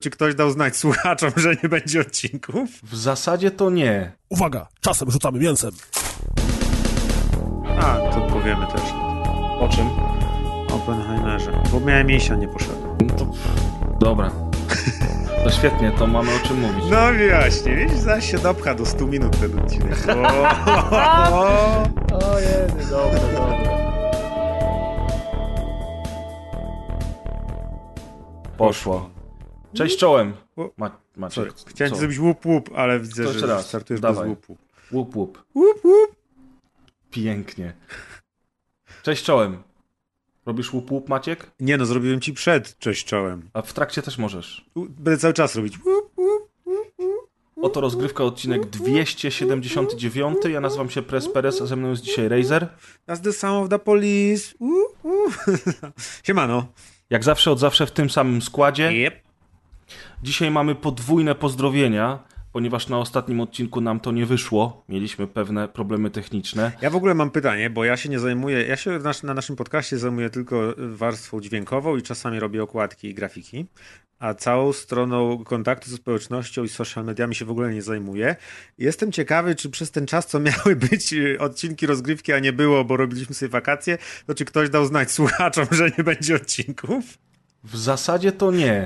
Czy ktoś dał znać słuchaczom, że nie będzie odcinków? W zasadzie to nie. Uwaga, czasem rzucamy mięsem. A, to powiemy też. O czym? O Oppenheimerze. Bo miałem mięsia, nie poszedłem. No to... Dobra. To świetnie, to mamy o czym mówić. No właśnie, widzisz, zaś się dopcha do 100 minut ten odcinek. Ojej, dobra. Poszło. Cześć czołem. Sorry, chciałem zrobić łup, ale widzę, to że startujesz dawaj. bez łupu. Łup. Łup. Pięknie. Cześć czołem. Robisz łup, Maciek? Nie no, zrobiłem ci przed cześć czołem. A w trakcie też możesz. Będę cały czas robić łup. Oto rozgrywka, odcinek 279. Ja nazywam się Press Perez, a ze mną jest dzisiaj Razer. That's the sound of the police. Siemano. Jak zawsze, od zawsze w tym samym składzie. Yep. Dzisiaj mamy podwójne pozdrowienia, ponieważ na ostatnim odcinku nam to nie wyszło. Mieliśmy pewne problemy techniczne. Ja w ogóle mam pytanie, bo ja się nie zajmuję, na naszym podcaście zajmuję tylko warstwą dźwiękową i czasami robię okładki i grafiki, a całą stroną kontaktu ze społecznością i social mediami się w ogóle nie zajmuję. Jestem ciekawy, czy przez ten czas, co miały być odcinki rozgrywki, a nie było, bo robiliśmy sobie wakacje, to czy ktoś dał znać słuchaczom, że nie będzie odcinków? W zasadzie to nie.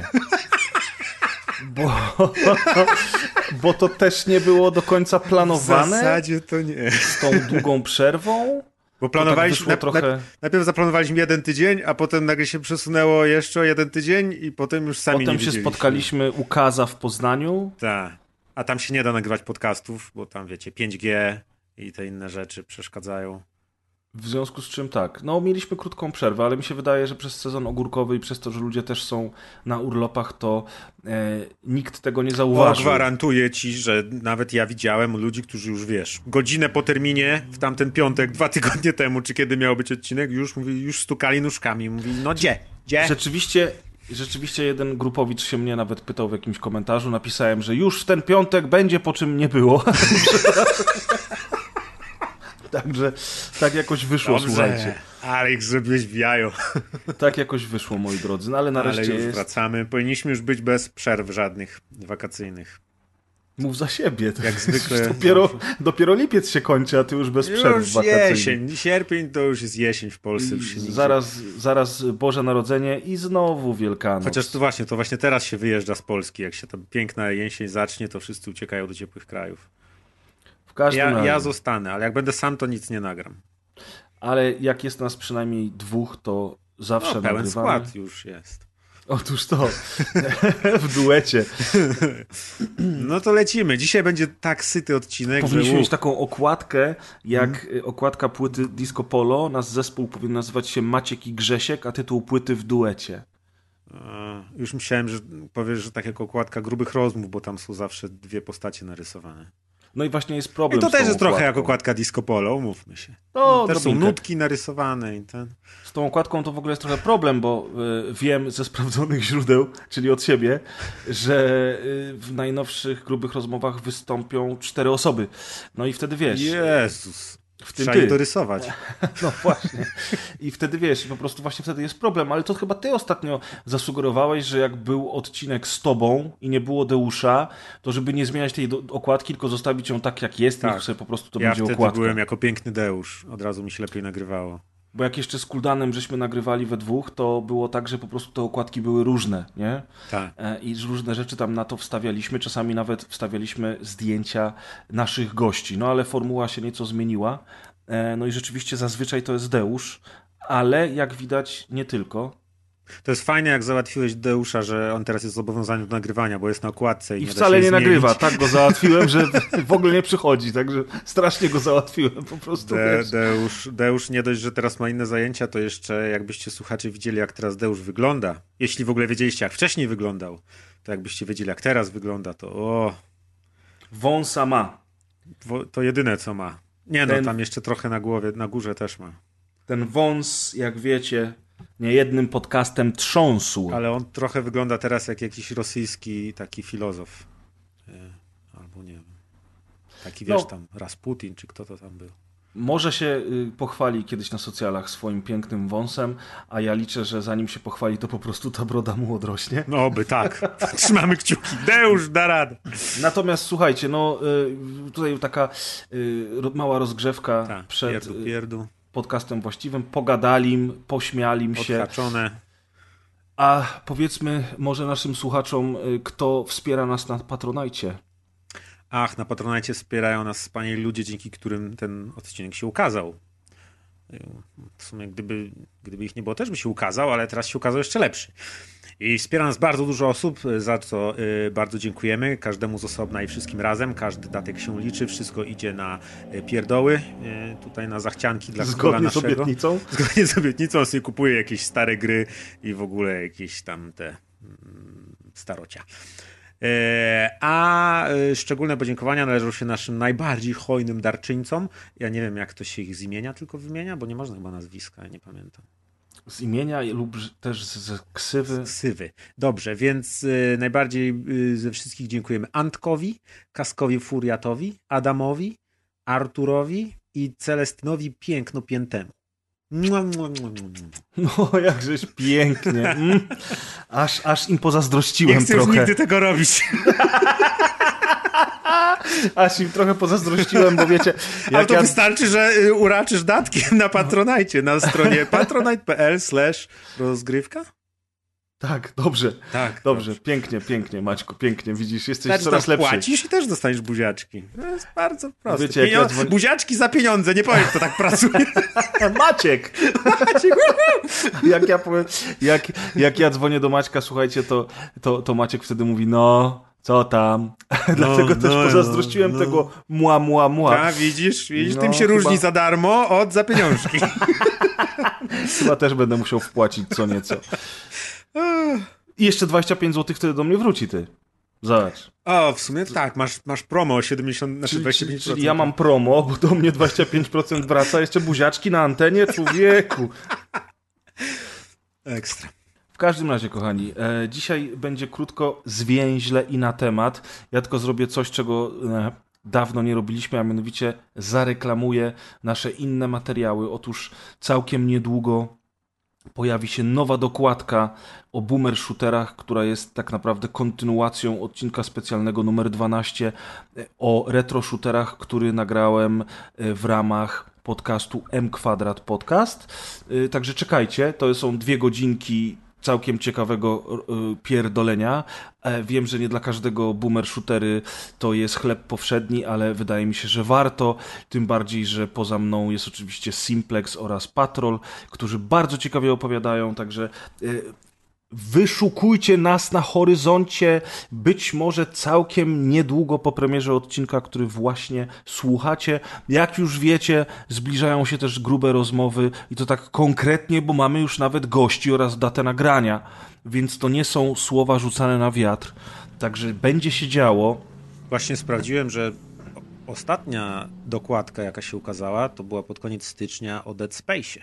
Bo to też nie było do końca planowane. W zasadzie to nie. Z tą długą przerwą. Bo planowaliśmy, tak trochę... najpierw zaplanowaliśmy 1 tydzień, a potem nagle się przesunęło jeszcze o 1 tydzień i potem już sami potem nie się wiedzieliśmy. spotkaliśmy u Kaza w Poznaniu. Tak. A tam się nie da nagrywać podcastów, bo tam wiecie, 5G i te inne rzeczy przeszkadzają. W związku z czym tak, no mieliśmy krótką przerwę, ale mi się wydaje, że przez sezon ogórkowy i przez to, że ludzie też są na urlopach, to nikt tego nie zauważył. Gwarantuję ci, że nawet ja widziałem ludzi, którzy już wiesz, godzinę po terminie, w tamten piątek, 2 tygodnie temu, czy kiedy miał być odcinek, już stukali nóżkami. Mówi, no gdzie? Rzeczywiście jeden grupowicz się mnie nawet pytał w jakimś komentarzu, napisałem, że już w ten piątek będzie, po czym nie było. Także tak jakoś wyszło, dobrze, słuchajcie. Ale ich zrobiłeś w jajo. Tak jakoś wyszło, moi drodzy. No ale nareszcie ale już jest... wracamy. Powinniśmy już być bez przerw żadnych wakacyjnych. Mów za siebie. Jak zwykle. Dopiero lipiec się kończy, a ty już bez przerw wakacyjnych. Jesień. Sierpień to już jest jesień w Polsce. Zaraz Boże Narodzenie i znowu Wielkanoc. Chociaż to właśnie teraz się wyjeżdża z Polski. Jak się ta piękna jesień zacznie, to wszyscy uciekają do ciepłych krajów. Ja zostanę, ale jak będę sam, to nic nie nagram. Ale jak jest nas przynajmniej 2, to zawsze pełen nagrywamy. skład już jest. Otóż to. W duecie. No to lecimy. Dzisiaj będzie tak syty odcinek, Powinniśmy mieć taką okładkę, jak okładka płyty Disco Polo. Nasz zespół powinien nazywać się Maciek i Grzesiek, a tytuł płyty W duecie. Już myślałem, że powiesz, że tak jak okładka Grubych Rozmów, bo tam są zawsze 2 postacie narysowane. No i właśnie jest problem. I to z tą też jest okładką. trochę jak okładka Disco Polo, umówmy się. No, też są nutki narysowane i ten. Z tą okładką to w ogóle jest trochę problem, bo wiem ze sprawdzonych źródeł, czyli od siebie, że w najnowszych Grubych Rozmowach wystąpią 4 osoby. No i wtedy wiesz... Jezus. W tym trzeba ich dorysować. No właśnie. I wtedy wiesz, po prostu właśnie wtedy jest problem. Ale to chyba ty ostatnio zasugerowałeś, że jak był odcinek z tobą i nie było Deusza, to żeby nie zmieniać tej okładki, tylko zostawić ją tak jak jest, niech sobie po prostu to będzie okładka. Ja wtedy byłem jako piękny Deusz. Od razu mi się lepiej nagrywało. Bo jak jeszcze z Kuldanem żeśmy nagrywali we 2, to było tak, że po prostu te okładki były różne, nie? Tak. I różne rzeczy tam na to wstawialiśmy, czasami nawet wstawialiśmy zdjęcia naszych gości. No ale formuła się nieco zmieniła. No i rzeczywiście zazwyczaj to jest Deusz, ale jak widać nie tylko. To jest fajne, jak załatwiłeś Deusza, że on teraz jest zobowiązany do nagrywania, bo jest na okładce. I wcale nie nagrywa. Tak go załatwiłem, że w ogóle nie przychodzi. Także strasznie go załatwiłem po prostu. Deusz nie dość, że teraz ma inne zajęcia, to jeszcze jakbyście słuchacze widzieli, jak teraz Deusz wygląda. Jeśli w ogóle wiedzieliście, jak wcześniej wyglądał, to jakbyście wiedzieli, jak teraz wygląda, to Wąsa ma. To jedyne, co ma. Nie no, tam jeszcze trochę na głowie, na górze też ma. Ten wąs, jak wiecie, niejednym podcastem trząsł. Ale on trochę wygląda teraz jak jakiś rosyjski taki filozof. Albo nie wiem. Taki wiesz tam, Rasputin, czy kto to tam był. Może się pochwali kiedyś na socjalach swoim pięknym wąsem, a ja liczę, że zanim się pochwali, to po prostu ta broda mu odrośnie. No by tak. Trzymamy kciuki. Deusz da radę. Natomiast słuchajcie, no tutaj taka mała rozgrzewka przed pierdu. podcastem właściwym. Pogadali, pośmiali się. Odhaczone. A powiedzmy może naszym słuchaczom, kto wspiera nas na Patronajcie. Ach, na Patronajcie wspierają nas wspaniali ludzie, dzięki którym ten odcinek się ukazał. W sumie gdyby ich nie było, też by się ukazał, ale teraz się ukazał jeszcze lepszy. I wspiera nas bardzo dużo osób, za co bardzo dziękujemy. Każdemu z osobna i wszystkim razem. Każdy datek się liczy, wszystko idzie na pierdoły, tutaj na zachcianki dla króla naszego. Zgodnie z obietnicą? Zgodnie z obietnicą, on sobie kupuje jakieś stare gry i w ogóle jakieś tam te starocia. A szczególne podziękowania należą się naszym najbardziej hojnym darczyńcom. Ja nie wiem, jak to się ich z imienia tylko wymienia, bo nie można chyba nazwiska, ja nie pamiętam. Z imienia lub też z ksywy? Z ksywy. Dobrze, więc najbardziej ze wszystkich dziękujemy Antkowi, Kaskowi Furiatowi, Adamowi, Arturowi i Celestynowi Pięknopiętemu. No, jakżeś pięknie. Aż im pozazdrościłem nie chcę trochę. Nie nigdy tego robić. Aż im trochę pozazdrościłem, bo wiecie... Ale to wystarczy, że uraczysz datkiem na Patronite, na stronie patronite.pl/rozgrywka. Tak, dobrze. Tak, dobrze. Pięknie, Maćku, pięknie. Widzisz, jesteś coraz lepszy. Płacisz i też dostaniesz buziaczki. To jest bardzo proste. Wiecie, buziaczki za pieniądze, nie powiem, kto tak pracuje. Maciek! Jak ja dzwonię do Maćka, słuchajcie, to Maciek wtedy mówi, no... Co tam? Dlatego też pozazdrościłem tego mła. A, widzisz, tym się różni za darmo od za pieniążki. Chyba też będę musiał wpłacić co nieco. I jeszcze 25 zł wtedy do mnie wróci, ty. Zobacz. O, w sumie tak, masz promo 70, znaczy 25%. Czyli ja mam promo, bo do mnie 25% wraca, jeszcze buziaczki na antenie, człowieku. Ekstra. W każdym razie, kochani, dzisiaj będzie krótko, zwięźle i na temat. Ja tylko zrobię coś, czego dawno nie robiliśmy, a mianowicie zareklamuję nasze inne materiały. Otóż całkiem niedługo pojawi się nowa dokładka o boomer shooterach, która jest tak naprawdę kontynuacją odcinka specjalnego numer 12 o retro shooterach, który nagrałem w ramach podcastu M-Kwadrat Podcast. Także czekajcie, to są 2 godzinki całkiem ciekawego pierdolenia. Wiem, że nie dla każdego boomer shootery to jest chleb powszedni, ale wydaje mi się, że warto. Tym bardziej, że poza mną jest oczywiście Simplex oraz Patrol, którzy bardzo ciekawie opowiadają, także wyszukujcie nas na horyzoncie. Być może całkiem niedługo po premierze odcinka, który właśnie słuchacie. Jak już wiecie, zbliżają się też grube rozmowy i to tak konkretnie, bo mamy już nawet gości oraz datę nagrania, więc to nie są słowa rzucane na wiatr. Także będzie się działo. Właśnie sprawdziłem, że ostatnia dokładka, jaka się ukazała, to była pod koniec stycznia o Dead Space'ie.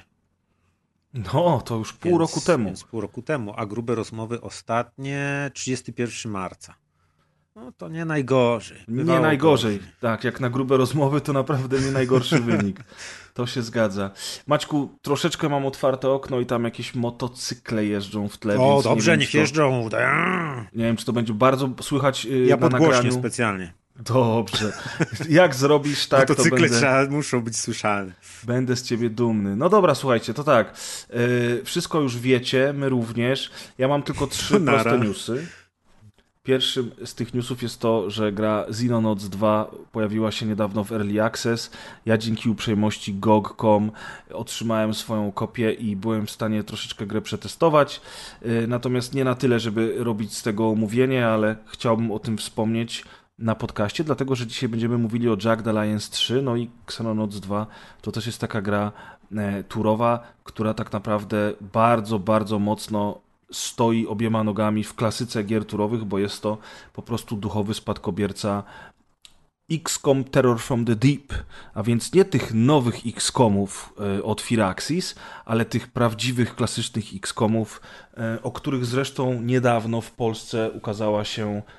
No, to już pół roku temu. Więc pół roku temu, a grube rozmowy ostatnie 31 marca. No to nie najgorzej. Nie najgorzej. Tak, jak na grube rozmowy to naprawdę nie najgorszy wynik. To się zgadza. Maćku, troszeczkę mam otwarte okno i tam jakieś motocykle jeżdżą w tle. O, więc dobrze, nie niech jeżdżą. Nie wiem, czy to będzie bardzo słychać ja na podgłośnię nagraniu. specjalnie. Dobrze. Jak zrobisz tak, motocykle to będę... muszą być słyszalne. Będę z ciebie dumny. No dobra, słuchajcie, to tak. Wszystko już wiecie, my również. Ja mam tylko 3 proste newsy. Pierwszym z tych newsów jest to, że gra Xenonauts 2 pojawiła się niedawno w Early Access. Ja dzięki uprzejmości GOG.com otrzymałem swoją kopię i byłem w stanie troszeczkę grę przetestować. Natomiast nie na tyle, żeby robić z tego omówienie, ale chciałbym o tym wspomnieć na podcaście, dlatego że dzisiaj będziemy mówili o Jagged Alliance 3, no i Xenonauts 2 to też jest taka gra turowa, która tak naprawdę bardzo, bardzo mocno stoi obiema nogami w klasyce gier turowych, bo jest to po prostu duchowy spadkobierca XCOM Terror from the Deep, a więc nie tych nowych XCOMów od Firaxis, ale tych prawdziwych, klasycznych XCOMów, o których zresztą niedawno w Polsce ukazała się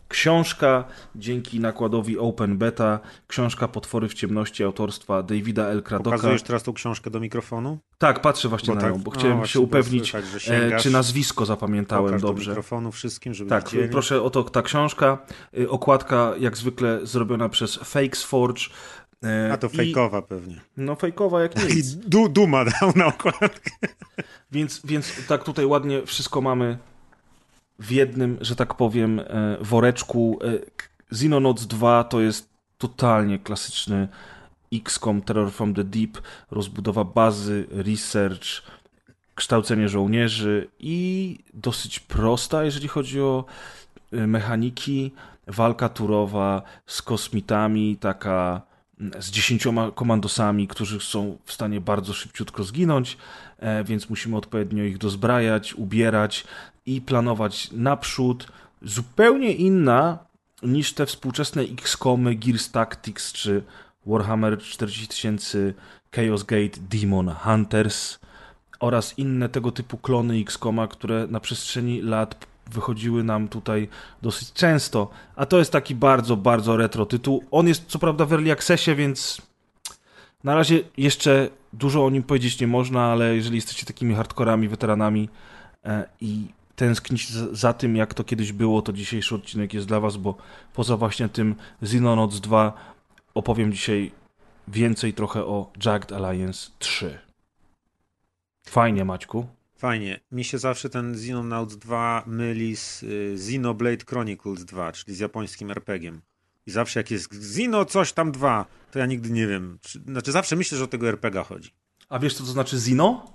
książka dzięki nakładowi Open Beta, książka Potwory w ciemności autorstwa Davida L. Craddocka. Pokazujesz teraz tą książkę do mikrofonu? Tak, patrzę właśnie na nią, bo chciałem się upewnić, czy nazwisko zapamiętałem Pokaż dobrze. do mikrofonu wszystkim, żeby tak, widzieli. Proszę, oto ta książka, okładka jak zwykle zrobiona przez Fakesforge. A to fejkowa pewnie. No fejkowa jak nic. I Duma dał na okładkę. Więc tak tutaj ładnie wszystko mamy w jednym, że tak powiem, woreczku. Xenonauts 2 to jest totalnie klasyczny XCOM Terror from the Deep, rozbudowa bazy, research, kształcenie żołnierzy i dosyć prosta, jeżeli chodzi o mechaniki, walka turowa z kosmitami, taka z 10 komandosami, którzy są w stanie bardzo szybciutko zginąć, więc musimy odpowiednio ich dozbrajać, ubierać i planować naprzód. Zupełnie inna niż te współczesne XCOMy, Gears Tactics czy Warhammer 40 000 Chaos Gate Demon Hunters oraz inne tego typu klony XCOMa, które na przestrzeni lat wychodziły nam tutaj dosyć często, a to jest taki bardzo, bardzo retro tytuł. On jest co prawda w Early Accessie, więc na razie jeszcze dużo o nim powiedzieć nie można, ale jeżeli jesteście takimi hardkorami, weteranami i tęsknić za tym, jak to kiedyś było, to dzisiejszy odcinek jest dla was, bo poza właśnie tym Xenonauts 2 opowiem dzisiaj więcej trochę o Jagged Alliance 3. Fajnie, Maćku. Fajnie. Mi się zawsze ten Xenonauts 2 myli z Xenoblade Chronicles 2, czyli z japońskim RPG-iem. I zawsze jak jest Xeno coś tam 2, to ja nigdy nie wiem. Znaczy zawsze myślę, że o tego RPG chodzi. A wiesz, co to znaczy Xeno?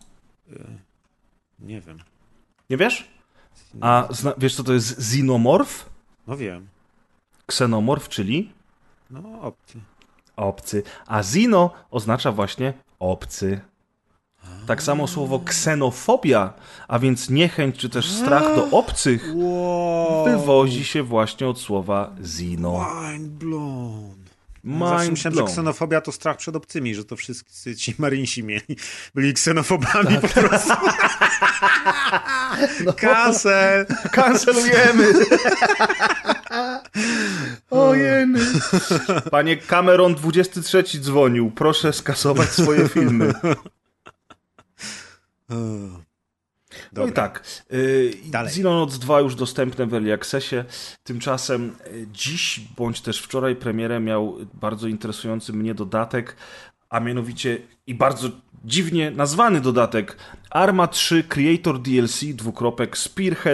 Nie wiem. Nie wiesz? A wiesz, co to jest Xenomorph? No wiem. Ksenomorf, czyli? No, obcy. Obcy. A Xeno oznacza właśnie obcy. Tak samo słowo ksenofobia, a więc niechęć czy też strach do obcych, wywodzi się właśnie od słowa Xeno. Mind blown. Zawsze myślałem, że ksenofobia to strach przed obcymi, że to wszyscy ci marynsi byli ksenofobami po prostu. No. Cancel! Cancelujemy! Ojeny! Panie Cameron 23 dzwonił. Proszę skasować swoje filmy. No i tak, Xenonauts 2 już dostępne w Early Accessie, tymczasem dziś, bądź też wczoraj premierę miał bardzo interesujący mnie dodatek, a mianowicie i bardzo dziwnie nazwany dodatek Arma 3 Creator DLC Spearhead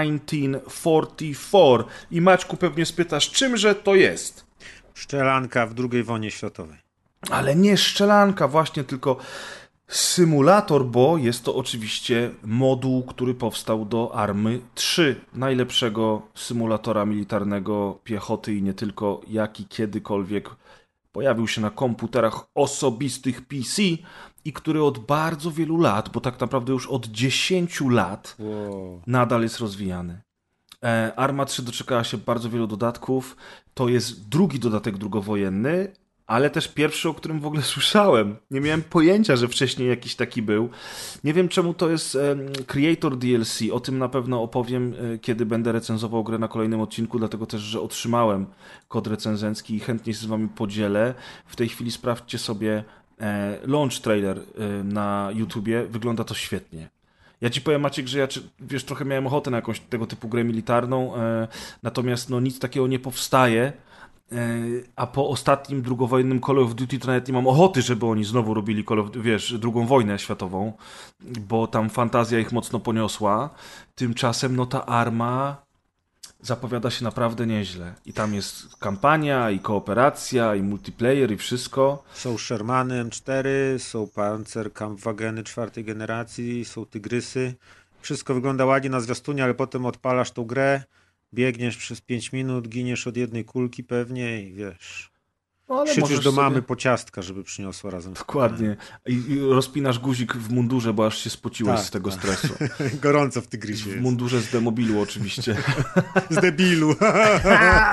1944. I Maćku, pewnie spytasz, czymże to jest? Szczelanka w II wojnie światowej. Ale nie szczelanka właśnie, tylko symulator, bo jest to oczywiście moduł, który powstał do Army 3, najlepszego symulatora militarnego piechoty i nie tylko, jaki kiedykolwiek pojawił się na komputerach osobistych PC i który od bardzo wielu lat, bo tak naprawdę już od 10 lat nadal jest rozwijany. Arma 3 doczekała się bardzo wielu dodatków. To jest drugi dodatek drugowojenny, ale też pierwszy, o którym w ogóle słyszałem. Nie miałem pojęcia, że wcześniej jakiś taki był. Nie wiem, czemu to jest Creator DLC. O tym na pewno opowiem, kiedy będę recenzował grę na kolejnym odcinku, dlatego też, że otrzymałem kod recenzencki i chętnie się z wami podzielę. W tej chwili sprawdźcie sobie launch trailer na YouTubie. Wygląda to świetnie. Ja ci powiem, Maciek, że ja wiesz, trochę miałem ochotę na jakąś tego typu grę militarną, natomiast no, nic takiego nie powstaje. A po ostatnim drugowojennym Call of Duty to nawet nie mam ochoty, żeby oni znowu robili drugą wojnę światową, bo tam fantazja ich mocno poniosła. Tymczasem no ta Arma zapowiada się naprawdę nieźle. I tam jest kampania, i kooperacja, i multiplayer, i wszystko. Są Shermany M4, są Panzerkampfwageny 4. generacji, są Tygrysy. Wszystko wygląda ładnie na zwiastunie, ale potem odpalasz tą grę, biegniesz przez 5 minut, giniesz od jednej kulki pewnie i wiesz... No, krzyczysz do mamy po ciastka, żeby przyniosła razem. Dokładnie. I rozpinasz guzik w mundurze, bo aż się spociłeś z tego stresu. Gorąco w Tygrysie W mundurze z demobilu oczywiście. Z debilu.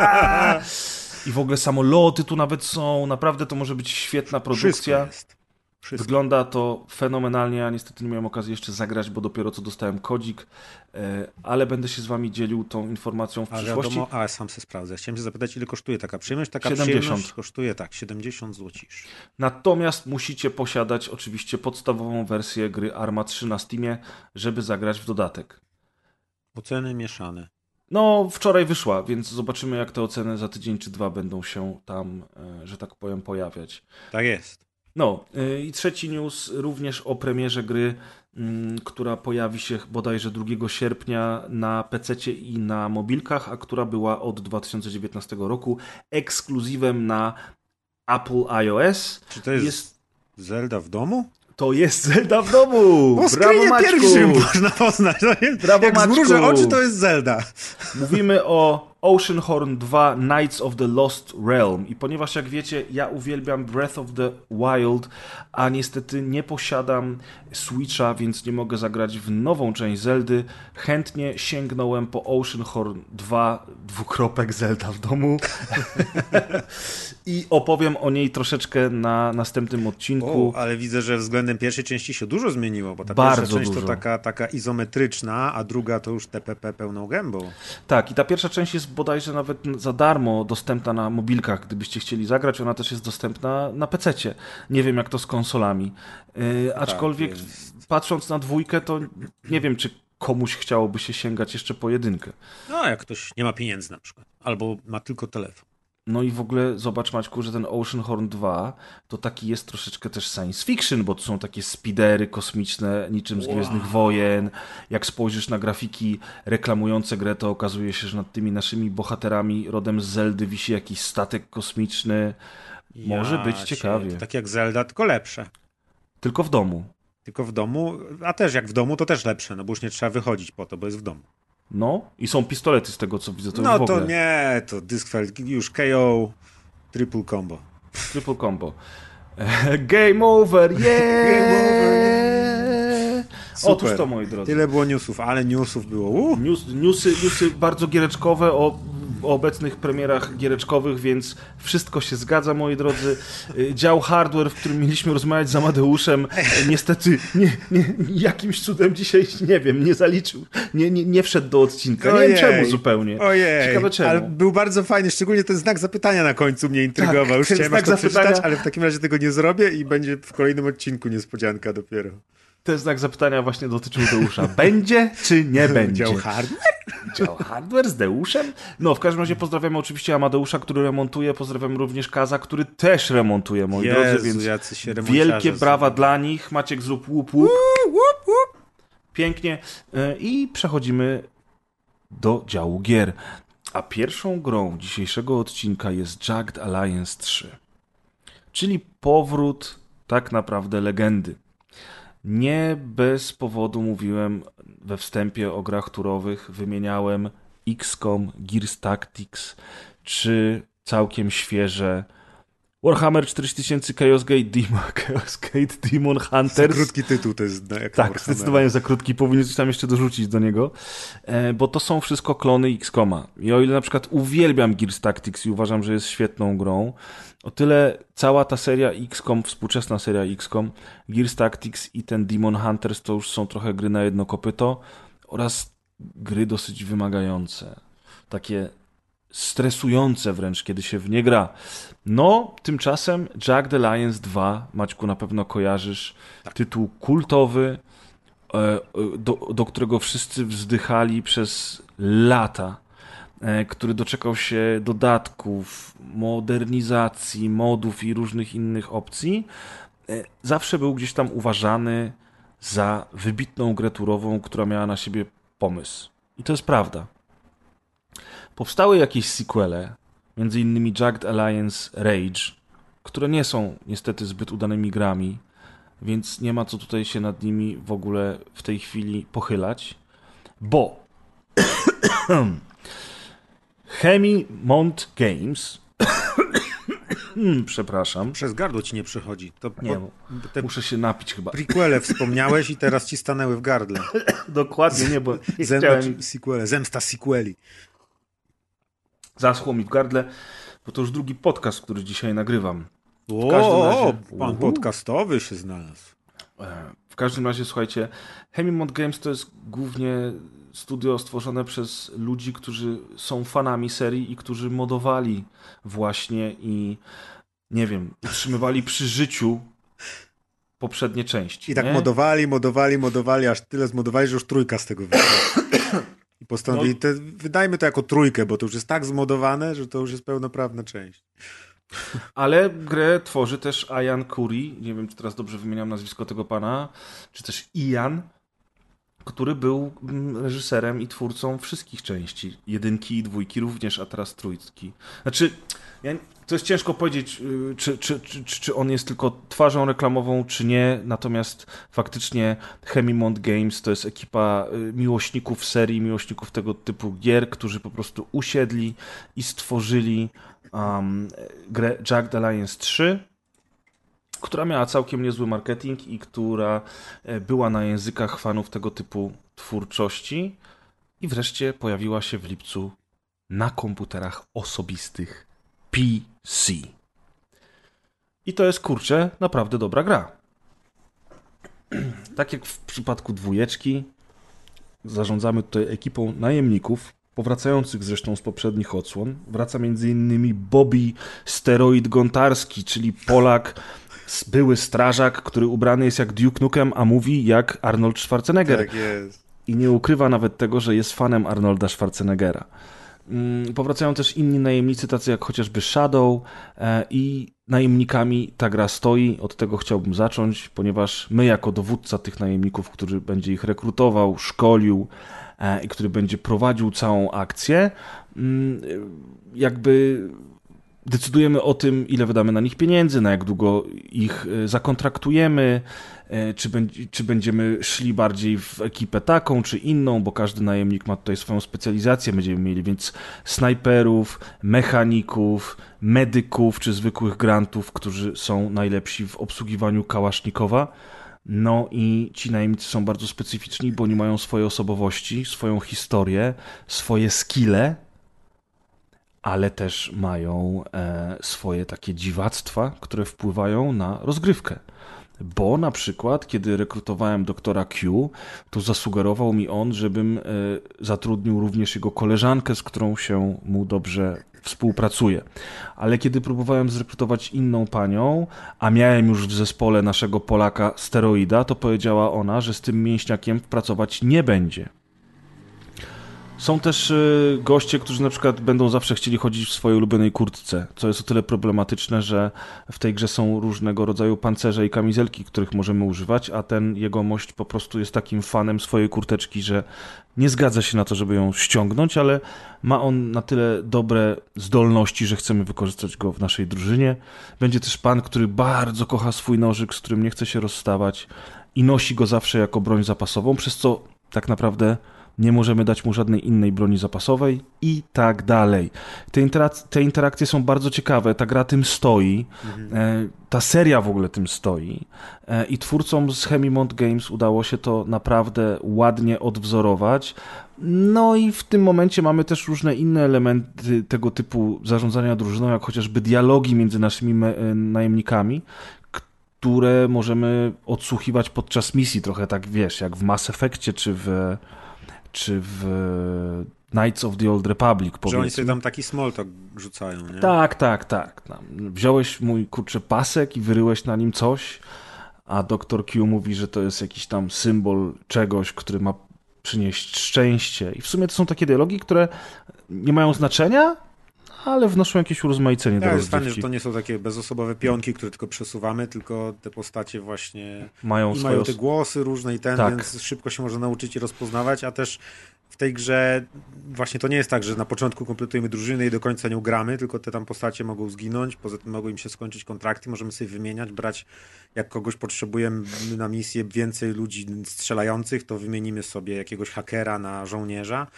I w ogóle samoloty tu nawet są. Naprawdę to może być świetna produkcja. Wszystko jest. Wszystko. Wygląda to fenomenalnie, ja niestety nie miałem okazji jeszcze zagrać, bo dopiero co dostałem kodzik, ale będę się z wami dzielił tą informacją w przyszłości. Wiadomo, sam se sprawdzę. Chciałem się zapytać, ile kosztuje taka przyjemność. Taka 70. przyjemność kosztuje 70 złocisz. Natomiast musicie posiadać oczywiście podstawową wersję gry Arma 3 na Steamie, żeby zagrać w dodatek. Oceny mieszane. No, wczoraj wyszła, więc zobaczymy, jak te oceny za tydzień czy dwa będą się tam, że tak powiem, pojawiać. Tak jest. No i trzeci news również o premierze gry, która pojawi się bodajże 2 sierpnia na PC-cie i na mobilkach, a która była od 2019 roku ekskluzywem na Apple iOS. Czy to jest Zelda w domu? To jest Zelda w domu! Po Brawo, Maćku! pierwszym można poznać. Brawo, jak Maćku! zmrużę oczy, to jest Zelda. Mówimy o Oceanhorn 2 Knights of the Lost Realm i ponieważ jak wiecie, ja uwielbiam Breath of the Wild, a niestety nie posiadam Switcha, więc nie mogę zagrać w nową część Zeldy, chętnie sięgnąłem po Oceanhorn 2 Zelda w domu i opowiem o niej troszeczkę na następnym odcinku. Ale widzę, że względem pierwszej części się dużo zmieniło, bo ta Bardzo pierwsza część dużo. to taka izometryczna, a druga to już TPP pełną gębą. Tak, i ta pierwsza część jest bodajże nawet za darmo dostępna na mobilkach, gdybyście chcieli zagrać. Ona też jest dostępna na PC-cie. Nie wiem, jak to z konsolami. Aczkolwiek patrząc na 2, to nie wiem, czy komuś chciałoby się sięgać jeszcze po 1. No, jak ktoś nie ma pieniędzy na przykład, albo ma tylko telefon. No i w ogóle zobacz, Maćku, że ten Oceanhorn 2 to taki jest troszeczkę też science fiction, bo to są takie spidery kosmiczne niczym z Gwiezdnych Wojen. Jak spojrzysz na grafiki reklamujące grę, to okazuje się, że nad tymi naszymi bohaterami rodem z Zeldy wisi jakiś statek kosmiczny. Może być ciekawie. Tak jak Zelda, tylko lepsze. Tylko w domu. Tylko w domu, a też jak w domu, to też lepsze, no bo już nie trzeba wychodzić po to, bo jest w domu. No i są pistolety z tego, co widzę. To no już w ogóle. to nie, to Discfeld już KO, triple combo. Triple combo. Game over, yeah! Game over, yeah! Super. Otóż to, moi drodzy. Tyle było newsów, ale newsów było. Newsy bardzo giereczkowe o obecnych premierach giereczkowych, więc wszystko się zgadza, moi drodzy. Dział hardware, w którym mieliśmy rozmawiać z Amadeuszem, niestety jakimś cudem dzisiaj, nie wiem, nie zaliczył, nie wszedł do odcinka. Nie wiem czemu zupełnie. Ojej, ciekawe czemu. Ale był bardzo fajny, szczególnie ten znak zapytania na końcu mnie intrygował. Tak, już chciałem aż to przeczytać, ale w takim razie tego nie zrobię i będzie w kolejnym odcinku niespodzianka dopiero. Ten znak zapytania właśnie dotyczył Deusza. Będzie czy nie będzie? Dział hardware? Dział hardware z Deuszem? No, w każdym razie pozdrawiamy oczywiście Amadeusza, który remontuje, pozdrawiam również Kaza, który też remontuje, moi drodzy, więc jacy się wielkie brawa dla nich. Maciek, zrób łup, łup. Pięknie. I przechodzimy do działu gier. A pierwszą grą dzisiejszego odcinka jest Jagged Alliance 3. Czyli powrót tak naprawdę legendy. Nie bez powodu mówiłem we wstępie o grach turowych, wymieniałem XCOM, Gears Tactics, czy całkiem świeże Warhammer 4000 Chaos Gate Demon Hunters. Krótki tytuł to jest. Tak, zdecydowanie za krótki, powinien coś tam jeszcze dorzucić do niego, bo to są wszystko klony XCOMa. I o ile na przykład uwielbiam Gears Tactics i uważam, że jest świetną grą, o tyle cała ta seria XCOM, współczesna seria XCOM, Gears Tactics i ten Demon Hunters to już są trochę gry na jedno kopyto oraz gry dosyć wymagające. Takie stresujące wręcz, kiedy się w nie gra. No, tymczasem Jagged Alliance 2, Maćku, na pewno kojarzysz, tytuł kultowy, do którego wszyscy wzdychali przez lata, który doczekał się dodatków, modernizacji, modów i różnych innych opcji, zawsze był gdzieś tam uważany za wybitną grę turową, która miała na siebie pomysł. I to jest prawda. Powstały jakieś sequele, między innymi Jagged Alliance Rage, które nie są niestety zbyt udanymi grami, więc nie ma co tutaj się nad nimi w ogóle w tej chwili pochylać, bo Chemimont Games przepraszam. Przez gardło ci nie przychodzi. To Nie, te muszę się napić chyba. prequele wspomniałeś i teraz ci stanęły w gardle. Dokładnie, nie, bo nie chciałem... Zemsta sequeli. Zaschło mi w gardle, bo to już drugi podcast, który dzisiaj nagrywam. Pan podcastowy się znalazł. W każdym razie, słuchajcie, Hemimont Games to jest głównie studio stworzone przez ludzi, którzy są fanami serii i którzy modowali właśnie i nie wiem, utrzymywali przy życiu poprzednie części. I tak nie? modowali, aż tyle zmodowali, że już 3 z tego wyszła. I postanowili, wydajmy to jako 3, bo to już jest tak zmodowane, że to już jest pełnoprawna część. Ale grę tworzy też Ian Curry, nie wiem, czy teraz dobrze wymieniam nazwisko tego pana, czy też Ian, który był reżyserem i twórcą wszystkich części. 1 i 2 również, a teraz 3. Znaczy, to jest ciężko powiedzieć, czy on jest tylko twarzą reklamową, czy nie, natomiast faktycznie Hemimont Games to jest ekipa miłośników serii, miłośników tego typu gier, którzy po prostu usiedli i stworzyli grę Jagged Alliance 3, która miała całkiem niezły marketing i która była na językach fanów tego typu twórczości i wreszcie pojawiła się w lipcu na komputerach osobistych PC. I to jest, kurczę, naprawdę dobra gra. Tak jak w przypadku 2, zarządzamy tutaj ekipą najemników, powracających zresztą z poprzednich odsłon. Wraca m.in. Bobby Steroid Gontarski, czyli Polak, były strażak, który ubrany jest jak Duke Nukem, a mówi jak Arnold Schwarzenegger. Tak jest. I nie ukrywa nawet tego, że jest fanem Arnolda Schwarzeneggera. Powracają też inni najemnicy, tacy jak chociażby Shadow, i najemnikami ta gra stoi. Od tego chciałbym zacząć, ponieważ my jako dowódca tych najemników, który będzie ich rekrutował, szkolił i który będzie prowadził całą akcję, jakby decydujemy o tym, ile wydamy na nich pieniędzy, na jak długo ich zakontraktujemy, czy będziemy szli bardziej w ekipę taką, czy inną, bo każdy najemnik ma tutaj swoją specjalizację. Będziemy mieli więc snajperów, mechaników, medyków, czy zwykłych grantów, którzy są najlepsi w obsługiwaniu kałasznikowa. No i ci najemnicy są bardzo specyficzni, bo oni mają swoje osobowości, swoją historię, swoje skille, ale też mają swoje takie dziwactwa, które wpływają na rozgrywkę. Bo na przykład, kiedy rekrutowałem doktora Q, to zasugerował mi on, żebym zatrudnił również jego koleżankę, z którą się mu dobrze współpracuje. Ale kiedy próbowałem zrekrutować inną panią, a miałem już w zespole naszego Polaka Steroida, to powiedziała ona, że z tym mięśniakiem pracować nie będzie. Są też goście, którzy na przykład będą zawsze chcieli chodzić w swojej ulubionej kurtce, co jest o tyle problematyczne, że w tej grze są różnego rodzaju pancerze i kamizelki, których możemy używać, a ten jegomość po prostu jest takim fanem swojej kurteczki, że nie zgadza się na to, żeby ją ściągnąć, ale ma on na tyle dobre zdolności, że chcemy wykorzystać go w naszej drużynie. Będzie też pan, który bardzo kocha swój nożyk, z którym nie chce się rozstawać i nosi go zawsze jako broń zapasową, przez co tak naprawdę nie możemy dać mu żadnej innej broni zapasowej i tak dalej. Te interakcje są bardzo ciekawe, ta gra tym stoi, ta seria w ogóle tym stoi i twórcom z Hemimont Games udało się to naprawdę ładnie odwzorować. No i w tym momencie mamy też różne inne elementy tego typu zarządzania drużyną, jak chociażby dialogi między naszymi najemnikami, które możemy odsłuchiwać podczas misji, trochę tak wiesz, jak w Mass Effectie czy w Knights of the Old Republic, powiedzmy. Że oni sobie tam taki small talk rzucają, nie? Tak. Wziąłeś mój, kurczę, pasek i wyryłeś na nim coś, a doktor Q mówi, że to jest jakiś tam symbol czegoś, który ma przynieść szczęście. I w sumie to są takie dialogi, które nie mają znaczenia, ale wnoszą jakieś urozmaicenie do jest rozgrywki. fajne, że to nie są takie bezosobowe pionki, które tylko przesuwamy, tylko te postacie właśnie mają te głosy różne i więc szybko się można nauczyć i rozpoznawać, a też w tej grze właśnie to nie jest tak, że na początku kompletujemy drużynę i do końca nią gramy, tylko te tam postacie mogą zginąć, poza tym mogą im się skończyć kontrakty, możemy sobie wymieniać, brać, jak kogoś potrzebujemy na misję więcej ludzi strzelających, to wymienimy sobie jakiegoś hakera na żołnierza.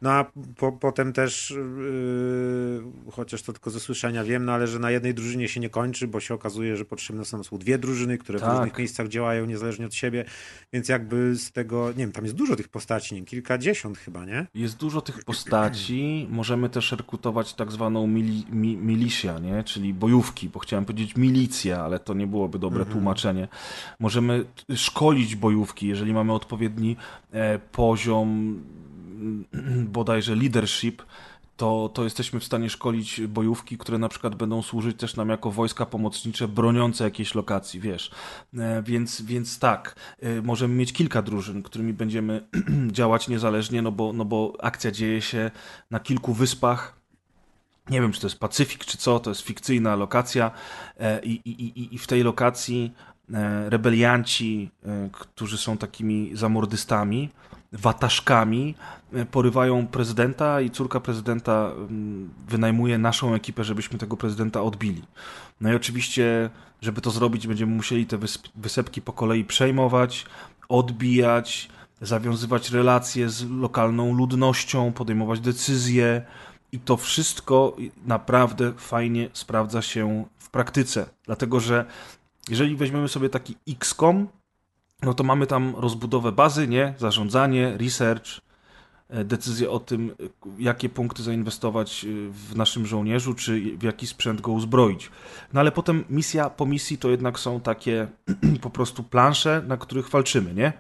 No a potem też, chociaż to tylko ze słyszenia wiem, no ale że na jednej drużynie się nie kończy, bo się okazuje, że potrzebne są dwie drużyny, które w różnych miejscach działają niezależnie od siebie, więc jakby z tego, nie wiem, tam jest dużo tych postaci, nie? Kilkadziesiąt chyba, nie? Jest dużo tych postaci, możemy też rekrutować tak zwaną milicja, nie? Czyli bojówki, bo chciałem powiedzieć milicja, ale to nie byłoby dobre tłumaczenie. Możemy szkolić bojówki, jeżeli mamy odpowiedni poziom bodajże leadership, to jesteśmy w stanie szkolić bojówki, które na przykład będą służyć też nam jako wojska pomocnicze broniące jakiejś lokacji, wiesz. Więc tak, możemy mieć kilka drużyn, którymi będziemy działać niezależnie, no bo akcja dzieje się na kilku wyspach. Nie wiem, czy to jest Pacyfik, czy co, to jest fikcyjna lokacja i w tej lokacji rebelianci, którzy są takimi zamordystami, wataszkami, porywają prezydenta i córka prezydenta wynajmuje naszą ekipę, żebyśmy tego prezydenta odbili. No i oczywiście, żeby to zrobić, będziemy musieli te wysepki po kolei przejmować, odbijać, zawiązywać relacje z lokalną ludnością, podejmować decyzje i to wszystko naprawdę fajnie sprawdza się w praktyce. Dlatego, że jeżeli weźmiemy sobie taki XCOM, no to mamy tam rozbudowę bazy, nie? Zarządzanie, research, decyzje o tym, jakie punkty zainwestować w naszym żołnierzu, czy w jaki sprzęt go uzbroić. No ale potem misja po misji to jednak są takie po prostu plansze, na których walczymy, nie?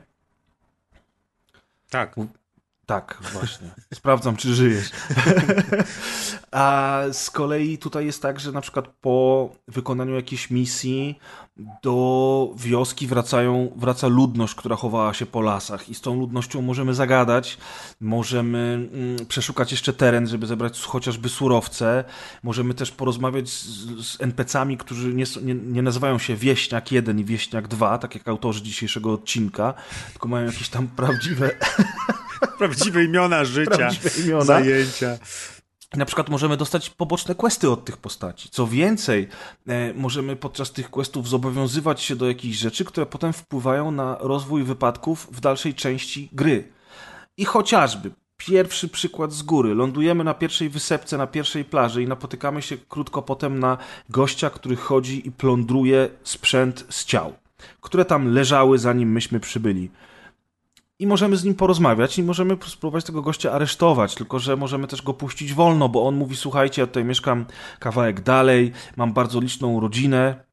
Tak. Tak, właśnie. Sprawdzam, czy żyjesz. A z kolei tutaj jest tak, że na przykład po wykonaniu jakiejś misji do wioski wraca ludność, która chowała się po lasach i z tą ludnością możemy zagadać, możemy przeszukać jeszcze teren, żeby zebrać chociażby surowce, możemy też porozmawiać z NPC-ami, którzy nie nazywają się Wieśniak 1 i Wieśniak 2, tak jak autorzy dzisiejszego odcinka, tylko mają jakieś tam prawdziwe imiona życia, zajęcia. Na przykład możemy dostać poboczne questy od tych postaci. Co więcej, możemy podczas tych questów zobowiązywać się do jakichś rzeczy, które potem wpływają na rozwój wypadków w dalszej części gry. I chociażby pierwszy przykład z góry. Lądujemy na pierwszej wysepce, na pierwszej plaży i napotykamy się krótko potem na gościa, który chodzi i plądruje sprzęt z ciał, które tam leżały, zanim myśmy przybyli. I możemy z nim porozmawiać i możemy spróbować tego gościa aresztować, tylko że możemy też go puścić wolno, bo on mówi, słuchajcie, ja tutaj mieszkam kawałek dalej, mam bardzo liczną rodzinę,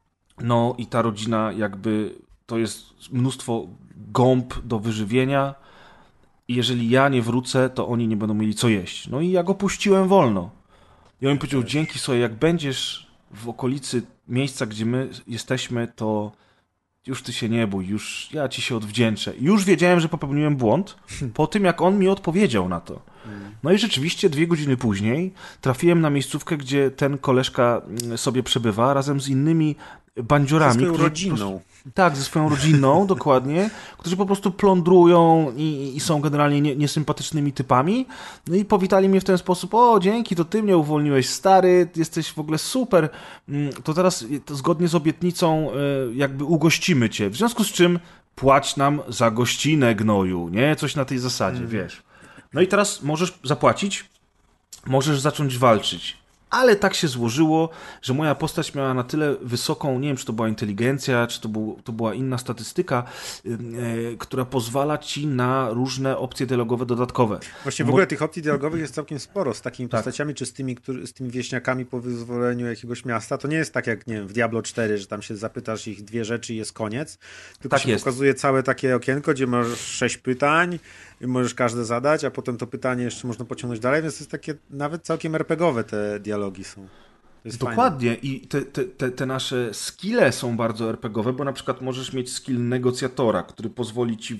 no i ta rodzina jakby to jest mnóstwo gąb do wyżywienia i jeżeli ja nie wrócę, to oni nie będą mieli co jeść. No i ja go puściłem wolno. I on mi powiedział, dzięki sobie, jak będziesz w okolicy miejsca, gdzie my jesteśmy, to już ty się nie bój, już ja ci się odwdzięczę. I już wiedziałem, że popełniłem błąd po tym, jak on mi odpowiedział na to. No i rzeczywiście 2 godziny później trafiłem na miejscówkę, gdzie ten koleżka sobie przebywa razem z innymi bandziorami. Ze swoją rodziną. Tak, ze swoją rodziną, dokładnie, którzy po prostu plądrują i są generalnie niesympatycznymi typami. No i powitali mnie w ten sposób, o dzięki, to ty mnie uwolniłeś, stary, jesteś w ogóle super, to teraz zgodnie z obietnicą jakby ugościmy cię, w związku z czym płać nam za gościnę, gnoju, nie? Coś na tej zasadzie, wiesz. No i teraz możesz zapłacić, możesz zacząć walczyć. Ale tak się złożyło, że moja postać miała na tyle wysoką, nie wiem, czy to była inteligencja, czy to była inna statystyka, która pozwala ci na różne opcje dialogowe dodatkowe. Właśnie w ogóle tych opcji dialogowych jest całkiem sporo z takimi postaciami, czy z tymi wieśniakami po wyzwoleniu jakiegoś miasta. To nie jest tak jak, nie wiem, w Diablo 4, że tam się zapytasz ich 2 rzeczy i jest koniec. Tylko tak się pokazuje całe takie okienko, gdzie masz 6 pytań i możesz każde zadać, a potem to pytanie jeszcze można pociągnąć dalej, więc to jest takie nawet całkiem RPGowe te dialogi są. Dokładnie fajne. I te nasze skille są bardzo RPGowe, bo na przykład możesz mieć skill negocjatora, który pozwoli ci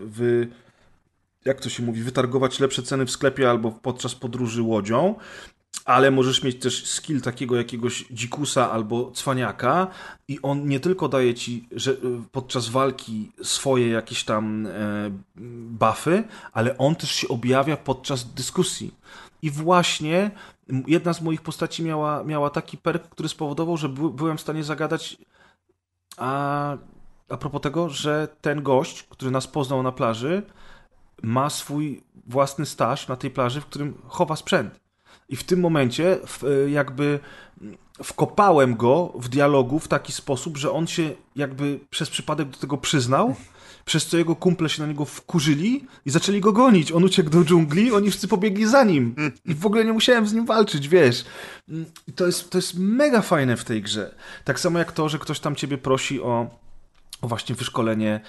jak to się mówi, wytargować lepsze ceny w sklepie albo podczas podróży łodzią, ale możesz mieć też skill takiego jakiegoś dzikusa albo cwaniaka i on nie tylko daje ci podczas walki swoje jakieś tam buffy, ale on też się objawia podczas dyskusji. I właśnie jedna z moich postaci miała taki perk, który spowodował, że byłem w stanie zagadać a propos tego, że ten gość, który nas poznał na plaży, ma swój własny staż na tej plaży, w którym chowa sprzęt. I w tym momencie jakby wkopałem go w dialogu w taki sposób, że on się jakby przez przypadek do tego przyznał, przez co jego kumple się na niego wkurzyli i zaczęli go gonić. On uciekł do dżungli, oni wszyscy pobiegli za nim. I w ogóle nie musiałem z nim walczyć, wiesz. I to jest mega fajne w tej grze. Tak samo jak to, że ktoś tam ciebie prosi o właśnie wyszkolenie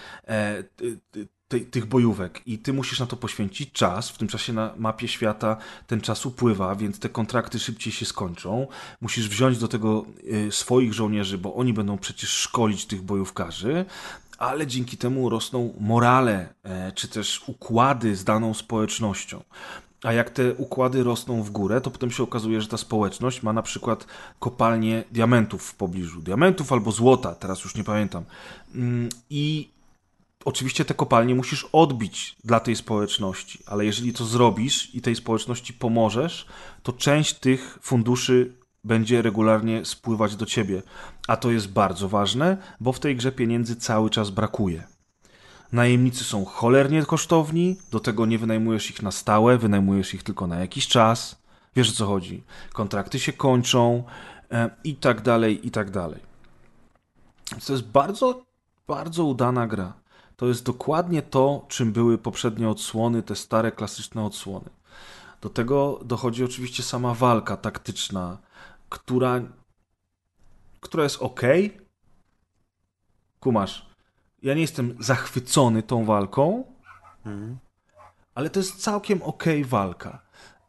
tych bojówek i ty musisz na to poświęcić czas, w tym czasie na mapie świata ten czas upływa, więc te kontrakty szybciej się skończą. Musisz wziąć do tego swoich żołnierzy, bo oni będą przecież szkolić tych bojówkarzy, ale dzięki temu rosną morale, czy też układy z daną społecznością. A jak te układy rosną w górę, to potem się okazuje, że ta społeczność ma na przykład kopalnię diamentów w pobliżu. Diamentów albo złota, teraz już nie pamiętam. I oczywiście te kopalnie musisz odbić dla tej społeczności, ale jeżeli to zrobisz i tej społeczności pomożesz, to część tych funduszy będzie regularnie spływać do ciebie. A to jest bardzo ważne, bo w tej grze pieniędzy cały czas brakuje. Najemnicy są cholernie kosztowni, do tego nie wynajmujesz ich na stałe, wynajmujesz ich tylko na jakiś czas. Wiesz, o co chodzi. Kontrakty się kończą i tak dalej, i tak dalej. Więc to jest bardzo, bardzo udana gra. To jest dokładnie to, czym były poprzednie odsłony, te stare, klasyczne odsłony. Do tego dochodzi oczywiście sama walka taktyczna, która jest okej. Kumasz, ja nie jestem zachwycony tą walką, ale to jest całkiem okej walka.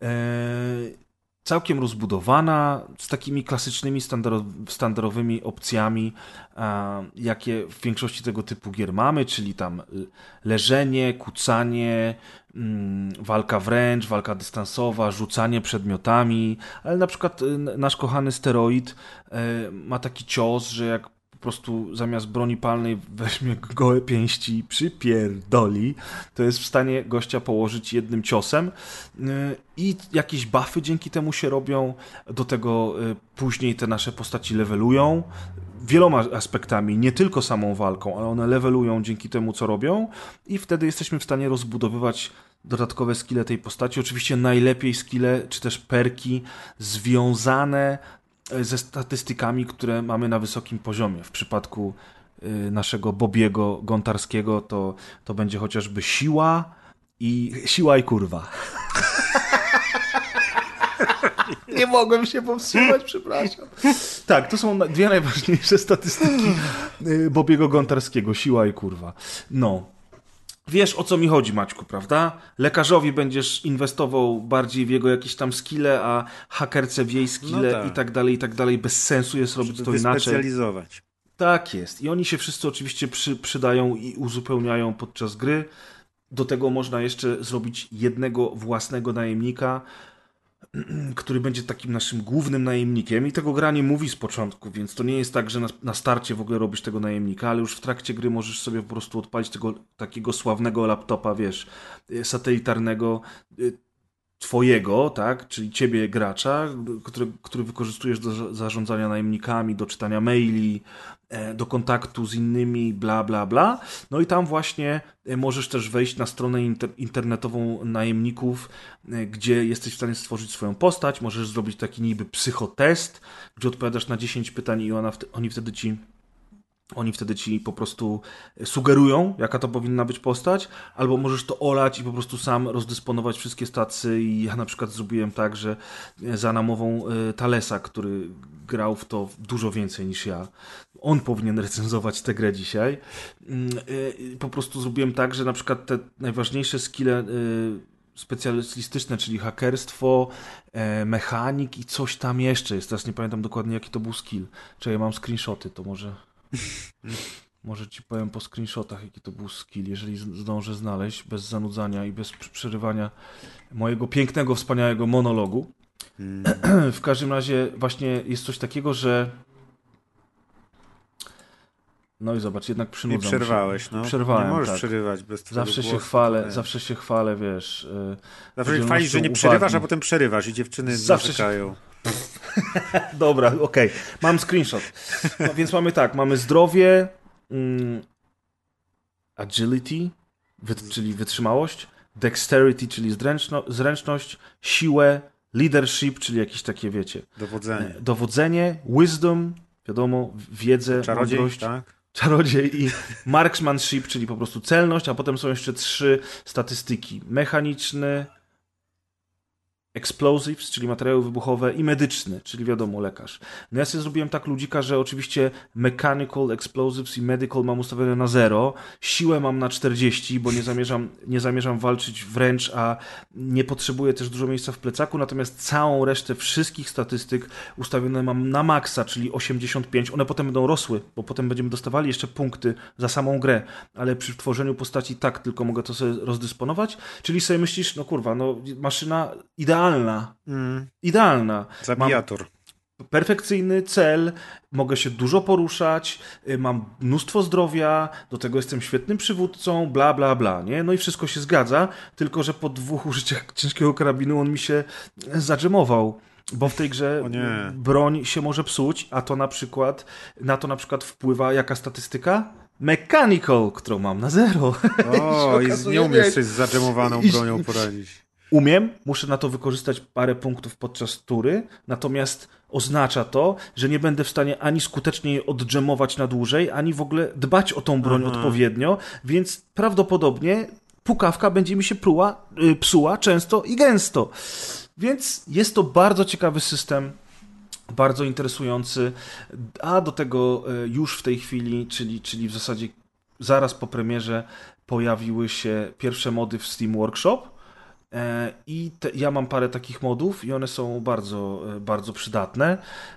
Całkiem rozbudowana, z takimi klasycznymi, standardowymi opcjami, jakie w większości tego typu gier mamy, czyli tam leżenie, kucanie, walka wręcz, walka dystansowa, rzucanie przedmiotami, ale na przykład nasz kochany steroid ma taki cios, że jak po prostu zamiast broni palnej weźmie gołe pięści i przypierdoli, to jest w stanie gościa położyć jednym ciosem i jakieś buffy dzięki temu się robią, do tego później te nasze postaci levelują wieloma aspektami, nie tylko samą walką, ale one levelują dzięki temu, co robią i wtedy jesteśmy w stanie rozbudowywać dodatkowe skille tej postaci. Oczywiście najlepiej skille, czy też perki związane ze statystykami, które mamy na wysokim poziomie. W przypadku naszego Bobiego Gontarskiego to będzie chociażby siła i kurwa. Nie mogłem się powstrzymać, przepraszam. Tak, to są dwie najważniejsze statystyki Bobiego Gontarskiego. Siła i kurwa. No. Wiesz, o co mi chodzi, Maćku, prawda? Lekarzowi będziesz inwestował bardziej w jego jakieś tam skille, a hakerce w jej skille i tak dalej, i tak dalej. Bez sensu jest robić to inaczej. Wyspecjalizować. Tak jest. I oni się wszyscy oczywiście przydają i uzupełniają podczas gry. Do tego można jeszcze zrobić jednego własnego najemnika, który będzie takim naszym głównym najemnikiem i tego gra nie mówi z początku, więc to nie jest tak, że na starcie w ogóle robisz tego najemnika, ale już w trakcie gry możesz sobie po prostu odpalić tego takiego sławnego laptopa, wiesz, satelitarnego twojego, tak, czyli ciebie gracza, który wykorzystujesz do zarządzania najemnikami, do czytania maili, do kontaktu z innymi, bla, bla, bla. No i tam właśnie możesz też wejść na stronę internetową najemników, gdzie jesteś w stanie stworzyć swoją postać, możesz zrobić taki niby psychotest, gdzie odpowiadasz na 10 pytań i oni wtedy ci po prostu sugerują, jaka to powinna być postać, albo możesz to olać i po prostu sam rozdysponować wszystkie stacje i ja na przykład zrobiłem tak, że za namową Thalesa, który grał w to dużo więcej niż ja, on powinien recenzować tę grę dzisiaj, po prostu zrobiłem tak, że na przykład te najważniejsze skille specjalistyczne, czyli hakerstwo, mechanik i coś tam jeszcze jest. Teraz nie pamiętam dokładnie, jaki to był skill. Czy ja mam screenshoty, to może ci powiem po screenshotach, jaki to był skill, jeżeli zdążę znaleźć, bez zanudzania i bez przerywania mojego pięknego, wspaniałego monologu. W każdym razie właśnie jest coś takiego, że no i zobacz, jednak przynudzam się. I przerwałeś, no. Przerwałem, nie możesz tak. przerywać bez tego Zawsze się chwalę, wiesz. Zawsze się chwalisz, że nie przerywasz, a potem przerywasz i dziewczyny narzekają. Dobra, okej. Mam screenshot. No, więc mamy tak, mamy zdrowie, agility, czyli wytrzymałość, dexterity, czyli zręczność, siłę, leadership, czyli jakieś takie, wiecie... Dowodzenie, wisdom, wiadomo, wiedzę, czarodziej, mądrość. tak? Czarodziej i marksmanship, czyli po prostu celność, a potem są jeszcze 3 statystyki. Mechaniczny, explosives, czyli materiały wybuchowe i medyczny, czyli wiadomo, lekarz. No ja sobie zrobiłem tak ludzika, że oczywiście mechanical, explosives i medical mam ustawione na 0, siłę mam na 40, bo nie zamierzam walczyć wręcz, a nie potrzebuję też dużo miejsca w plecaku, natomiast całą resztę wszystkich statystyk ustawione mam na maksa, czyli 85. One potem będą rosły, bo potem będziemy dostawali jeszcze punkty za samą grę, ale przy tworzeniu postaci tak tylko mogę to sobie rozdysponować, czyli sobie myślisz, no kurwa, no maszyna idealna. Zabijator. Mam perfekcyjny cel, mogę się dużo poruszać, mam mnóstwo zdrowia, do tego jestem świetnym przywódcą, bla, bla, bla, nie? No i wszystko się zgadza, tylko że po 2 użyciach ciężkiego karabinu on mi się zadżemował. Bo w tej grze broń się może psuć, a to na to na przykład wpływa jaka statystyka? Mechanical, którą mam na 0. O, i nie umiesz coś z zadżemowaną bronią poradzić. Umiem, muszę na to wykorzystać parę punktów podczas tury, natomiast oznacza to, że nie będę w stanie ani skutecznie jej oddżemować na dłużej, ani w ogóle dbać o tą broń odpowiednio, więc prawdopodobnie pukawka będzie mi się psuła często i gęsto. Więc jest to bardzo ciekawy system, bardzo interesujący, a do tego już w tej chwili, czyli w zasadzie zaraz po premierze, pojawiły się pierwsze mody w Steam Workshop. I ja mam parę takich modów i one są bardzo, bardzo przydatne,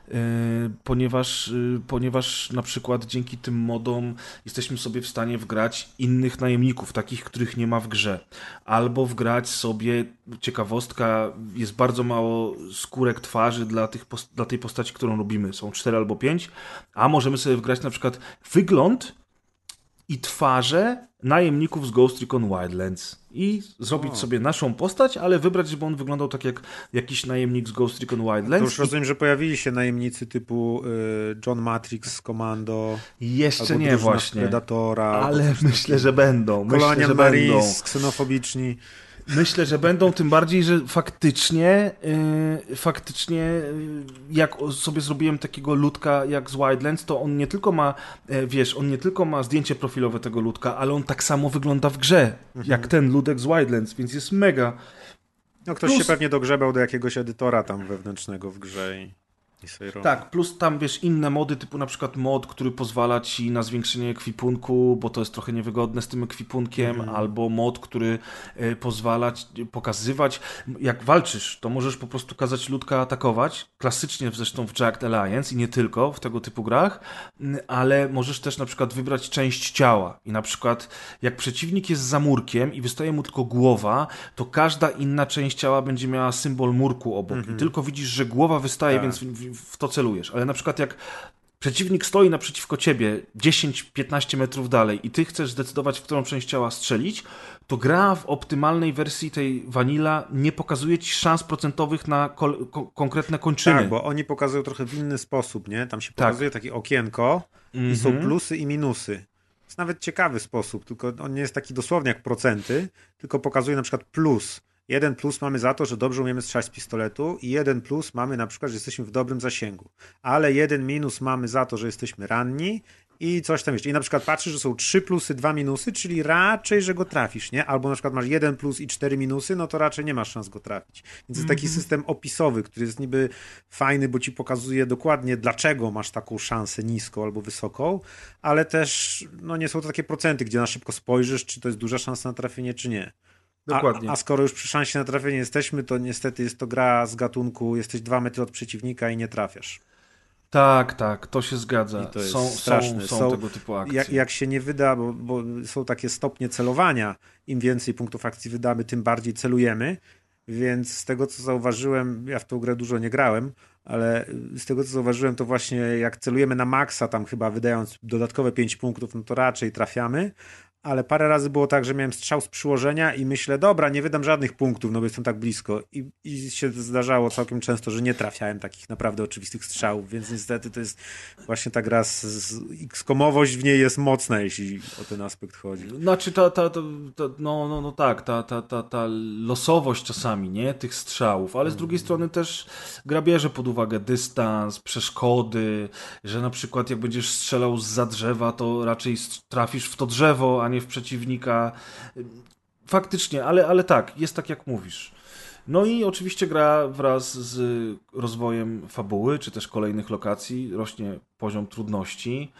ponieważ na przykład dzięki tym modom jesteśmy sobie w stanie wgrać innych najemników, takich, których nie ma w grze. Albo wgrać sobie, ciekawostka, jest bardzo mało skórek twarzy dla tej postaci, którą lubimy. Są 4 albo 5, a możemy sobie wgrać na przykład wygląd i twarze najemników z Ghost Recon Wildlands i zrobić sobie naszą postać, ale wybrać, żeby on wyglądał tak jak jakiś najemnik z Ghost Recon Wildlands. To już rozumiem, że pojawili się najemnicy typu John Matrix z Commando. Jeszcze nie właśnie. Predatora. Ale myślę, że będą. Colonial Marines, ksenofobiczni. Myślę, że będą, tym bardziej, że faktycznie jak sobie zrobiłem takiego ludka jak z Wildlands, to on nie tylko ma zdjęcie profilowe tego ludka, ale on tak samo wygląda w grze, jak ten ludek z Wildlands, więc jest mega. No ktoś się pewnie dogrzebał do jakiegoś edytora tam wewnętrznego w grze i sobie robi. Tak, plus tam inne mody, typu na przykład mod, który pozwala ci na zwiększenie ekwipunku, bo to jest trochę niewygodne z tym ekwipunkiem, albo mod, który pozwala ci pokazywać, jak walczysz, to możesz po prostu kazać ludka atakować, klasycznie zresztą w Jagged Alliance i nie tylko w tego typu grach, ale możesz też na przykład wybrać część ciała i na przykład jak przeciwnik jest za murkiem i wystaje mu tylko głowa, to każda inna część ciała będzie miała symbol murku obok i tylko widzisz, że głowa wystaje, więc w to celujesz, ale na przykład jak przeciwnik stoi naprzeciwko ciebie 10-15 metrów dalej i ty chcesz zdecydować, w którą część ciała strzelić, to gra w optymalnej wersji tej Vanilla nie pokazuje ci szans procentowych na konkretne kończyny. Tak, bo oni pokazują trochę w inny sposób, nie? Tam się pokazuje takie okienko i są plusy i minusy. To jest nawet ciekawy sposób, tylko on nie jest taki dosłownie jak procenty, tylko pokazuje na przykład plus. 1 plus mamy za to, że dobrze umiemy strzelać z pistoletu i 1 plus mamy na przykład, że jesteśmy w dobrym zasięgu. Ale 1 minus mamy za to, że jesteśmy ranni i coś tam jeszcze. I na przykład patrzysz, że są 3 plusy, 2 minusy, czyli raczej, że go trafisz, nie? Albo na przykład masz 1 plus i 4 minusy, no to raczej nie masz szans go trafić. Więc jest taki system opisowy, który jest niby fajny, bo ci pokazuje dokładnie, dlaczego masz taką szansę niską albo wysoką, ale też no nie są to takie procenty, gdzie na szybko spojrzysz, czy to jest duża szansa na trafienie, czy nie. Dokładnie. A skoro już przy szansie na trafienie jesteśmy, to niestety jest to gra z gatunku, jesteś 2 metry od przeciwnika i nie trafiasz. Tak, to się zgadza. I to jest straszne. Są tego typu akcje. Jak się nie wyda, bo są takie stopnie celowania, im więcej punktów akcji wydamy, tym bardziej celujemy, więc z tego co zauważyłem, ja w tą grę dużo nie grałem, ale z tego co zauważyłem, to właśnie jak celujemy na maksa, tam chyba wydając dodatkowe 5 punktów, no to raczej trafiamy, ale parę razy było tak, że miałem strzał z przyłożenia i myślę, dobra, nie wydam żadnych punktów, no bo jestem tak blisko. I się zdarzało całkiem często, że nie trafiałem takich naprawdę oczywistych strzałów, więc niestety to jest właśnie ta gra X-komowość w niej jest mocna, jeśli o ten aspekt chodzi. Znaczy ta losowość czasami, nie? Tych strzałów, ale z drugiej strony też gra bierze pod uwagę dystans, przeszkody, że na przykład jak będziesz strzelał zza drzewa, to raczej trafisz w to drzewo, a nie w przeciwnika. Faktycznie, ale tak, jest tak jak mówisz. No i oczywiście gra wraz z rozwojem fabuły, czy też kolejnych lokacji, rośnie poziom trudności,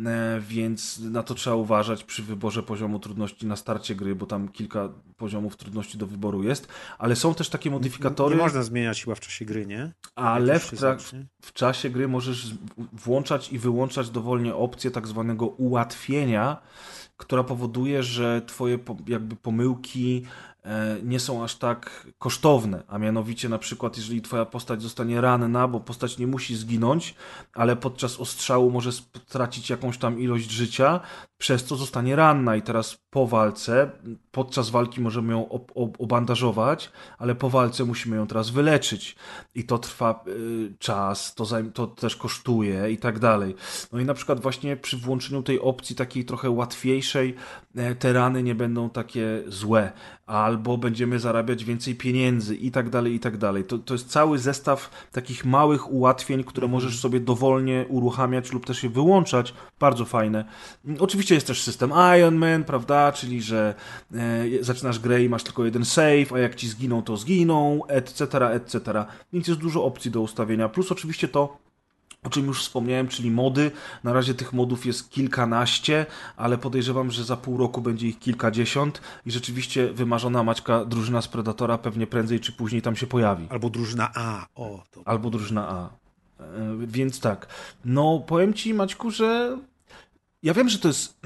więc na to trzeba uważać przy wyborze poziomu trudności na starcie gry, bo tam kilka poziomów trudności do wyboru jest, ale są też takie modyfikatory... Nie można zmieniać chyba w czasie gry, nie? Ale w czasie gry możesz włączać i wyłączać dowolnie opcję tak zwanego ułatwienia, która powoduje, że twoje jakby pomyłki nie są aż tak kosztowne, a mianowicie na przykład jeżeli twoja postać zostanie ranna, bo postać nie musi zginąć, ale podczas ostrzału może stracić jakąś tam ilość życia, przez co zostanie ranna i teraz po walce, podczas walki możemy ją obandażować, ale po walce musimy ją teraz wyleczyć i to trwa czas, to też kosztuje i tak dalej. No i na przykład właśnie przy włączeniu tej opcji takiej trochę łatwiejszej te rany nie będą takie złe, albo będziemy zarabiać więcej pieniędzy i tak dalej, i tak dalej. To jest cały zestaw takich małych ułatwień, które możesz sobie dowolnie uruchamiać lub też je wyłączać. Bardzo fajne. Oczywiście jest też system Iron Man, prawda, czyli że zaczynasz grę i masz tylko jeden save, a jak ci zginą, to zginą, etc., etc. Więc jest dużo opcji do ustawienia. Plus oczywiście to, o czym już wspomniałem, czyli mody. Na razie tych modów jest kilkanaście, ale podejrzewam, że za pół roku będzie ich kilkadziesiąt i rzeczywiście wymarzona Maćka drużyna z Predatora pewnie prędzej czy później tam się pojawi. Albo drużyna A. Albo drużyna A. Więc tak. No, powiem ci, Maćku, że ja wiem, że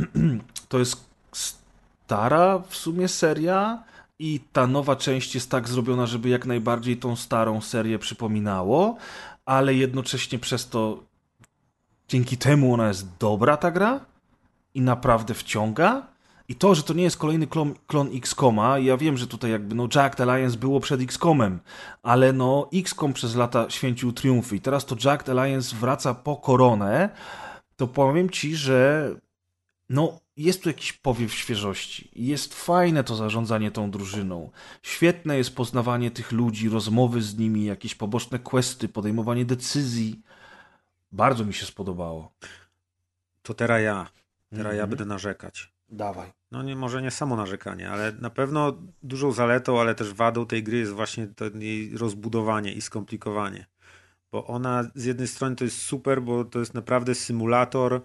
to jest stara w sumie seria i ta nowa część jest tak zrobiona, żeby jak najbardziej tą starą serię przypominało, ale jednocześnie przez to dzięki temu ona jest dobra, ta gra i naprawdę wciąga. I to, że to nie jest kolejny klon X-Koma, ja wiem, że tutaj jakby Jagged Alliance było przed X-Komem, ale X-Kom przez lata święcił triumfy i teraz to Jagged Alliance wraca po koronę, to powiem ci, że jest tu jakiś powiew świeżości. Jest fajne to zarządzanie tą drużyną. Świetne jest poznawanie tych ludzi, rozmowy z nimi, jakieś poboczne questy, podejmowanie decyzji. Bardzo mi się spodobało. To teraz ja będę narzekać. Dawaj. No może nie samo narzekanie, ale na pewno dużą zaletą, ale też wadą tej gry jest właśnie to jej rozbudowanie i skomplikowanie. Bo ona z jednej strony to jest super, bo to jest naprawdę symulator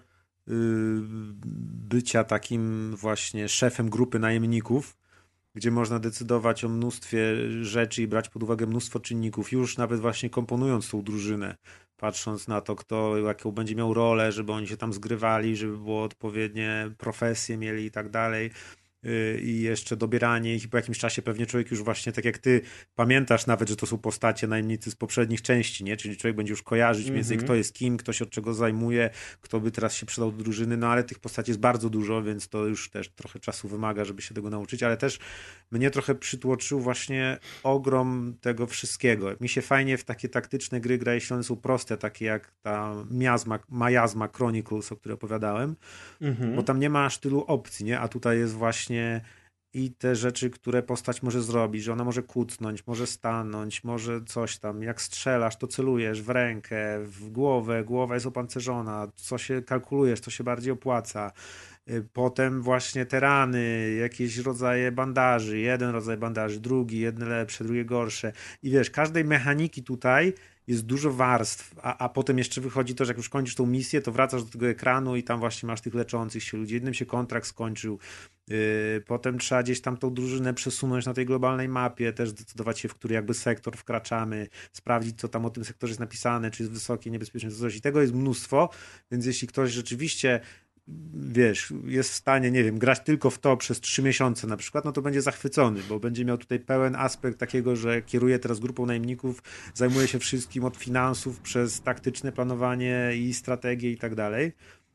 bycia takim właśnie szefem grupy najemników, gdzie można decydować o mnóstwie rzeczy i brać pod uwagę mnóstwo czynników, już nawet właśnie komponując tą drużynę, patrząc na to, kto jaką będzie miał rolę, żeby oni się tam zgrywali, żeby było odpowiednie profesje mieli i tak dalej. I jeszcze dobieranie ich i po jakimś czasie pewnie człowiek już właśnie, tak jak ty pamiętasz nawet, że to są postacie najemnicy z poprzednich części, nie? Czyli człowiek będzie już kojarzyć mniej więcej kto jest kim, kto się od czego zajmuje, kto by teraz się przydał do drużyny, no ale tych postaci jest bardzo dużo, więc to już też trochę czasu wymaga, żeby się tego nauczyć, ale też mnie trochę przytłoczył właśnie ogrom tego wszystkiego. Mi się fajnie w takie taktyczne gry gra, jeśli one są proste, takie jak ta Miasma Chronicles, o której opowiadałem, bo tam nie ma aż tylu opcji, nie? A tutaj jest właśnie i te rzeczy, które postać może zrobić, że ona może kucnąć, może stanąć, może coś tam, jak strzelasz, to celujesz w rękę, w głowę, głowa jest opancerzona, co się kalkulujesz, to się bardziej opłaca. Potem właśnie te rany, jakieś rodzaje bandaży, jeden rodzaj bandaży, drugi, jedne lepsze, drugie gorsze. I wiesz, każdej mechaniki tutaj jest dużo warstw, a potem jeszcze wychodzi to, że jak już kończysz tą misję, to wracasz do tego ekranu i tam właśnie masz tych leczących się ludzi. Jednym się kontrakt skończył, potem trzeba gdzieś tam tą drużynę przesunąć na tej globalnej mapie, też zdecydować się, w który jakby sektor wkraczamy, sprawdzić, co tam o tym sektorze jest napisane, czy jest wysokie niebezpieczeństwo, coś. I tego jest mnóstwo, więc jeśli ktoś rzeczywiście wiesz, jest w stanie, nie wiem, grać tylko w to przez 3 miesiące na przykład, no to będzie zachwycony, bo będzie miał tutaj pełen aspekt takiego, że kieruje teraz grupą najemników, zajmuje się wszystkim od finansów przez taktyczne planowanie i strategię i tak dalej.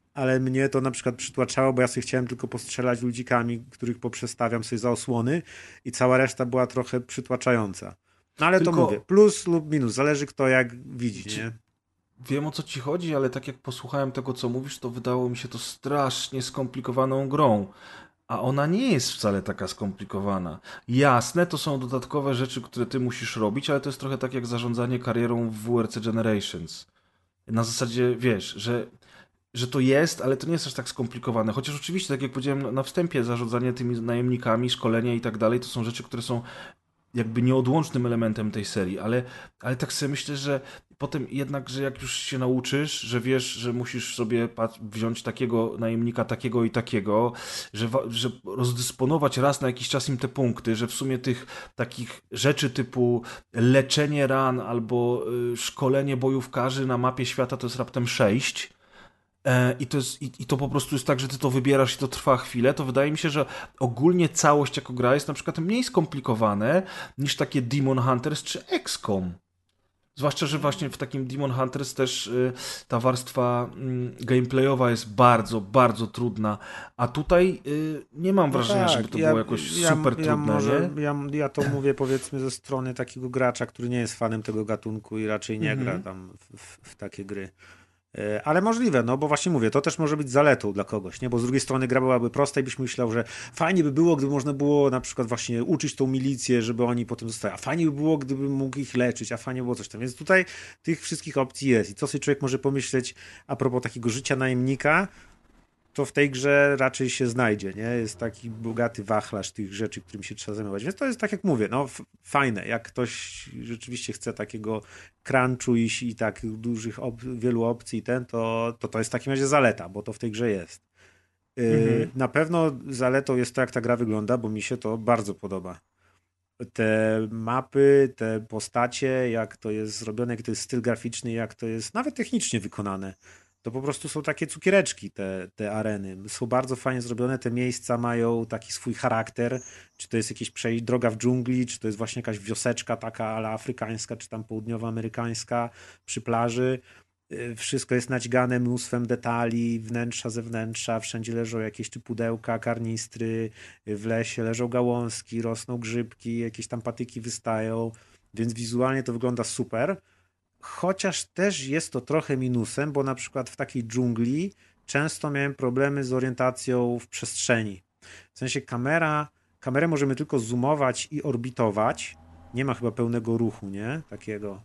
ale mnie to na przykład przytłaczało, bo ja sobie chciałem tylko postrzelać ludzikami, których poprzestawiam sobie za osłony i cała reszta była trochę przytłaczająca. No ale to mówię, plus lub minus, zależy kto jak widzi, nie? Wiem, o co ci chodzi, ale tak jak posłuchałem tego, co mówisz, to wydało mi się to strasznie skomplikowaną grą. A ona nie jest wcale taka skomplikowana. Jasne, to są dodatkowe rzeczy, które ty musisz robić, ale to jest trochę tak jak zarządzanie karierą w WRC Generations. Na zasadzie, wiesz, że to jest, ale to nie jest aż tak skomplikowane. Chociaż oczywiście, tak jak powiedziałem na wstępie, zarządzanie tymi najemnikami, szkolenia i tak dalej, to są rzeczy, które są jakby nieodłącznym elementem tej serii, ale tak sobie myślę, że potem jednak, że jak już się nauczysz, że wiesz, że musisz sobie wziąć takiego najemnika, takiego i takiego, że rozdysponować raz na jakiś czas im te punkty, że w sumie tych takich rzeczy typu leczenie ran albo szkolenie bojówkarzy na mapie świata to jest raptem 6. I to po prostu jest tak, że ty to wybierasz i to trwa chwilę, to wydaje mi się, że ogólnie całość jako gra jest na przykład mniej skomplikowane niż takie Demon Hunters czy XCOM. Zwłaszcza, że właśnie w takim Demon Hunters też ta warstwa gameplayowa jest bardzo, bardzo trudna, a tutaj nie mam wrażenia, tak, żeby to było jakoś super trudne, nie? Ja to mówię powiedzmy ze strony takiego gracza, który nie jest fanem tego gatunku i raczej nie gra tam w takie gry. Ale możliwe, no bo właśnie mówię, to też może być zaletą dla kogoś, nie? Bo z drugiej strony gra byłaby prosta i byś myślał, że fajnie by było, gdyby można było na przykład właśnie uczyć tą milicję, żeby oni potem zostali, a fajnie by było, gdyby mógł ich leczyć, a fajnie było coś tam. Więc tutaj tych wszystkich opcji jest i co sobie człowiek może pomyśleć a propos takiego życia najemnika, to w tej grze raczej się znajdzie, nie? Jest taki bogaty wachlarz tych rzeczy, którym się trzeba zajmować. Więc to jest tak jak mówię, no fajne. Jak ktoś rzeczywiście chce takiego crunchu i tak dużych wielu opcji to jest w takim razie zaleta, bo to w tej grze jest. Na pewno zaletą jest to, jak ta gra wygląda, bo mi się to bardzo podoba. Te mapy, te postacie, jak to jest zrobione, jak to jest styl graficzny, jak to jest nawet technicznie wykonane. To po prostu są takie cukiereczki, te areny. Są bardzo fajnie zrobione, te miejsca mają taki swój charakter. Czy to jest jakieś droga w dżungli, czy to jest właśnie jakaś wioseczka taka ala afrykańska, czy tam południowoamerykańska przy plaży. Wszystko jest naćgane mnóstwem detali, wnętrza, zewnętrza, wszędzie leżą jakieś czy pudełka, karnistry, w lesie leżą gałązki, rosną grzybki, jakieś tam patyki wystają, więc wizualnie to wygląda super. Chociaż też jest to trochę minusem, bo na przykład w takiej dżungli często miałem problemy z orientacją w przestrzeni. W sensie kamerę możemy tylko zoomować i orbitować. Nie ma chyba pełnego ruchu, nie? Takiego.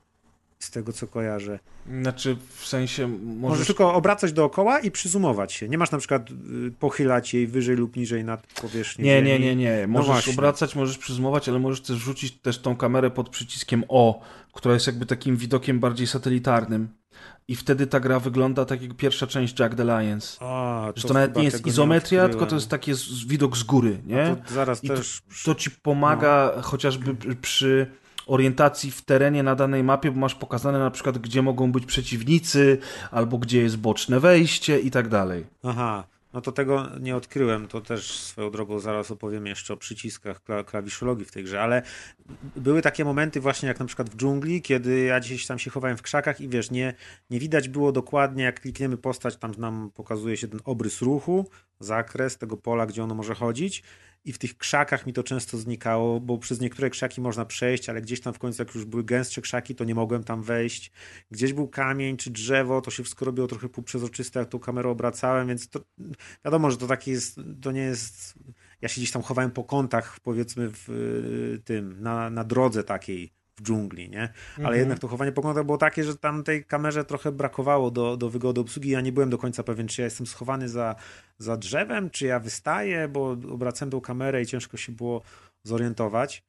Z tego, co kojarzę. Znaczy, w sensie Możesz tylko obracać dookoła i przyzumować się. Nie masz na przykład pochylać jej wyżej lub niżej nad powierzchnią ziemi. Nie. Możesz obracać, możesz przyzumować, ale możesz też wrzucić też tą kamerę pod przyciskiem O, która jest jakby takim widokiem bardziej satelitarnym. I wtedy ta gra wygląda tak jak pierwsza część Jagged Alliance. Że to nawet nie jest izometria, tylko to jest taki widok z góry, nie? To zaraz I też... to ci pomaga chociażby przy orientacji w terenie na danej mapie, bo masz pokazane na przykład, gdzie mogą być przeciwnicy, albo gdzie jest boczne wejście i tak dalej. Aha, no to tego nie odkryłem, to też swoją drogą zaraz opowiem jeszcze o przyciskach klawiszologii w tej grze, ale były takie momenty właśnie jak na przykład w dżungli, kiedy ja gdzieś tam się chowałem w krzakach i wiesz, nie widać było dokładnie, jak klikniemy postać, tam nam pokazuje się ten obrys ruchu, zakres tego pola, gdzie ono może chodzić. I w tych krzakach mi to często znikało, bo przez niektóre krzaki można przejść, ale gdzieś tam w końcu, jak już były gęstsze krzaki, to nie mogłem tam wejść. Gdzieś był kamień czy drzewo, to się wszystko robiło trochę półprzezroczyste, jak tą kamerą obracałem, więc to wiadomo, że to takie jest, to nie jest... Ja się gdzieś tam chowałem po kątach, powiedzmy w tym, na drodze takiej w dżungli, nie? Ale jednak to chowanie po kątach było takie, że tam tej kamerze trochę brakowało do wygody obsługi. Ja nie byłem do końca pewien, czy ja jestem schowany za drzewem, czy ja wystaję, bo obracałem tą kamerę i ciężko się było zorientować.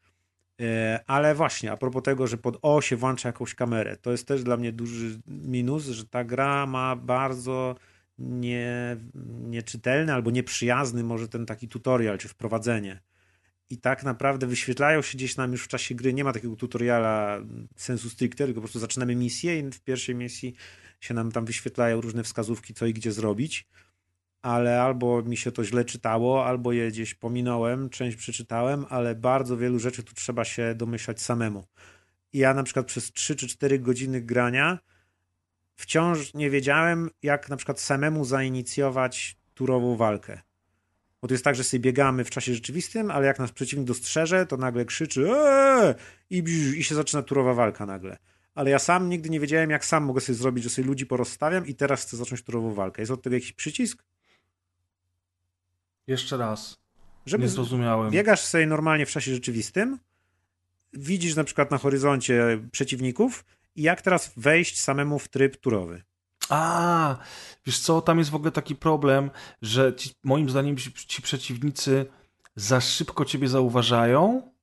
Ale właśnie, a propos tego, że pod O się włącza jakąś kamerę, to jest też dla mnie duży minus, że ta gra ma bardzo nieczytelny albo nieprzyjazny może ten taki tutorial, czy wprowadzenie. I tak naprawdę wyświetlają się gdzieś nam już w czasie gry, nie ma takiego tutoriala sensu stricte, tylko po prostu zaczynamy misję i w pierwszej misji się nam tam wyświetlają różne wskazówki, co i gdzie zrobić, ale albo mi się to źle czytało, albo je gdzieś pominąłem, część przeczytałem, ale bardzo wielu rzeczy tu trzeba się domyślać samemu. I ja na przykład przez 3 czy 4 godziny grania wciąż nie wiedziałem, jak na przykład samemu zainicjować turową walkę. Bo to jest tak, że sobie biegamy w czasie rzeczywistym, ale jak nas przeciwnik dostrzeże, to nagle krzyczy i się zaczyna turowa walka nagle. Ale ja sam nigdy nie wiedziałem, jak sam mogę sobie zrobić, że sobie ludzi porozstawiam i teraz chcę zacząć turową walkę. Jest od tego jakiś przycisk? Jeszcze raz. Żeby nie zrozumiałem. Biegasz sobie normalnie w czasie rzeczywistym, widzisz na przykład na horyzoncie przeciwników i jak teraz wejść samemu w tryb turowy. Wiesz co, tam jest w ogóle taki problem, że moim zdaniem ci przeciwnicy za szybko ciebie zauważają,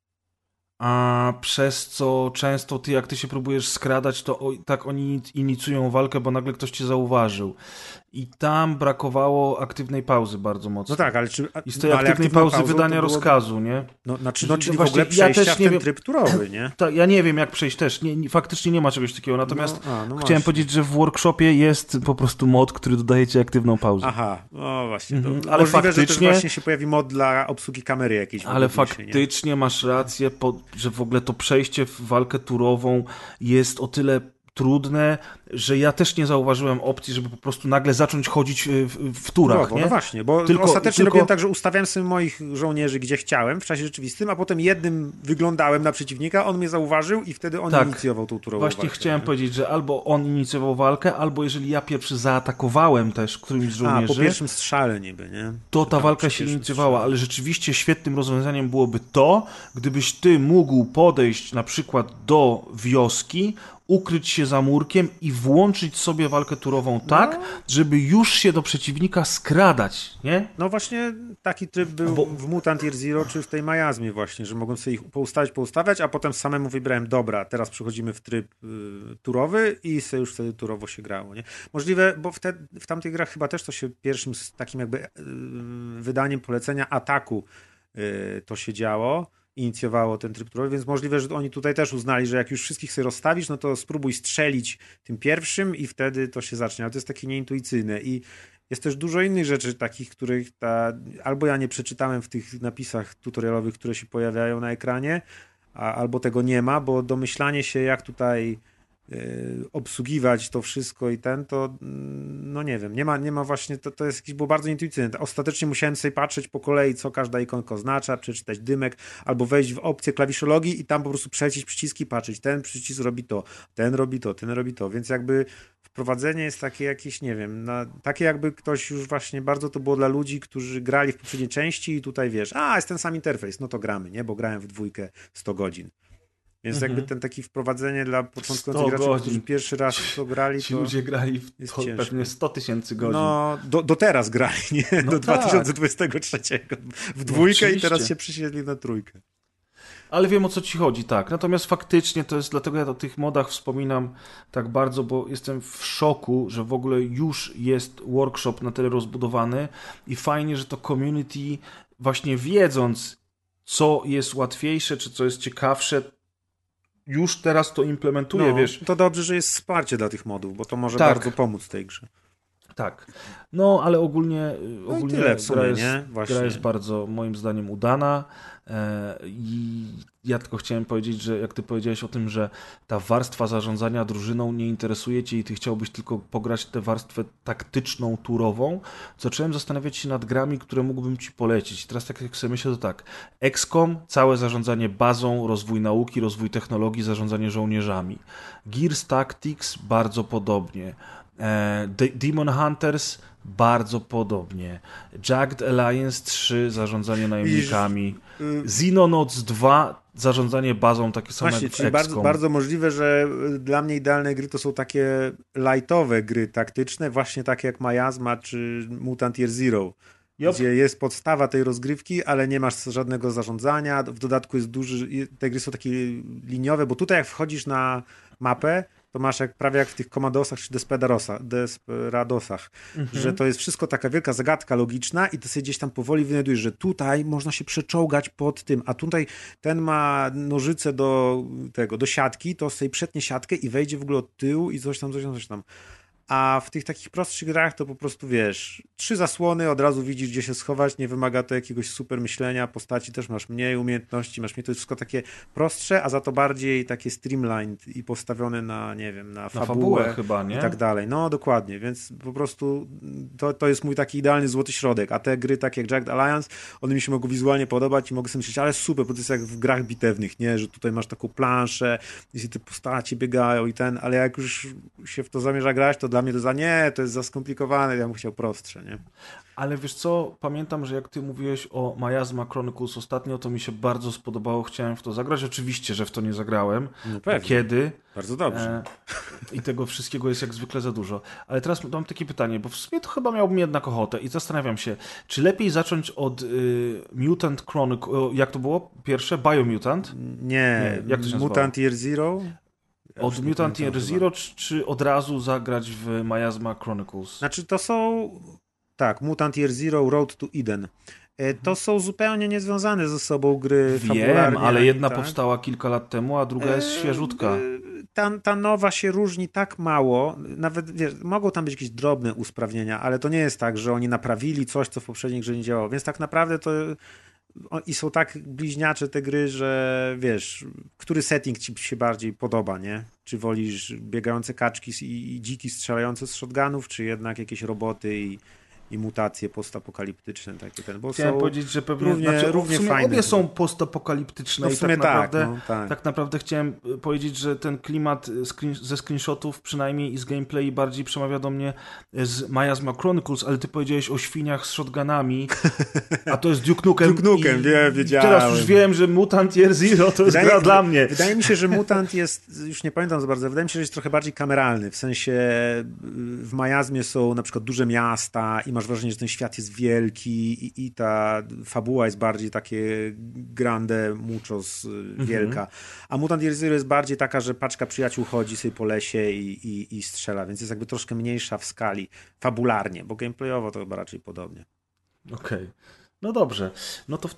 a przez co często jak ty się próbujesz skradać, to tak oni inicjują walkę, bo nagle ktoś cię zauważył. I tam brakowało aktywnej pauzy bardzo mocno. No tak, ale I z tej aktywnej pauzy wydania rozkazu, nie? Czyli w ogóle przejścia w ten tryb turowy, nie? Ja nie wiem, jak przejść też. Faktycznie nie ma czegoś takiego. Natomiast chciałem powiedzieć, że w workshopie jest po prostu mod, który dodaje ci aktywną pauzę. Aha, no właśnie. Ale możliwe, faktycznie, że też właśnie się pojawi mod dla obsługi kamery jakiejś. Ale faktycznie masz rację, że w ogóle to przejście w walkę turową jest o tyle trudne, że ja też nie zauważyłem opcji, żeby po prostu nagle zacząć chodzić w turach, nie? No właśnie, bo ostatecznie robiłem tak, że ustawiałem sobie moich żołnierzy, gdzie chciałem w czasie rzeczywistym, a potem jednym wyglądałem na przeciwnika, on mnie zauważył i wtedy on inicjował tą turową walkę. Właśnie chciałem powiedzieć, że albo on inicjował walkę, albo jeżeli ja pierwszy zaatakowałem też którymś z żołnierzy... po pierwszym strzale niby, nie? To ta walka się inicjowała, ale rzeczywiście świetnym rozwiązaniem byłoby to, gdybyś ty mógł podejść na przykład do wioski, ukryć się za murkiem i włączyć sobie walkę turową tak, żeby już się do przeciwnika skradać, nie? No właśnie taki tryb był w Mutant Year Zero, czy w tej Miasmie właśnie, że mogłem sobie ich poustawiać, a potem samemu wybrałem, dobra, teraz przechodzimy w tryb turowy i sobie już wtedy turowo się grało, nie? Możliwe, bo w tamtych grach chyba też to się pierwszym z takim jakby wydaniem polecenia ataku to się działo, inicjowało ten tryb turowy, więc możliwe, że oni tutaj też uznali, że jak już wszystkich sobie rozstawisz, no to spróbuj strzelić tym pierwszym i wtedy to się zacznie, ale to jest takie nieintuicyjne i jest też dużo innych rzeczy takich, których albo ja nie przeczytałem w tych napisach tutorialowych, które się pojawiają na ekranie, albo tego nie ma, bo domyślanie się jak tutaj obsługiwać to wszystko i to no nie wiem, nie ma właśnie, to jest jakieś było bardzo intuicyjne. Ostatecznie musiałem sobie patrzeć po kolei, co każda ikonka oznacza, przeczytać dymek, albo wejść w opcję klawiszologii i tam po prostu przelecieć przyciski, patrzeć, ten przycisk robi to, ten robi to, więc jakby wprowadzenie jest takie jakieś, nie wiem, takie jakby ktoś już właśnie bardzo to było dla ludzi, którzy grali w poprzedniej części i tutaj wiesz, jest ten sam interfejs, no to gramy, nie, bo grałem w 2 100 godzin. Więc jakby ten taki wprowadzenie dla początkujących graczy, którzy pierwszy raz to grali, Ci ludzie grali w pewnie 100 000 godzin. No, do teraz grali, nie? Do 2023. W 2 i teraz się przysiedli na 3. Ale wiem, o co ci chodzi, tak. Natomiast faktycznie to jest, dlatego ja o tych modach wspominam tak bardzo, bo jestem w szoku, że w ogóle już jest workshop na tyle rozbudowany i fajnie, że to community właśnie wiedząc, co jest łatwiejsze, czy co jest ciekawsze, już teraz to implementuje, wiesz. To dobrze, że jest wsparcie dla tych modów, bo to może bardzo pomóc tej grze. Tak. No, ale ogólnie tyle w sumie, gra jest bardzo, moim zdaniem, udana. I ja tylko chciałem powiedzieć, że jak ty powiedziałeś o tym, że ta warstwa zarządzania drużyną nie interesuje cię i ty chciałbyś tylko pograć tę warstwę taktyczną, turową, zacząłem zastanawiać się nad grami, które mógłbym ci polecić. Teraz tak jak sobie myślę, to tak. XCOM, całe zarządzanie bazą, rozwój nauki, rozwój technologii, zarządzanie żołnierzami. Gears Tactics bardzo Demon Hunters bardzo podobnie. Jagged Alliance 3 zarządzanie najemnikami. Xenonauts 2 zarządzanie bazą takie same jak w XCOM. Bardzo, bardzo możliwe, że dla mnie idealne gry to są takie lightowe gry taktyczne, właśnie takie jak Miasma czy Mutant Year Zero. Gdzie jest podstawa tej rozgrywki, ale nie masz żadnego zarządzania. W dodatku jest te gry są takie liniowe, bo tutaj jak wchodzisz na mapę, to masz prawie jak w tych Commandosach czy Desperadosach, że to jest wszystko taka wielka zagadka logiczna i ty sobie gdzieś tam powoli wynajdujesz, że tutaj można się przeczołgać pod tym, a tutaj ten ma nożyce do siatki, to sobie przetnie siatkę i wejdzie w ogóle od tyłu i coś tam. A w tych takich prostszych grach to po prostu, wiesz, 3 zasłony, od razu widzisz, gdzie się schować, nie wymaga to jakiegoś super myślenia, postaci też masz mniej umiejętności, masz mniej, to jest wszystko takie prostsze, a za to bardziej takie streamlined i postawione na, nie wiem, na fabułę chyba, nie? I tak dalej. No, dokładnie, więc po prostu to jest mój taki idealny złoty środek, a te gry takie jak Jagged Alliance, one mi się mogą wizualnie podobać i mogę sobie myśleć, ale super, bo to jest jak w grach bitewnych, nie, że tutaj masz taką planszę, i te postaci biegają i ale jak już się w to zamierza grać, to dla mnie to jest za skomplikowane, ja bym chciał prostsze, nie? Ale wiesz co, pamiętam, że jak ty mówiłeś o Miasma Chronicles ostatnio, to mi się bardzo spodobało, chciałem w to zagrać. Oczywiście, że w to nie zagrałem. No pewnie. Kiedy? Bardzo dobrze. I tego wszystkiego jest jak zwykle za dużo. Ale teraz mam takie pytanie, bo w sumie to chyba miałbym jednak ochotę i zastanawiam się, czy lepiej zacząć od Mutant Chronicle, jak to było pierwsze? Biomutant? Nie, jak to się Mutant Year Zero? Od Mutant Year Zero, czy od razu zagrać w Miasma Chronicles? Znaczy to są, tak, Mutant Year Zero, Road to Eden. To są zupełnie niezwiązane ze sobą gry fabularnie. Wiem, ale jedna powstała kilka lat temu, a druga jest świeżutka. Ta nowa się różni tak mało, nawet wiesz, mogą tam być jakieś drobne usprawnienia, ale to nie jest tak, że oni naprawili coś, co w poprzedniej grze nie działało, więc tak naprawdę to i są tak bliźniacze te gry, że wiesz, który setting ci się bardziej podoba, nie? Czy wolisz biegające kaczki i dziki strzelające z shotgunów, czy jednak jakieś roboty i mutacje postapokaliptyczne takie bo chciałem są powiedzieć, że pewnie równie w sumie fajne. obie są postapokaliptyczne w sumie i tak tak naprawdę chciałem powiedzieć, że ten klimat ze screenshotów przynajmniej i z gameplay bardziej przemawia do mnie z Miasma Chronicles, ale ty powiedziałeś o świniach z shotgunami, a to jest Duke Nukem. Duke Nukem, wiedziałem. Teraz już wiem, że Mutant Year Zero to jest gra dla mnie. Wydaje mi się, że Mutant jest, już nie pamiętam za bardzo, wydaje mi się, że jest trochę bardziej kameralny, w sensie w Miasmie są na przykład duże miasta i masz wrażenie, że ten świat jest wielki i ta fabuła jest bardziej takie grande muchos wielka. A Mutant Year Zero jest bardziej taka, że paczka przyjaciół chodzi sobie po lesie i strzela, więc jest jakby troszkę mniejsza w skali fabularnie, bo gameplayowo to chyba raczej podobnie. Okej. No dobrze, no to w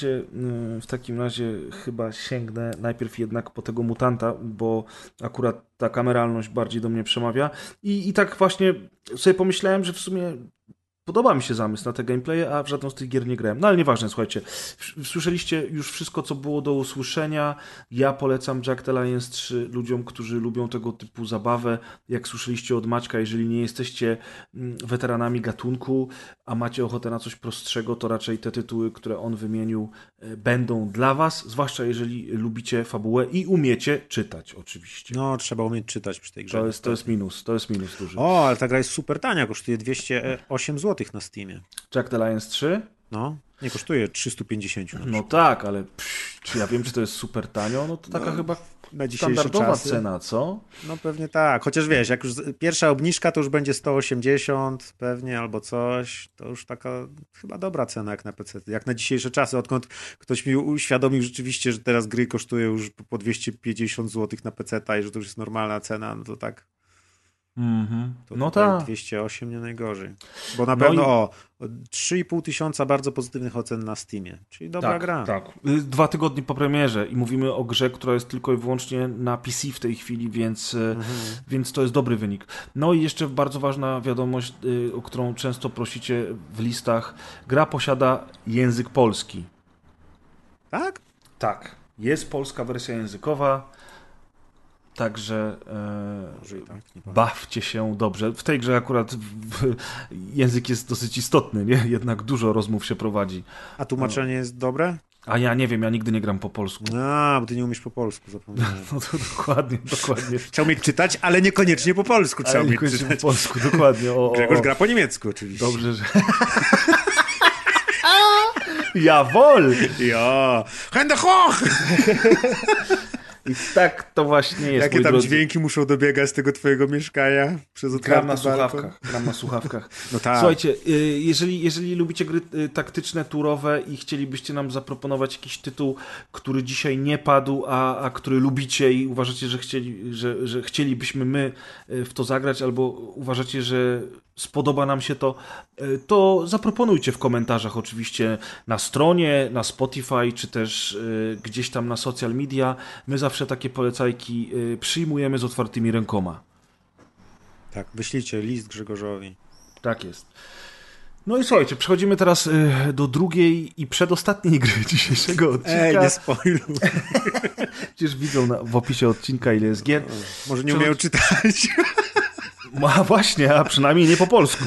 takim razie chyba sięgnę najpierw jednak po tego mutanta, bo akurat ta kameralność bardziej do mnie przemawia i tak właśnie sobie pomyślałem, że w sumie podoba mi się zamysł na te gameplaye, a w żadną z tych gier nie grałem. No ale nieważne, słuchajcie. Słyszeliście już wszystko, co było do usłyszenia. Ja polecam Jagged Alliance 3 ludziom, którzy lubią tego typu zabawę. Jak słyszeliście od Maćka, jeżeli nie jesteście weteranami gatunku, a macie ochotę na coś prostszego, to raczej te tytuły, które on wymienił, będą dla was, zwłaszcza jeżeli lubicie fabułę i umiecie czytać oczywiście. No, trzeba umieć czytać przy tej grze. To jest minus duży. O, ale ta gra jest super tania, kosztuje 208 zł na Steamie. Jagged Alliance 3? No, nie kosztuje 350. No tak, ale czy ja wiem, czy to jest super tanio? No to taka chyba na dzisiejsze standardowa czasy. cena, co? No pewnie tak, chociaż wiesz, jak już pierwsza obniżka to już będzie 180 pewnie albo coś, to już taka chyba dobra cena jak na PC, jak na dzisiejsze czasy, odkąd ktoś mi uświadomił rzeczywiście, że teraz gry kosztują już po 250 zł na PC i że to już jest normalna cena, no to tak. To no tak. 208 nie najgorzej. Bo na pewno 3,5 tysiąca bardzo pozytywnych ocen na Steamie. Czyli dobra gra. Tak. 2 tygodnie po premierze i mówimy o grze, która jest tylko i wyłącznie na PC w tej chwili, więc to jest dobry wynik. No i jeszcze bardzo ważna wiadomość, o którą często prosicie w listach. Gra posiada język polski. Tak? Tak. Jest polska wersja językowa. Także bawcie się dobrze. W tej grze akurat język jest dosyć istotny, nie? Jednak dużo rozmów się prowadzi. A tłumaczenie jest dobre? A ja nie wiem, ja nigdy nie gram po polsku. Bo ty nie umiesz po polsku, zapomniałem. No to dokładnie. Chciał mieć czytać, ale niekoniecznie po polsku trzeba mieć czytać. Po polsku, dokładnie. Grzegorz gra po niemiecku oczywiście. Dobrze, że... Jawohl! Ja. Hände hoch! I tak to właśnie jest. Jakie tam dźwięki muszą dobiegać z tego twojego mieszkania przez otwarty balkon? Gram na słuchawkach. No tak. Słuchajcie, jeżeli lubicie gry taktyczne, turowe i chcielibyście nam zaproponować jakiś tytuł, który dzisiaj nie padł, a który lubicie i uważacie, że chcielibyśmy my w to zagrać, albo uważacie, że spodoba nam się to zaproponujcie w komentarzach oczywiście na stronie, na Spotify, czy też gdzieś tam na social media. My zawsze takie polecajki przyjmujemy z otwartymi rękoma. Tak, wyślijcie list Grzegorzowi. Tak jest. No i słuchajcie, przechodzimy teraz do drugiej i przedostatniej gry dzisiejszego odcinka. Nie spoiluj. Przecież widzą w opisie odcinka, ile jest gier. Może nie umieją czytać. A właśnie, a przynajmniej nie po polsku.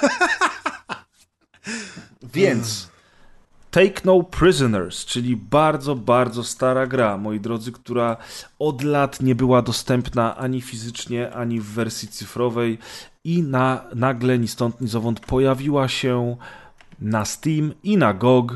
Więc Take No Prisoners, czyli bardzo, bardzo stara gra, moi drodzy, która od lat nie była dostępna ani fizycznie, ani w wersji cyfrowej i nagle ni stąd, ni zowąd pojawiła się na Steam i na GOG.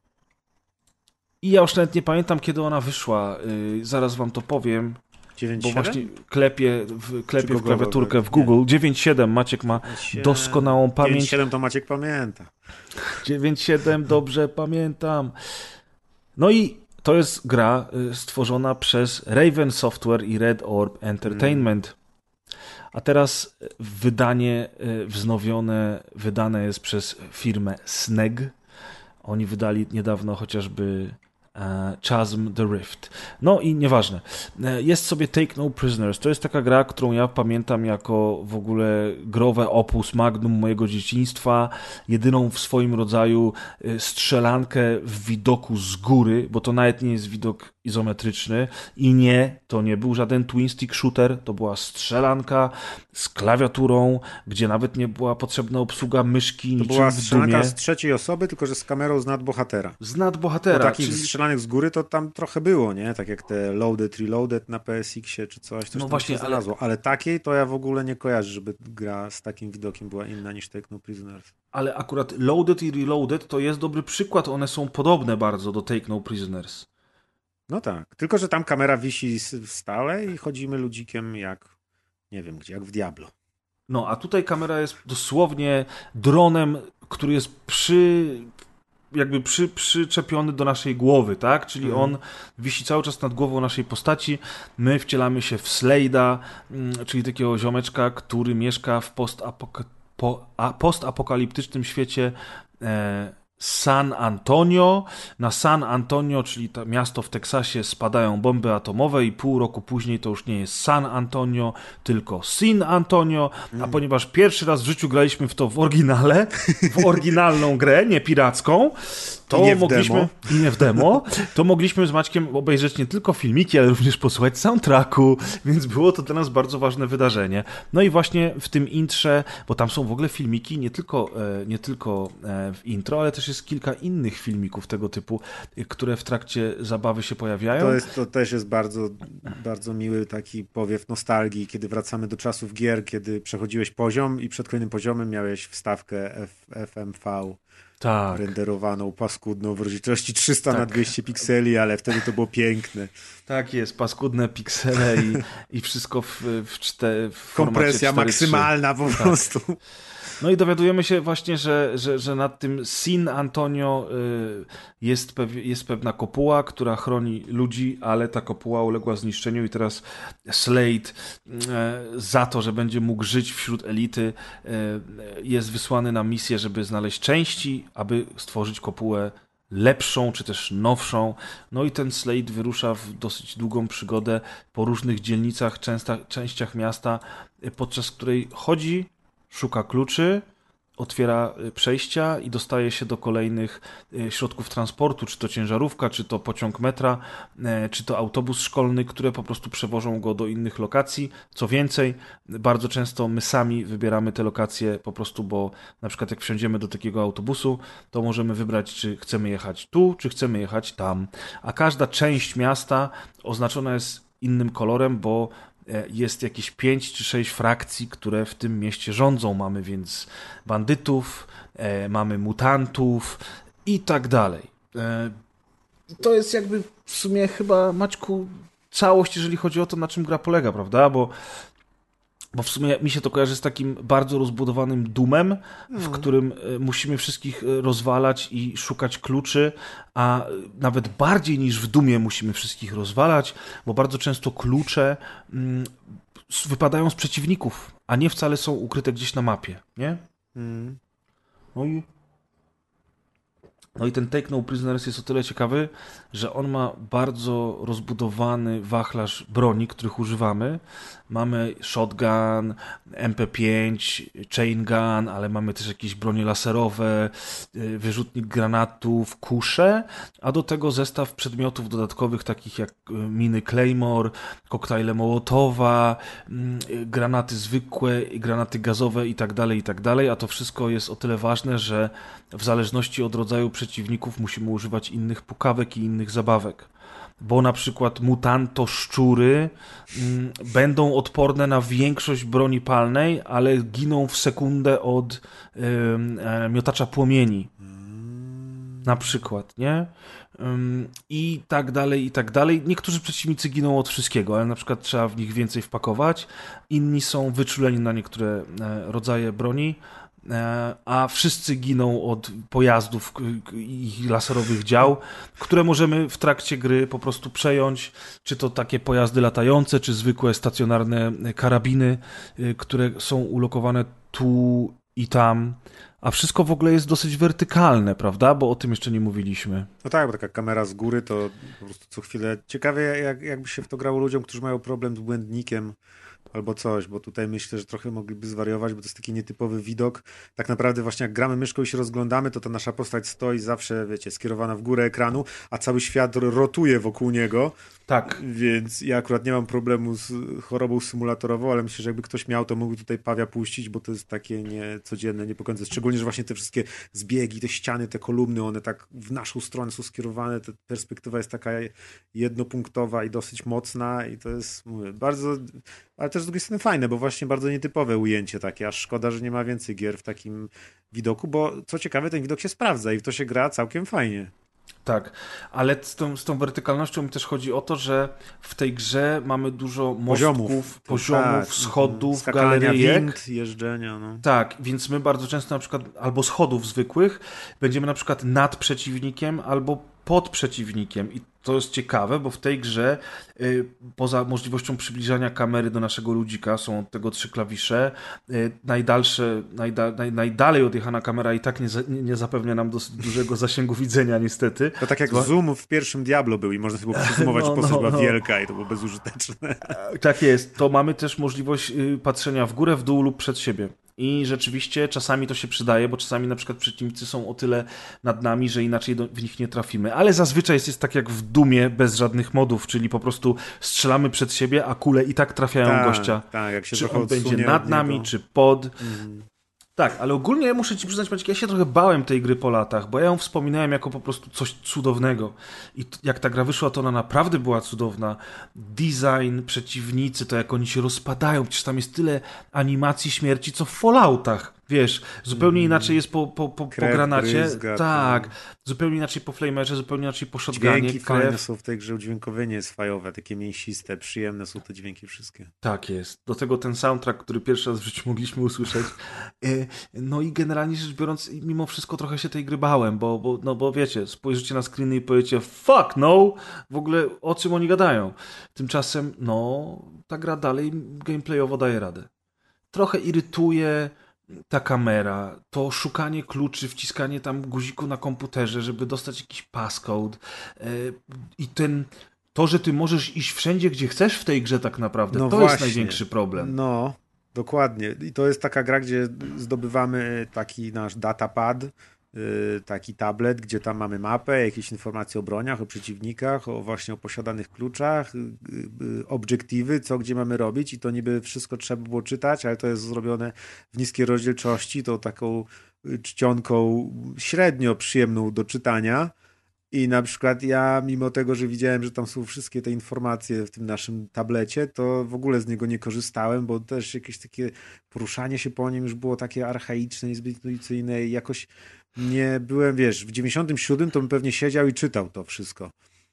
I ja już nawet nie pamiętam, kiedy ona wyszła. Zaraz wam to powiem. 9.7? Bo właśnie klepię w klawiaturkę w Google. 9.7, Maciek ma doskonałą pamięć. 9.7 to Maciek pamięta. 9.7, dobrze pamiętam. No i to jest gra stworzona przez Raven Software i Red Orb Entertainment. A teraz wydanie wznowione, wydane jest przez firmę SNEG. Oni wydali niedawno chociażby Chasm the Rift. No i nieważne. Jest sobie Take No Prisoners. To jest taka gra, którą ja pamiętam jako w ogóle growe opus magnum mojego dzieciństwa. Jedyną w swoim rodzaju strzelankę w widoku z góry, bo to nawet nie jest widok izometryczny i nie, to nie był żaden twin stick shooter, to była strzelanka z klawiaturą, gdzie nawet nie była potrzebna obsługa myszki, to niczym była w Dumie. strzelanka z trzeciej osoby, tylko że z kamerą z nadbohatera. Z nadbohatera. Bo takich strzelanek z góry to tam trochę było, nie? Tak jak te Loaded, Reloaded na PSX-ie czy coś No właśnie, się znalazło. Ale takiej to ja w ogóle nie kojarzę, żeby gra z takim widokiem była inna niż Take No Prisoners. Ale akurat Loaded i Reloaded to jest dobry przykład, one są podobne bardzo do Take No Prisoners. No tak, tylko że tam kamera wisi stale i chodzimy ludzikiem jak, nie wiem gdzie, jak w Diablo. No, a tutaj kamera jest dosłownie dronem, który jest przyczepiony do naszej głowy, tak? Czyli on wisi cały czas nad głową naszej postaci. My wcielamy się w Slade'a, czyli takiego ziomeczka, który mieszka w postapokaliptycznym świecie San Antonio. Na San Antonio, czyli to miasto w Teksasie, spadają bomby atomowe i pół roku później to już nie jest San Antonio, tylko Sin Antonio, a ponieważ pierwszy raz w życiu graliśmy w to w oryginale, w oryginalną grę, nie piracką, to nie w demo, to mogliśmy z Maćkiem obejrzeć nie tylko filmiki, ale również posłuchać soundtracku, więc było to dla nas bardzo ważne wydarzenie. No i właśnie w tym intrze, bo tam są w ogóle filmiki, nie tylko w intro, ale też jest kilka innych filmików tego typu, które w trakcie zabawy się pojawiają. To też jest bardzo, bardzo miły taki powiew nostalgii, kiedy wracamy do czasów gier, kiedy przechodziłeś poziom i przed kolejnym poziomem miałeś wstawkę FMV. Tak. Renderowaną, paskudną w rozdzielczości 300 na 200 pikseli, ale wtedy to było piękne. Tak jest, paskudne piksele i wszystko w kompresja 4:3. maksymalna po prostu. No i dowiadujemy się właśnie, że nad tym Sin Antonio jest pewna kopuła, która chroni ludzi, ale ta kopuła uległa zniszczeniu i teraz Slade za to, że będzie mógł żyć wśród elity, jest wysłany na misję, żeby znaleźć części, aby stworzyć kopułę lepszą, czy też nowszą. No i ten Slade wyrusza w dosyć długą przygodę po różnych dzielnicach, częściach miasta, podczas której chodzi, szuka kluczy, otwiera przejścia i dostaje się do kolejnych środków transportu, czy to ciężarówka, czy to pociąg metra, czy to autobus szkolny, które po prostu przewożą go do innych lokacji. Co więcej, bardzo często my sami wybieramy te lokacje po prostu, bo na przykład jak wsiądziemy do takiego autobusu, to możemy wybrać, czy chcemy jechać tu, czy chcemy jechać tam. A każda część miasta oznaczona jest innym kolorem, bo jest jakieś 5 czy 6 frakcji, które w tym mieście rządzą. Mamy więc bandytów, mamy mutantów i tak dalej. To jest jakby w sumie chyba, Maćku, całość, jeżeli chodzi o to, na czym gra polega, prawda? Bo w sumie mi się to kojarzy z takim bardzo rozbudowanym Doomem, w którym musimy wszystkich rozwalać i szukać kluczy, a nawet bardziej niż w Doomie musimy wszystkich rozwalać, bo bardzo często klucze wypadają z przeciwników, a nie wcale są ukryte gdzieś na mapie, nie? No i No i ten Take No Prisoners jest o tyle ciekawy, że on ma bardzo rozbudowany wachlarz broni, których używamy. Mamy shotgun, MP5, chain gun, ale mamy też jakieś bronie laserowe, wyrzutnik granatów, kusze, a do tego zestaw przedmiotów dodatkowych takich jak miny Claymore, koktajle Mołotowa, granaty zwykłe, granaty gazowe i tak dalej, a to wszystko jest o tyle ważne, że w zależności od rodzaju przeciwników musimy używać innych pukawek i innych zabawek. Bo na przykład mutanto szczury będą odporne na większość broni palnej, ale giną w sekundę od miotacza płomieni. Na przykład, nie? I tak dalej, i tak dalej. Niektórzy przeciwnicy giną od wszystkiego, ale na przykład trzeba w nich więcej wpakować. Inni są wyczuleni na niektóre rodzaje broni, a wszyscy giną od pojazdów i laserowych dział, które możemy w trakcie gry po prostu przejąć, czy to takie pojazdy latające, czy zwykłe stacjonarne karabiny, które są ulokowane tu i tam, a wszystko w ogóle jest dosyć wertykalne, prawda? Bo o tym jeszcze nie mówiliśmy. No tak, bo taka kamera z góry to po prostu co chwilę... Ciekawie jakby się w to grało ludziom, którzy mają problem z błędnikiem, albo coś, bo tutaj myślę, że trochę mogliby zwariować, bo to jest taki nietypowy widok. Tak naprawdę właśnie jak gramy myszką i się rozglądamy, to ta nasza postać stoi zawsze, wiecie, skierowana w górę ekranu, a cały świat rotuje wokół niego. Tak. Więc ja akurat nie mam problemu z chorobą symulatorową, ale myślę, że jakby ktoś miał, to mógłby tutaj Pawia puścić, bo to jest takie niecodzienne, niepokojące. Szczególnie, że właśnie te wszystkie zbiegi, te ściany, te kolumny, one tak w naszą stronę są skierowane, ta perspektywa jest taka jednopunktowa i dosyć mocna i to jest, mówię, bardzo, ale też z drugiej strony fajne, bo właśnie bardzo nietypowe ujęcie takie, aż szkoda, że nie ma więcej gier w takim widoku, bo co ciekawe, ten widok się sprawdza i w to się gra całkiem fajnie. Tak, ale z tą wertykalnością mi też chodzi o to, że w tej grze mamy dużo mostków, poziomów, schodów, skakania, galeryjek. wind, jeżdżenia. No. Tak, więc my bardzo często na przykład albo schodów zwykłych będziemy na przykład nad przeciwnikiem albo pod przeciwnikiem i to jest ciekawe, bo w tej grze poza możliwością przybliżania kamery do naszego ludzika są od tego 3 klawisze. Najdalej odjechana kamera i tak nie zapewnia nam dosyć dużego zasięgu widzenia niestety. To tak jak zoom w pierwszym Diablo był i można sobie było przyzoomować, postać była wielka i to było bezużyteczne. Tak jest, to mamy też możliwość patrzenia w górę, w dół lub przed siebie. I rzeczywiście czasami to się przydaje, bo czasami na przykład przeciwnicy są o tyle nad nami, że inaczej w nich nie trafimy. Ale zazwyczaj jest tak jak w Doomie, bez żadnych modów, czyli po prostu strzelamy przed siebie, a kule i tak trafiają gościa. Tak, jak się czy trochę on będzie nad nami, czy pod. Tak, ale ogólnie muszę ci przyznać, Maciek, ja się trochę bałem tej gry po latach, bo ja ją wspominałem jako po prostu coś cudownego. I jak ta gra wyszła, to ona naprawdę była cudowna. Design, przeciwnicy, to jak oni się rozpadają, przecież tam jest tyle animacji śmierci, co w Falloutach. Wiesz, zupełnie inaczej jest po granacie. Bryzga, tak, zupełnie inaczej po flamerze, zupełnie inaczej po shotgunie. Dźwięki fajne są w tej grze, udźwiękowienie jest fajowe, takie mięsiste, przyjemne są te dźwięki wszystkie. Tak jest. Do tego ten soundtrack, który pierwszy raz w życiu mogliśmy usłyszeć. No i generalnie rzecz biorąc, mimo wszystko trochę się tej gry bałem, bo wiecie, spojrzycie na screeny i powiecie fuck no, w ogóle o czym oni gadają. Tymczasem, no, ta gra dalej gameplayowo daje radę. Trochę irytuje ta kamera, to szukanie kluczy, wciskanie tam guziku na komputerze, żeby dostać jakiś passcode i to, że ty możesz iść wszędzie, gdzie chcesz w tej grze tak naprawdę, no to właśnie. jest największy problem. No, dokładnie. I to jest taka gra, gdzie zdobywamy taki nasz datapad, taki tablet, gdzie tam mamy mapę, jakieś informacje o broniach, o przeciwnikach, właśnie o posiadanych kluczach, obiektywy, co gdzie mamy robić i to niby wszystko trzeba było czytać, ale to jest zrobione w niskiej rozdzielczości, to taką czcionką średnio przyjemną do czytania. I na przykład ja, mimo tego, że widziałem, że tam są wszystkie te informacje w tym naszym tablecie, to w ogóle z niego nie korzystałem, bo też jakieś takie poruszanie się po nim już było takie archaiczne, niezbyt intuicyjne i jakoś nie byłem, wiesz, w 97 to bym pewnie siedział i czytał to wszystko.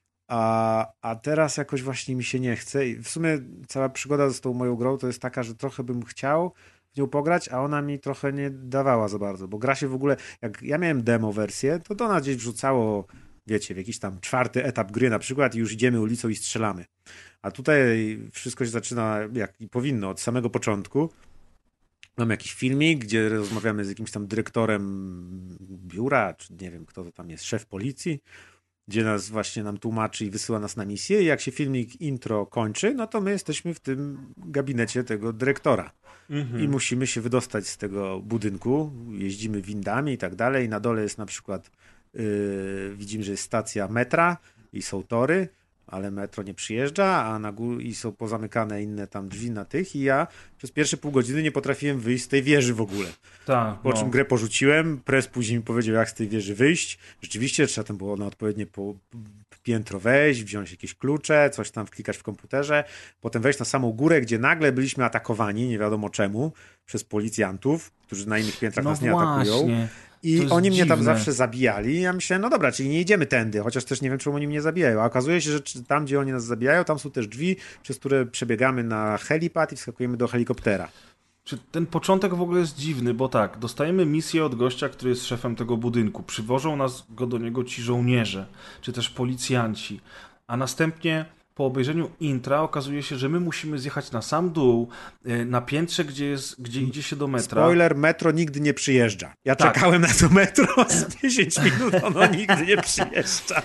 A teraz jakoś właśnie mi się nie chce i w sumie cała przygoda z tą moją grą to jest taka, że trochę bym chciał w nią pograć, a ona mi trochę nie dawała za bardzo, bo gra się w ogóle, jak ja miałem demo wersję, to ona gdzieś wrzucało, wiecie, w jakiś tam 4. etap gry na przykład i już idziemy ulicą i strzelamy. A tutaj wszystko się zaczyna, jak i powinno, od samego początku. Mam jakiś filmik, gdzie rozmawiamy z jakimś tam dyrektorem biura, czy nie wiem, kto to tam jest, szef policji, gdzie nas właśnie nam tłumaczy i wysyła nas na misję i jak się filmik intro kończy, no to my jesteśmy w tym gabinecie tego dyrektora. I musimy się wydostać z tego budynku, jeździmy windami i tak dalej. Na dole jest na przykład, widzimy, że jest stacja metra i są tory, ale metro nie przyjeżdża, a na górze i są pozamykane inne tam drzwi na tych i ja przez pierwsze pół godziny nie potrafiłem wyjść z tej wieży w ogóle. Tak, Po czym grę porzuciłem, Press później mi powiedział, jak z tej wieży wyjść. Rzeczywiście trzeba tam było na odpowiednie piętro wejść, wziąć jakieś klucze, coś tam wklikać w komputerze, potem wejść na samą górę, gdzie nagle byliśmy atakowani, nie wiadomo czemu, przez policjantów, którzy na innych piętrach nas nie atakują. I oni mnie tam zawsze zabijali. Ja myślałem, no dobra, czyli nie idziemy tędy, chociaż też nie wiem, czemu oni mnie zabijają. A okazuje się, że tam, gdzie oni nas zabijają, tam są też drzwi, przez które przebiegamy na helipad i wskakujemy do helikoptera. Ten początek w ogóle jest dziwny, bo tak, dostajemy misję od gościa, który jest szefem tego budynku. Przywożą nas do niego ci żołnierze, czy też policjanci, a następnie po obejrzeniu intra okazuje się, że my musimy zjechać na sam dół, na piętrze, gdzie idzie się do metra. Spoiler, metro nigdy nie przyjeżdża. Ja czekałem na to metro z 10 minut, ono nigdy nie przyjeżdża.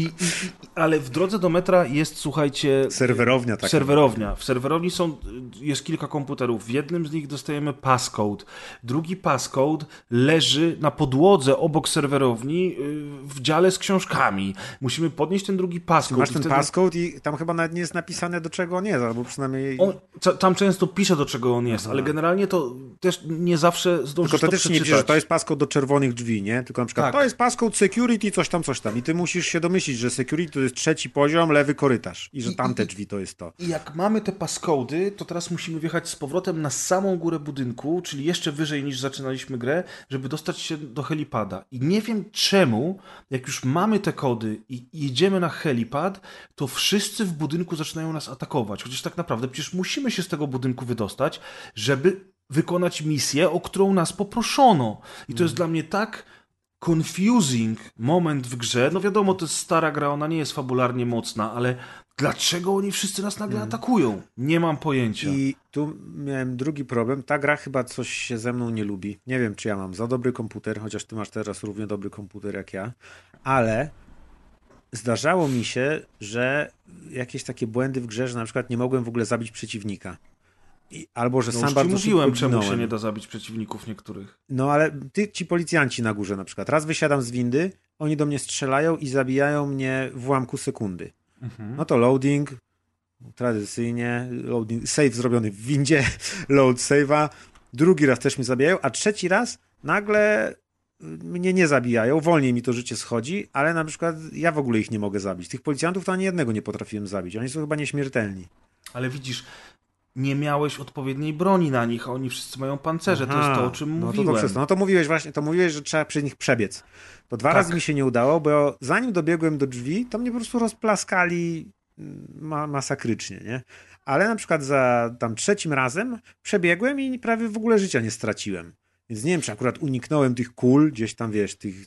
Ale w drodze do metra jest, słuchajcie... Serwerownia taka. Serwerownia. W serwerowni jest kilka komputerów. W jednym z nich dostajemy passcode. Drugi passcode leży na podłodze obok serwerowni w dziale z książkami. Musimy podnieść ten drugi passcode. Masz ten passcode i tam chyba nawet nie jest napisane, do czego on jest, albo przynajmniej... Tam często pisze, do czego on jest, ale generalnie to też nie zawsze zdążysz tylko to też przeczytać. Nie pisze, że to jest passcode do czerwonych drzwi, nie? Tylko na przykład to jest passcode security, coś tam. I ty musisz się domyślić, że security to jest 3. poziom, lewy korytarz i że tamte drzwi to jest to. I jak mamy te passcody, to teraz musimy wjechać z powrotem na samą górę budynku, czyli jeszcze wyżej niż zaczynaliśmy grę, żeby dostać się do helipada. I nie wiem czemu, jak już mamy te kody i jedziemy na helipad, to wszyscy w budynku zaczynają nas atakować. Chociaż tak naprawdę przecież musimy się z tego budynku wydostać, żeby wykonać misję, o którą nas poproszono. I to jest dla mnie tak confusing moment w grze. No wiadomo, to jest stara gra, ona nie jest fabularnie mocna, ale dlaczego oni wszyscy nas nagle atakują? Nie mam pojęcia. I tu miałem drugi problem. Ta gra chyba coś się ze mną nie lubi. Nie wiem, czy ja mam za dobry komputer, chociaż ty masz teraz równie dobry komputer jak ja, ale zdarzało mi się, że jakieś takie błędy w grze, że na przykład nie mogłem w ogóle zabić przeciwnika. Albo, że sam bardzo mówiłem, czemu się nie da zabić przeciwników niektórych. No, ale ci policjanci na górze na przykład. Raz wysiadam z windy, oni do mnie strzelają i zabijają mnie w ułamku sekundy. No to loading, tradycyjnie, save zrobiony w windzie, load save'a. Drugi raz też mnie zabijają, a trzeci raz nagle mnie nie zabijają, wolniej mi to życie schodzi, ale na przykład ja w ogóle ich nie mogę zabić. Tych policjantów to ani jednego nie potrafiłem zabić. Oni są chyba nieśmiertelni. Ale widzisz, nie miałeś odpowiedniej broni na nich, a oni wszyscy mają pancerze. To jest to, o czym mówiłem. No to mówiłeś właśnie, że trzeba przez nich przebiec. To 2 razy mi się nie udało, bo zanim dobiegłem do drzwi, to mnie po prostu rozplaskali masakrycznie, nie? Ale na przykład za tam 3. razem przebiegłem i prawie w ogóle życia nie straciłem. Więc nie wiem, czy akurat uniknąłem tych kul, gdzieś tam, wiesz, tych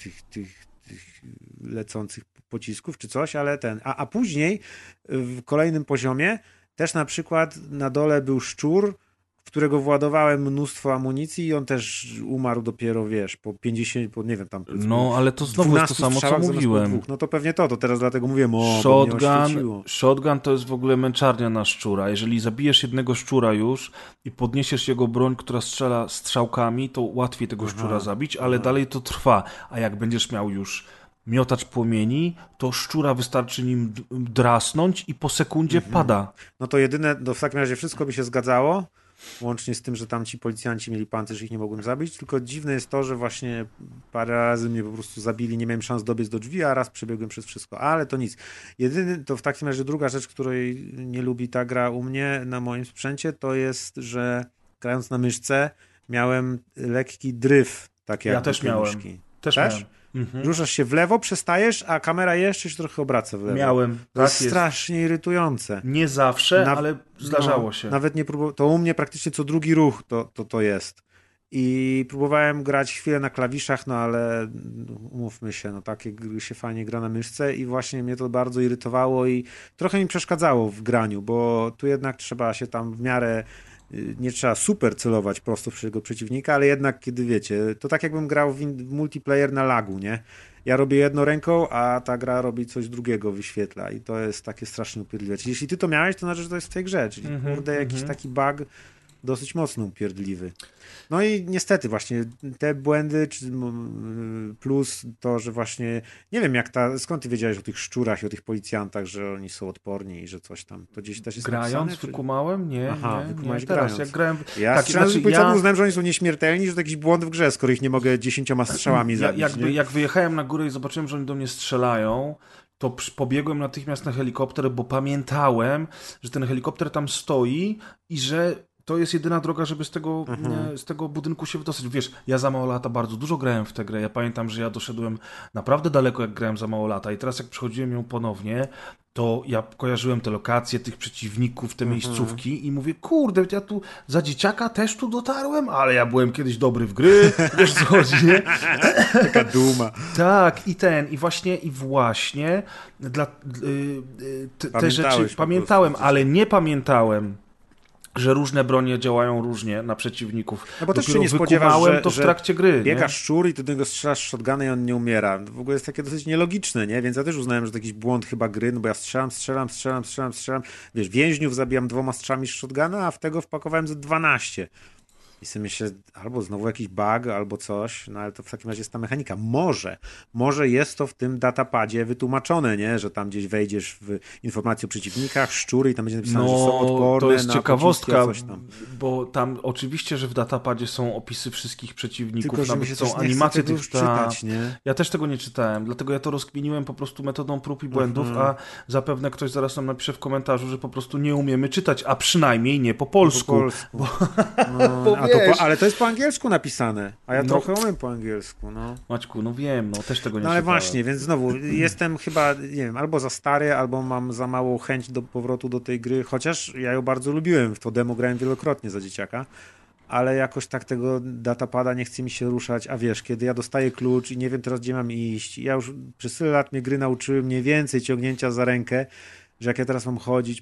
lecących pocisków czy coś, ale a później w kolejnym poziomie też na przykład na dole był szczur, w którego władowałem mnóstwo amunicji i on też umarł dopiero, wiesz, po 50, nie wiem, tam... No, ale to znowu jest to samo, co mówiłem. No to pewnie to teraz dlatego mówiłem, Shotgun to jest w ogóle męczarnia na szczura. Jeżeli zabijesz jednego szczura już i podniesiesz jego broń, która strzela strzałkami, to łatwiej tego szczura zabić, ale dalej to trwa. A jak będziesz miał już miotacz płomieni, to szczura wystarczy nim drasnąć i po sekundzie pada. No to jedyne, w takim razie wszystko by się zgadzało, łącznie z tym, że tam ci policjanci mieli pancerz i ich nie mogłem zabić, tylko dziwne jest to, że właśnie parę razy mnie po prostu zabili, nie miałem szans dobiec do drzwi, a raz przebiegłem przez wszystko, ale to nic. Jedyny, to w takim razie druga rzecz, której nie lubi ta gra u mnie na moim sprzęcie, to jest, że grając na myszce miałem lekki dryf, tak jak ja też miałem. myszki. Też? Miałem. Ruszasz się w lewo, przestajesz, a kamera jeszcze się trochę obraca w lewo. Miałem. To jest strasznie irytujące. Nie zawsze, ale zdarzało się. Nawet nie próbowałem. To u mnie praktycznie co drugi ruch to jest. I próbowałem grać chwilę na klawiszach, no ale umówmy się, no takie gry się fajnie gra na myszce i właśnie mnie to bardzo irytowało i trochę mi przeszkadzało w graniu, bo tu jednak trzeba się tam w miarę nie trzeba super celować prosto w przyszłego przeciwnika, ale jednak kiedy wiecie, to tak jakbym grał w multiplayer na lagu, nie? Ja robię jedną ręką, a ta gra robi coś drugiego, wyświetla i to jest takie strasznie upierdliwe. Czyli jeśli ty to miałeś, to znaczy, że to jest w tej grze, czyli kurde jakiś taki bug dosyć mocno upierdliwy. No i niestety właśnie te błędy, plus to, że właśnie nie wiem skąd ty wiedziałeś o tych szczurach i o tych policjantach, że oni są odporni i że coś tam, to gdzieś też jest grając napisane, wykumałem? Nie, wykumałeś nie. Teraz, grając. jak grałem... Ja strzelam z policjantów, uznałem, że oni są nieśmiertelni, że to jakiś błąd w grze, skoro ich nie mogę 10 strzałami zabić. Jak wyjechałem na górę i zobaczyłem, że oni do mnie strzelają, to pobiegłem natychmiast na helikopter, bo pamiętałem, że ten helikopter tam stoi i że to jest jedyna droga, żeby z tego budynku się wydostać. Wiesz, ja za mało lata bardzo dużo grałem w tę grę. Ja pamiętam, że ja doszedłem naprawdę daleko, jak grałem za mało lata. I teraz jak przychodziłem ją ponownie, to ja kojarzyłem te lokacje, tych przeciwników, te miejscówki i mówię, kurde, ja tu za dzieciaka też tu dotarłem, ale ja byłem kiedyś dobry w gry, wiesz co chodzi, nie? Taka duma. Tak, i właśnie te rzeczy pamiętałem, ale nie pamiętałem, że różne bronie działają różnie na przeciwników. No bo też się nie spodziewasz, że to w trakcie gry. Biega szczur i ty do niego strzelasz shotgunem i on nie umiera. W ogóle jest takie dosyć nielogiczne, nie? Więc ja też uznałem, że to jakiś błąd chyba gry, no bo ja strzelam. Wiesz, więźniów zabijam 2 strzałami z shotguna, a w tego wpakowałem ze 12. I sobie myślę, albo znowu jakiś bug, albo coś, no ale to w takim razie jest ta mechanika. Może jest to w tym datapadzie wytłumaczone, nie? Że tam gdzieś wejdziesz w informacje o przeciwnikach, szczury i tam będzie napisane, że są odporne. To jest na ciekawostka, coś tam. bo tam oczywiście, że w datapadzie są opisy wszystkich przeciwników, tylko, nawet są animacje tych czytać, nie? Ja też tego nie czytałem, dlatego ja to rozkminiłem po prostu metodą prób i błędów, a zapewne ktoś zaraz nam napisze w komentarzu, że po prostu nie umiemy czytać, a przynajmniej nie po polsku. Ale to jest po angielsku napisane, a ja trochę umiem po angielsku, no. Maćku, wiem, też tego nie ale czytałem. właśnie, więc znowu, jestem chyba, nie wiem, albo za stary, albo mam za małą chęć do powrotu do tej gry, chociaż ja ją bardzo lubiłem, w to demo grałem wielokrotnie za dzieciaka, ale jakoś tak tego datapada nie chce mi się ruszać, a wiesz, kiedy ja dostaję klucz i nie wiem teraz, gdzie mam iść, ja już przez tyle lat mnie gry nauczyły mniej więcej ciągnięcia za rękę, że jak ja teraz mam chodzić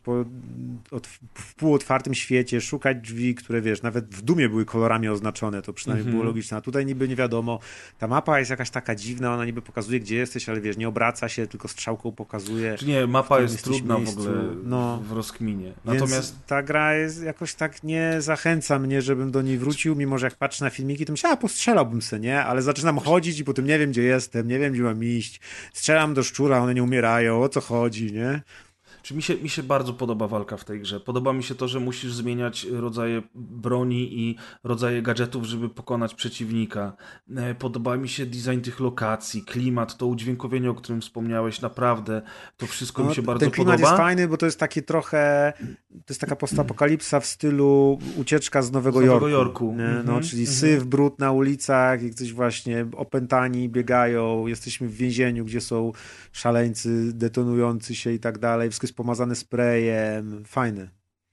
w półotwartym świecie, szukać drzwi, które wiesz, nawet w Dumie były kolorami oznaczone, to przynajmniej było logiczne, a tutaj niby nie wiadomo, ta mapa jest jakaś taka dziwna, ona niby pokazuje, gdzie jesteś, ale wiesz, nie obraca się, tylko strzałką pokazuje. Czy nie, mapa jest trudna w ogóle w rozkminie. Natomiast więc ta gra jest jakoś tak nie zachęca mnie, żebym do niej wrócił, mimo że jak patrzę na filmiki, to myślę, postrzelałbym se, nie? Ale zaczynam chodzić i potem nie wiem, gdzie jestem, nie wiem, gdzie mam iść, strzelam do szczura, one nie umierają, o co chodzi, nie? Czy mi się bardzo podoba walka w tej grze. Podoba mi się to, że musisz zmieniać rodzaje broni i rodzaje gadżetów, żeby pokonać przeciwnika. Podoba mi się design tych lokacji, klimat, to udźwiękowienie, o którym wspomniałeś, naprawdę to wszystko mi się bardzo podoba. Ten klimat jest fajny, bo to jest takie trochę, to jest taka postapokalipsa w stylu ucieczka z Nowego Jorku. Czyli syf, brud na ulicach i coś właśnie opętani biegają, jesteśmy w więzieniu, gdzie są szaleńcy detonujący się i tak dalej. Wszystko jest pomazane sprayem. Fajne.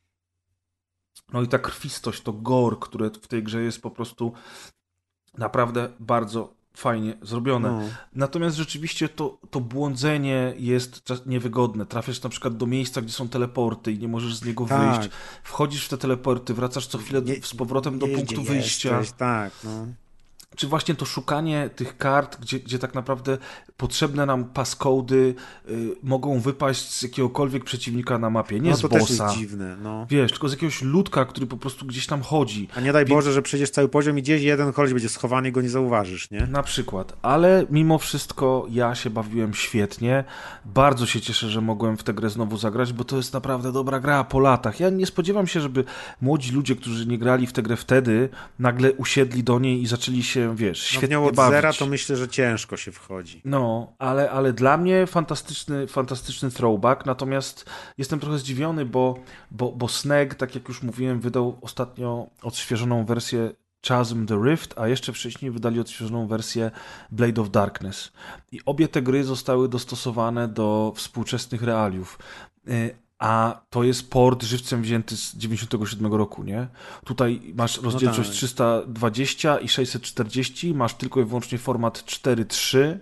No i ta krwistość, to gore, które w tej grze jest po prostu naprawdę bardzo fajnie zrobione. Natomiast rzeczywiście to błądzenie jest niewygodne. Trafiasz na przykład do miejsca, gdzie są teleporty i nie możesz z niego wyjść. Wchodzisz w te teleporty, wracasz co chwilę z powrotem do punktu wyjścia. Jesteś, tak, no. Czy właśnie to szukanie tych kart, gdzie tak naprawdę potrzebne nam passcody mogą wypaść z jakiegokolwiek przeciwnika na mapie, nie z bossa. Też jest dziwne, no. Wiesz, tylko z jakiegoś ludka, który po prostu gdzieś tam chodzi. A nie daj Boże, że przejdziesz cały poziom i gdzieś jeden koleś będzie schowany i go nie zauważysz, nie? Na przykład. Ale mimo wszystko ja się bawiłem świetnie. Bardzo się cieszę, że mogłem w tę grę znowu zagrać, bo to jest naprawdę dobra gra po latach. Ja nie spodziewam się, żeby młodzi ludzie, którzy nie grali w tę grę wtedy, nagle usiedli do niej i zaczęli się, wiesz, świetnie od bawić. zera to myślę, że ciężko się wchodzi. No, ale dla mnie fantastyczny throwback, natomiast jestem trochę zdziwiony, bo Snag, tak jak już mówiłem, wydał ostatnio odświeżoną wersję Chasm the Rift, a jeszcze wcześniej wydali odświeżoną wersję Blade of Darkness. I obie te gry zostały dostosowane do współczesnych realiów. A to jest port żywcem wzięty z 97 roku, nie? Tutaj masz rozdzielczość 320 i 640, masz tylko i wyłącznie format 4:3,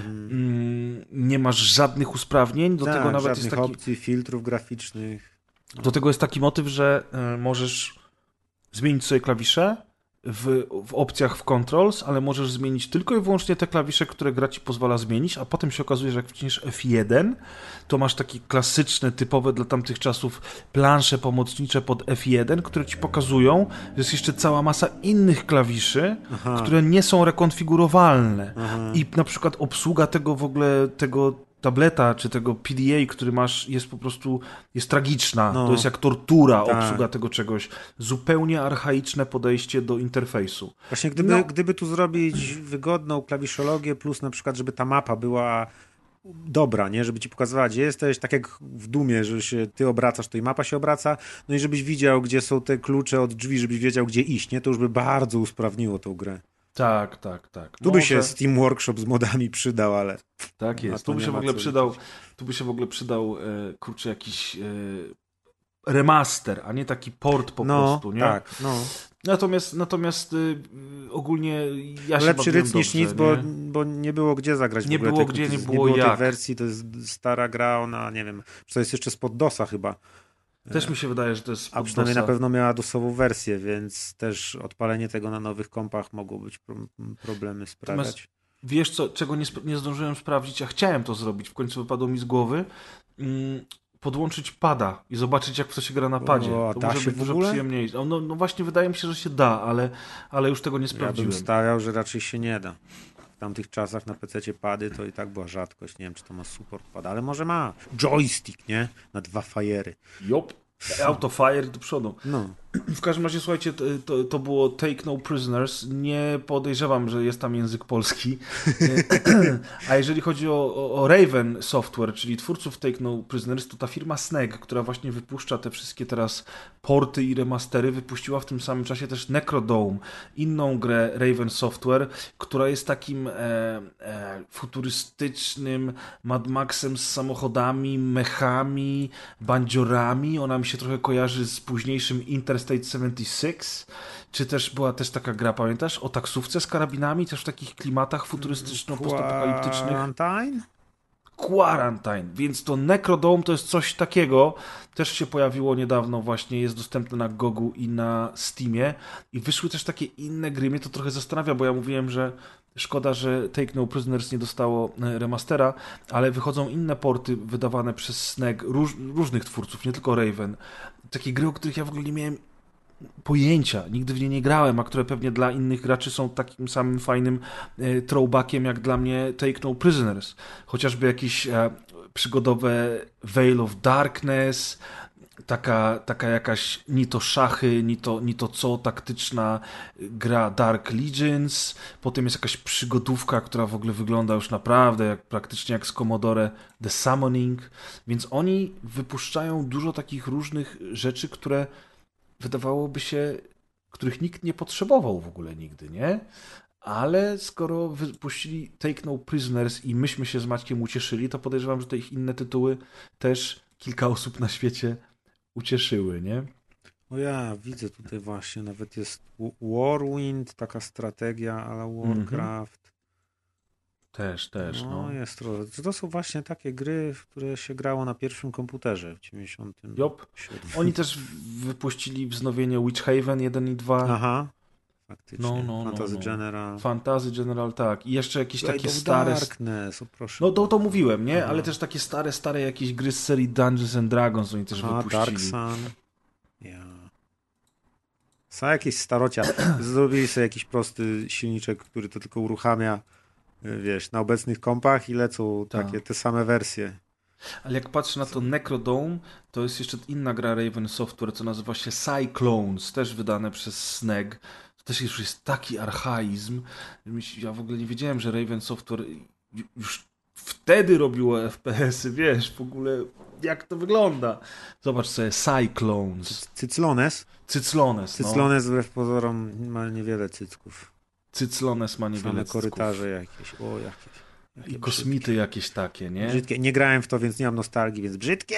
nie masz żadnych usprawnień, do tego nawet jest taki... opcji, filtrów graficznych. Do tego jest taki motyw, że możesz zmienić sobie klawisze w opcjach w Controls, ale możesz zmienić tylko i wyłącznie te klawisze, które gra ci pozwala zmienić, a potem się okazuje, że jak wciśniesz F1, to masz takie klasyczne, typowe dla tamtych czasów plansze pomocnicze pod F1, które ci pokazują, że jest jeszcze cała masa innych klawiszy, które nie są rekonfigurowalne. I na przykład obsługa tego w ogóle, tego tableta, czy tego PDA, który masz, jest po prostu, jest tragiczna. To jest jak tortura, obsługa tego czegoś. Zupełnie archaiczne podejście do interfejsu. Właśnie gdyby tu zrobić wygodną klawiszologię, plus na przykład, żeby ta mapa była dobra, nie? Żeby ci pokazywała, gdzie jesteś, tak jak w Doomie, że się ty obracasz, to i mapa się obraca, no i żebyś widział, gdzie są te klucze od drzwi, żebyś wiedział, gdzie iść, nie? To już by bardzo usprawniło tą grę. Tak. Tu by się Steam Workshop z modami przydał, ale... Tak jest. Tu by się w ogóle przydał, kurczę, jakiś remaster, a nie taki port po prostu, nie? Tak, Natomiast ogólnie ja się lepszy bawiłem ryc niż dobrze, nic, bo nie było gdzie zagrać. Nie w ogóle było tej, gdzie, nie nie było tej jak. wersji, to jest stara gra, ona, nie wiem, to jest jeszcze spod DOSa chyba. Też mi się wydaje, że to jest A przynajmniej na pewno miała DOSową wersję, więc też odpalenie tego na nowych kompach mogło być problemy sprawiać. Natomiast wiesz co, czego nie zdążyłem sprawdzić, a chciałem to zrobić, w końcu wypadło mi z głowy, podłączyć pada i zobaczyć, jak to się gra na padzie. To da może się być w dużo ogóle? przyjemniejsze. No właśnie wydaje mi się, że się da, ale już tego nie Ja sprawdziłem. bym stawiał, że raczej się nie da. W tamtych czasach na PC pady to i tak była rzadkość. Nie wiem, czy to ma support pada, ale może ma. Joystick, nie? Na 2 fajery. Jop. Autofire do przodu. No. W każdym razie, słuchajcie, to było Take No Prisoners. Nie podejrzewam, że jest tam język polski. A jeżeli chodzi o Raven Software, czyli twórców Take No Prisoners, to ta firma Snag, która właśnie wypuszcza te wszystkie teraz porty i remastery, wypuściła w tym samym czasie też Necrodome, inną grę Raven Software, która jest takim futurystycznym Mad Maxem z samochodami, mechami, bandziorami. Ona mi się trochę kojarzy z późniejszym Interstate 76, czy też była też taka gra, pamiętasz? O taksówce z karabinami, też w takich klimatach futurystyczno-postapokaliptycznych. Quarantine, więc to Necrodome to jest coś takiego, też się pojawiło niedawno właśnie, jest dostępne na Gogu i na Steamie i wyszły też takie inne gry, mnie to trochę zastanawia, bo ja mówiłem, że szkoda, że Take No Prisoners nie dostało remastera, ale wychodzą inne porty wydawane przez Snag, różnych twórców, nie tylko Raven. Takie gry, o których ja w ogóle nie miałem pojęcia, nigdy w nie nie grałem, a które pewnie dla innych graczy są takim samym fajnym throwbackiem jak dla mnie Take No Prisoners. Chociażby jakieś przygodowe Veil of Darkness, taka jakaś ni to szachy, ni to co, taktyczna gra Dark Legions, potem jest jakaś przygodówka, która w ogóle wygląda już naprawdę praktycznie jak z Commodore The Summoning, więc oni wypuszczają dużo takich różnych rzeczy, które wydawałoby się, których nikt nie potrzebował w ogóle nigdy, nie? Ale skoro wypuścili Take No Prisoners i myśmy się z Maćkiem ucieszyli, to podejrzewam, że te ich inne tytuły też kilka osób na świecie ucieszyły, nie? O ja widzę tutaj właśnie, nawet jest Warwind, taka strategia ale Warcraft. Też, no. Jest to są właśnie takie gry, w które się grało na pierwszym komputerze w 97. Jop. Oni też wypuścili wznowienie Witch Haven 1 i 2. Aha. Faktycznie. Fantasy General. Fantasy General, tak. I jeszcze jakieś takie stare... Darkness, o proszę. No to mówiłem, nie? Aha. Ale też takie stare jakieś gry z serii Dungeons and Dragons oni też wypuścili. Dark Sun. Są jakieś starocia. Zrobili sobie jakiś prosty silniczek, który to tylko uruchamia, wiesz, na obecnych kompach i lecą takie te same wersje. Ale jak patrzę na to Necrodome, to jest jeszcze inna gra Raven Software, co nazywa się Cyclones, też wydane przez Snag. To też już jest taki archaizm. Ja w ogóle nie wiedziałem, że Raven Software już wtedy robiło FPS-y, wiesz, w ogóle jak to wygląda. Zobacz sobie, Cyclones. Cyclones? Cyclones, no. Cyclones wbrew pozorom ma niewiele cycków. Cyclones ma niewiele cycków. Korytarze jakieś, jakieś. I kosmity brzydkie. Jakieś takie, nie? Brzydkie. Nie grałem w to, więc nie mam nostalgii, więc brzydkie!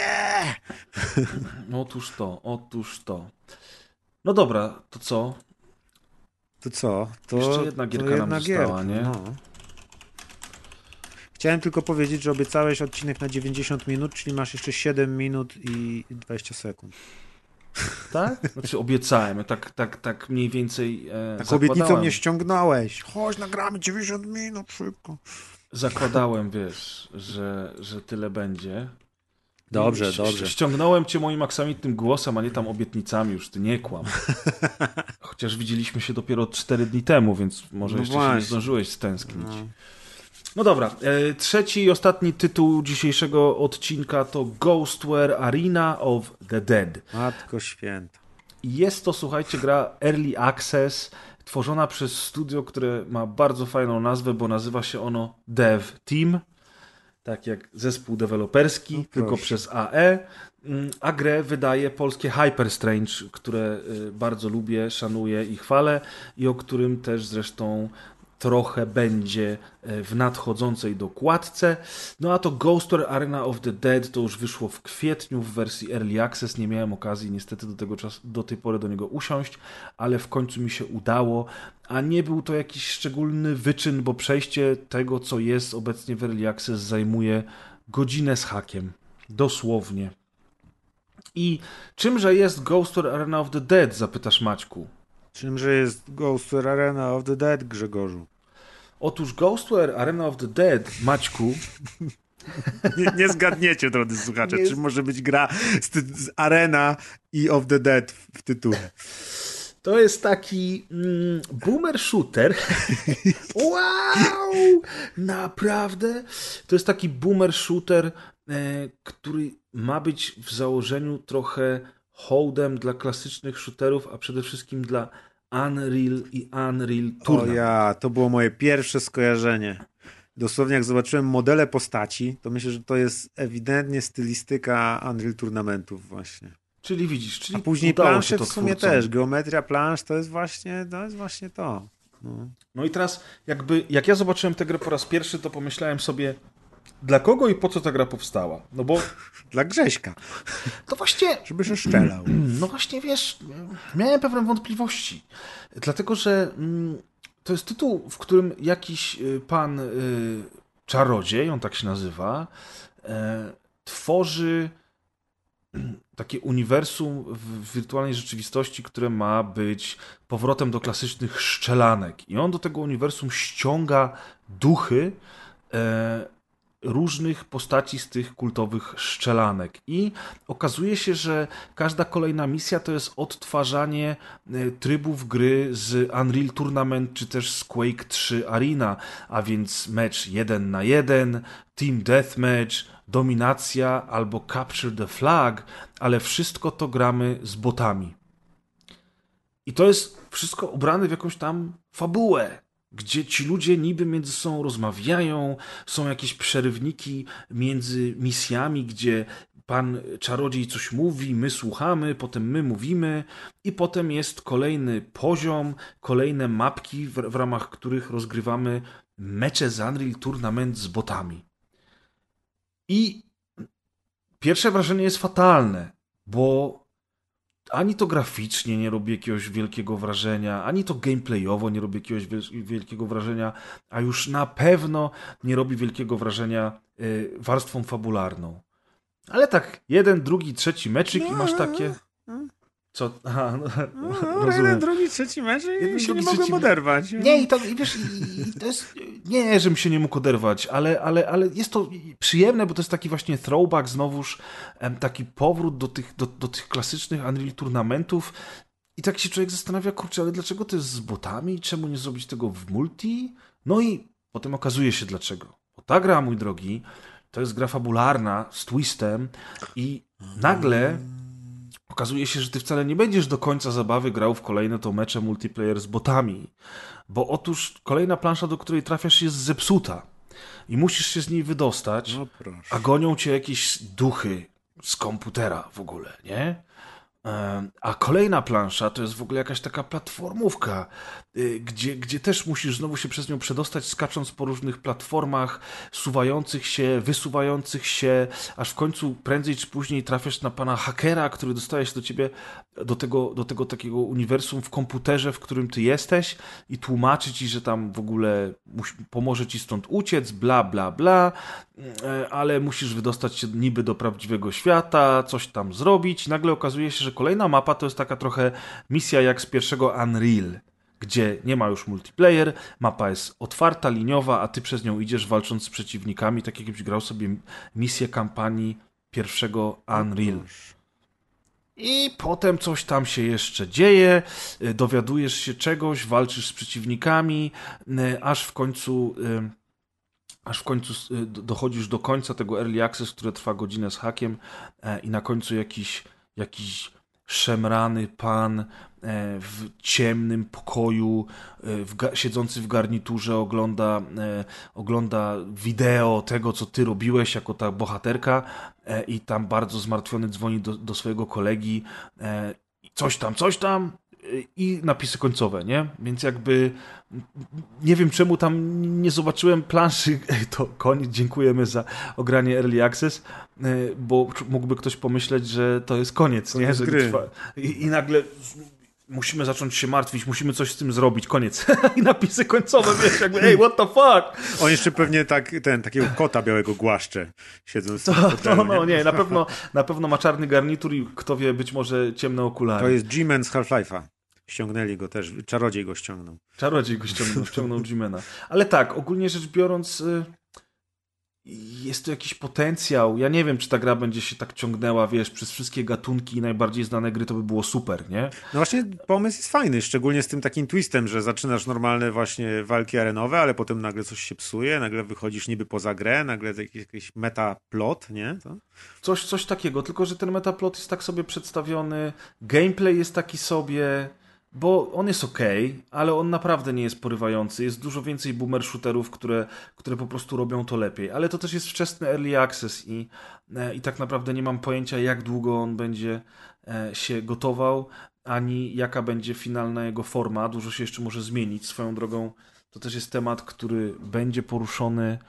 Otóż to. No dobra, to co? To co? Jeszcze jedna gierka nam została, nie? No. Chciałem tylko powiedzieć, że obiecałeś odcinek na 90 minut, czyli masz jeszcze 7 minut i 20 sekund. Tak? Znaczy obiecałem, tak mniej więcej Tak obietnicą mnie ściągnąłeś. Chodź, nagramy 90 minut, szybko. Zakładałem, wiesz, że tyle będzie. Dobrze. Ściągnąłem cię moim aksamitnym głosem, a nie tam obietnicami, już ty nie kłam. Chociaż widzieliśmy się dopiero 4 dni temu, więc może jeszcze się nie zdążyłeś stęsknić. No dobra, trzeci i ostatni tytuł dzisiejszego odcinka to Ghostware Arena of the Dead. Matko święta. Jest to, słuchajcie, gra Early Access, tworzona przez studio, które ma bardzo fajną nazwę, bo nazywa się ono Dev Team. Tak jak zespół deweloperski, tylko przez AE, a grę wydaje polskie Hyper Strange, które bardzo lubię, szanuję i chwalę i o którym też zresztą trochę będzie w nadchodzącej dokładce. No a to Ghostware Arena of the Dead to już wyszło w kwietniu w wersji Early Access. Nie miałem okazji niestety do tej pory do niego usiąść, ale w końcu mi się udało. A nie był to jakiś szczególny wyczyn, bo przejście tego, co jest obecnie w Early Access, zajmuje godzinę z hakiem. Dosłownie. I czymże jest Ghostware Arena of the Dead, zapytasz, Maćku? Czymże jest Ghostware Arena of the Dead, Grzegorzu? Otóż Ghostware Arena of the Dead, Maćku... Nie zgadniecie, drodzy słuchacze, czym może być gra z Arena i of the Dead w tytule. To jest taki boomer shooter. Wow! Naprawdę? To jest taki boomer shooter, który ma być w założeniu trochę hołdem dla klasycznych shooterów, a przede wszystkim dla Unreal i Unreal Tournament. To było moje pierwsze skojarzenie. Dosłownie jak zobaczyłem modele postaci, to myślę, że to jest ewidentnie stylistyka Unreal Tournamentów właśnie. Czyli widzisz, a później plansze w sumie też. Geometria plansz to jest właśnie to. No i teraz jak ja zobaczyłem tę grę po raz pierwszy, to pomyślałem sobie, dla kogo i po co ta gra powstała? No bo... Dla Grześka. To właśnie... Żeby się szczelał. No właśnie, wiesz, miałem pewne wątpliwości. Dlatego, że to jest tytuł, w którym jakiś pan czarodziej, on tak się nazywa, tworzy takie uniwersum w wirtualnej rzeczywistości, które ma być powrotem do klasycznych szczelanek. I on do tego uniwersum ściąga duchy różnych postaci z tych kultowych szczelanek. I okazuje się, że każda kolejna misja to jest odtwarzanie trybów gry z Unreal Tournament, czy też z Quake 3 Arena, a więc mecz 1 na 1, Team Deathmatch, Dominacja albo Capture the Flag, ale wszystko to gramy z botami. I to jest wszystko ubrane w jakąś tam fabułę, gdzie ci ludzie niby między sobą rozmawiają, są jakieś przerywniki między misjami, gdzie pan czarodziej coś mówi, my słuchamy, potem my mówimy i potem jest kolejny poziom, kolejne mapki, w ramach których rozgrywamy mecze z Unreal Tournament z botami. I pierwsze wrażenie jest fatalne, bo ani to graficznie nie robi jakiegoś wielkiego wrażenia, ani to gameplayowo nie robi jakiegoś wielkiego wrażenia, a już na pewno nie robi wielkiego wrażenia warstwą fabularną. Ale tak, jeden, drugi, trzeci meczyk i masz takie... Co? Aha, rozumiem. Jeden, drugi, trzeci mecz i się nie mogłem oderwać. Nie, i wiesz, to jest... Nie, żebym się nie mógł oderwać, ale jest to przyjemne, bo to jest taki właśnie throwback, znowuż taki powrót do tych klasycznych Unreal Tournamentów i tak się człowiek zastanawia, kurczę, ale dlaczego to jest z botami? Czemu nie zrobić tego w multi? No i potem okazuje się dlaczego. Bo ta gra, mój drogi, to jest gra fabularna z twistem i nagle... Okazuje się, że ty wcale nie będziesz do końca zabawy grał w kolejne to mecze multiplayer z botami. Bo otóż kolejna plansza, do której trafiasz, jest zepsuta. I musisz się z niej wydostać, a gonią cię jakieś duchy z komputera w ogóle, nie? A kolejna plansza to jest w ogóle jakaś taka platformówka, gdzie też musisz znowu się przez nią przedostać, skacząc po różnych platformach, suwających się, wysuwających się, aż w końcu prędzej czy później trafiasz na pana hakera, który dostaje się do ciebie, do tego takiego uniwersum w komputerze, w którym ty jesteś i tłumaczy ci, że tam w ogóle pomoże ci stąd uciec, bla, bla, bla, ale musisz wydostać się niby do prawdziwego świata, coś tam zrobić. Nagle okazuje się, że kolejna mapa to jest taka trochę misja jak z pierwszego Unreal, gdzie nie ma już multiplayer, mapa jest otwarta, liniowa, a ty przez nią idziesz walcząc z przeciwnikami, tak jakbyś grał sobie misję kampanii pierwszego Unreal. I potem coś tam się jeszcze dzieje, dowiadujesz się czegoś, walczysz z przeciwnikami, aż w końcu dochodzisz do końca tego Early Access, które trwa godzinę z hakiem i na końcu jakiś szemrany pan w ciemnym pokoju, siedzący w garniturze ogląda wideo tego, co ty robiłeś jako ta bohaterka i tam bardzo zmartwiony dzwoni do swojego kolegi coś tam i napisy końcowe, nie? Więc jakby nie wiem, czemu tam nie zobaczyłem planszy. To koniec, dziękujemy za ogranie Early Access, bo mógłby ktoś pomyśleć, że to jest koniec, nie? Że gry. I nagle musimy zacząć się martwić, musimy coś z tym zrobić, koniec. I napisy końcowe, wiesz, jakby hey, what the fuck? On jeszcze pewnie takiego kota białego głaszcze, siedząc w No, nie, na pewno ma czarny garnitur i kto wie, być może ciemne okulary. To jest G-Man z Half-Life'a. Ściągnęli go też, czarodziej go ściągnął. Czarodziej go ściągnął G-Mana. Ale tak, ogólnie rzecz biorąc, jest tu jakiś potencjał. Ja nie wiem, czy ta gra będzie się tak ciągnęła, wiesz, przez wszystkie gatunki i najbardziej znane gry, to by było super, nie? No właśnie pomysł jest fajny, szczególnie z tym takim twistem, że zaczynasz normalne właśnie walki arenowe, ale potem nagle coś się psuje, nagle wychodzisz niby poza grę, nagle jakiś metaplot, nie? Coś takiego, tylko że ten metaplot jest tak sobie przedstawiony, gameplay jest taki sobie... Bo on jest okej, ale on naprawdę nie jest porywający. Jest dużo więcej boomer shooterów, które po prostu robią to lepiej. Ale to też jest wczesny early access i tak naprawdę nie mam pojęcia, jak długo on będzie się gotował, ani jaka będzie finalna jego forma. Dużo się jeszcze może zmienić. Swoją drogą to też jest temat, który będzie poruszony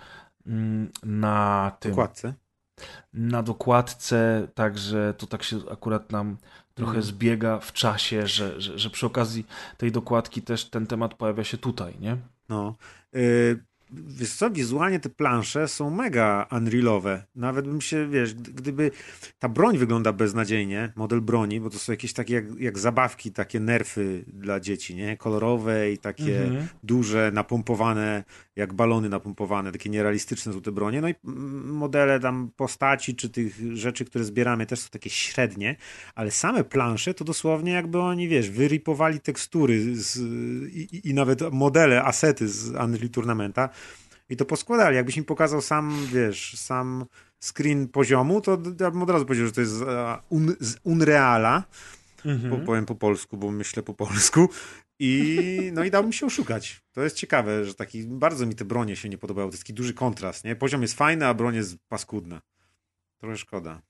na tym... Dokładce. Na dokładce, także to tak się akurat nam trochę zbiega w czasie, że przy okazji tej dokładki też ten temat pojawia się tutaj, nie? No. Wiesz co, wizualnie te plansze są mega unrealowe. Nawet bym się, wiesz, gdyby ta broń wygląda beznadziejnie, model broni, bo to są jakieś takie jak zabawki, takie nerfy dla dzieci, nie? Kolorowe i takie duże, napompowane, jak balony napompowane, takie nierealistyczne są te bronie. No i modele tam postaci, czy tych rzeczy, które zbieramy, też są takie średnie, ale same plansze to dosłownie jakby oni, wiesz, wyripowali tekstury i nawet modele, asety z Unreal Tournamenta i to poskładali. Jakbyś mi pokazał sam screen poziomu, to ja bym od razu powiedział, że to jest z Unreala. Powiem po polsku, bo myślę po polsku. I dałbym się oszukać. To jest ciekawe, że bardzo mi te bronie się nie podobały. To jest taki duży kontrast, nie? Poziom jest fajny, a broń jest paskudna. Trochę szkoda.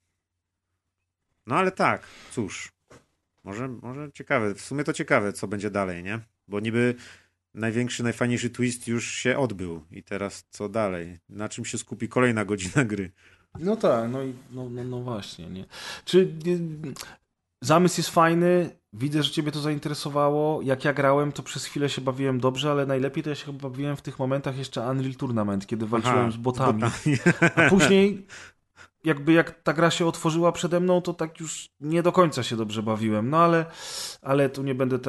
No ale tak, cóż. Może ciekawe. W sumie to ciekawe, co będzie dalej, nie? Bo niby największy, najfajniejszy twist już się odbył. I teraz co dalej? Na czym się skupi kolejna godzina gry? No tak, no właśnie, nie? Czy zamysł jest fajny, widzę, że ciebie to zainteresowało. Jak ja grałem, to przez chwilę się bawiłem dobrze, ale najlepiej to ja się chyba bawiłem w tych momentach jeszcze Unreal Tournament, kiedy walczyłem z botami. A później jak ta gra się otworzyła przede mną, to tak już nie do końca się dobrze bawiłem. No ale tu nie będę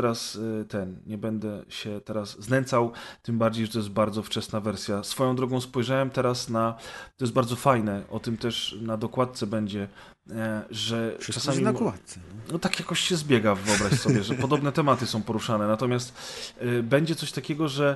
się teraz znęcał, tym bardziej, że to jest bardzo wczesna wersja. Swoją drogą spojrzałem teraz to jest bardzo fajne, o tym też na dokładce będzie, że wszystko czasami... na dokładce. No tak jakoś się zbiega, wyobraź sobie, że podobne tematy są poruszane. Natomiast będzie coś takiego, że...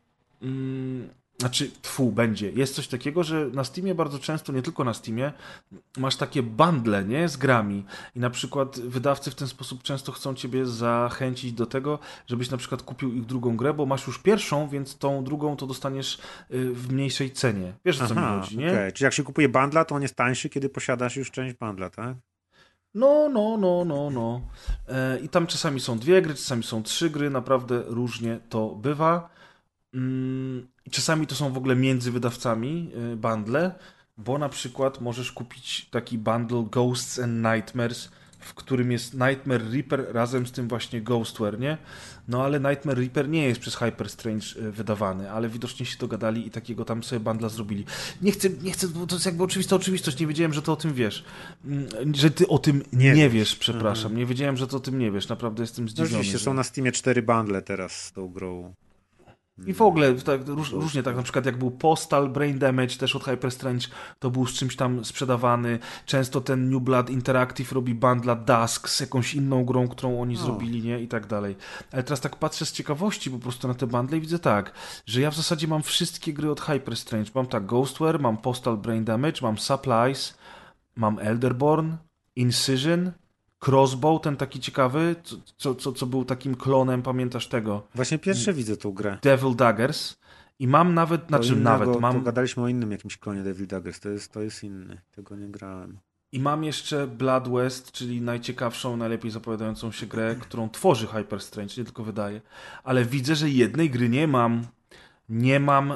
Jest coś takiego, że na Steamie bardzo często, nie tylko na Steamie, masz takie bundle, nie, z grami i na przykład wydawcy w ten sposób często chcą ciebie zachęcić do tego, żebyś na przykład kupił ich drugą grę, bo masz już pierwszą, więc tą drugą to dostaniesz w mniejszej cenie. Wiesz, o co mi chodzi, nie? Okay. Czyli jak się kupuje bundla, to on jest tańszy, kiedy posiadasz już część bundla, tak? No. I tam czasami są 2 gry, czasami są 3 gry, naprawdę różnie to bywa. Czasami to są w ogóle między wydawcami bundle, bo na przykład możesz kupić taki bundle Ghosts and Nightmares w którym jest Nightmare Reaper razem z tym właśnie Ghostware, nie? No ale Nightmare Reaper nie jest przez Hyper Strange wydawany, ale widocznie się dogadali i takiego tam sobie bundla zrobili. Nie chcę, bo to jest jakby oczywista oczywistość, nie wiedziałem, że ty o tym wiesz. Że ty o tym nie wiesz, przepraszam. Nie wiedziałem, że ty o tym nie wiesz, naprawdę jestem zdziwiony. Oczywiście są na Steamie 4 bundle teraz z tą grą. I w ogóle tak, różnie tak, na przykład jak był Postal Brain Damage też od Hyper Strange, to był z czymś tam sprzedawany. Często ten New Blood Interactive robi bundla Dusk z jakąś inną grą, którą oni zrobili, nie? I tak dalej. Ale teraz tak patrzę z ciekawości po prostu na te bundle i widzę tak, że ja w zasadzie mam wszystkie gry od Hyper Strange. Mam tak Ghostware, mam Postal Brain Damage, mam Supplies, mam Elderborn, Incision, Crossbow, ten taki ciekawy, co był takim klonem, pamiętasz tego? Właśnie pierwsze widzę tą grę. Devil Daggers i mam nawet, To gadaliśmy o innym jakimś klonie Devil Daggers, to jest inny, tego nie grałem. I mam jeszcze Blood West, czyli najciekawszą, najlepiej zapowiadającą się grę, którą tworzy Hyper Strange, nie tylko wydaje. Ale widzę, że jednej gry nie mam. Nie mam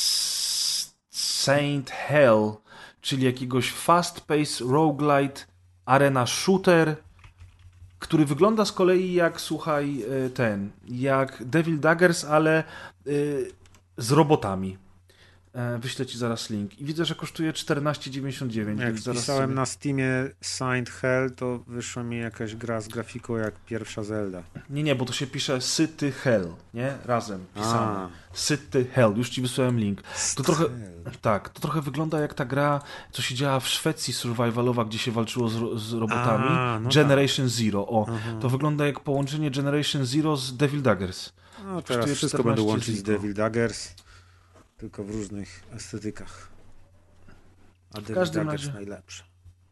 Saint Hell, czyli jakiegoś fast-paced roguelite arena shooter, który wygląda z kolei jak, słuchaj, jak Devil Daggers, ale z robotami. Wyślę ci zaraz link. I widzę, że kosztuje 14,99. Jak wpisałem sobie na Steamie Saint Hell, to wyszła mi jakaś gra z grafiką jak pierwsza Zelda. Nie, bo to się pisze City Hell, nie? Razem pisane. City Hell. Już ci wysłałem link. To trochę wygląda jak ta gra, co się działa w Szwecji survivalowa, gdzie się walczyło z robotami. Generation Zero. To wygląda jak połączenie Generation Zero z Devil Daggers. No teraz wszystko będą łączyć z Devil Daggers. Tylko w różnych estetykach. A Devil Daggers najlepsze.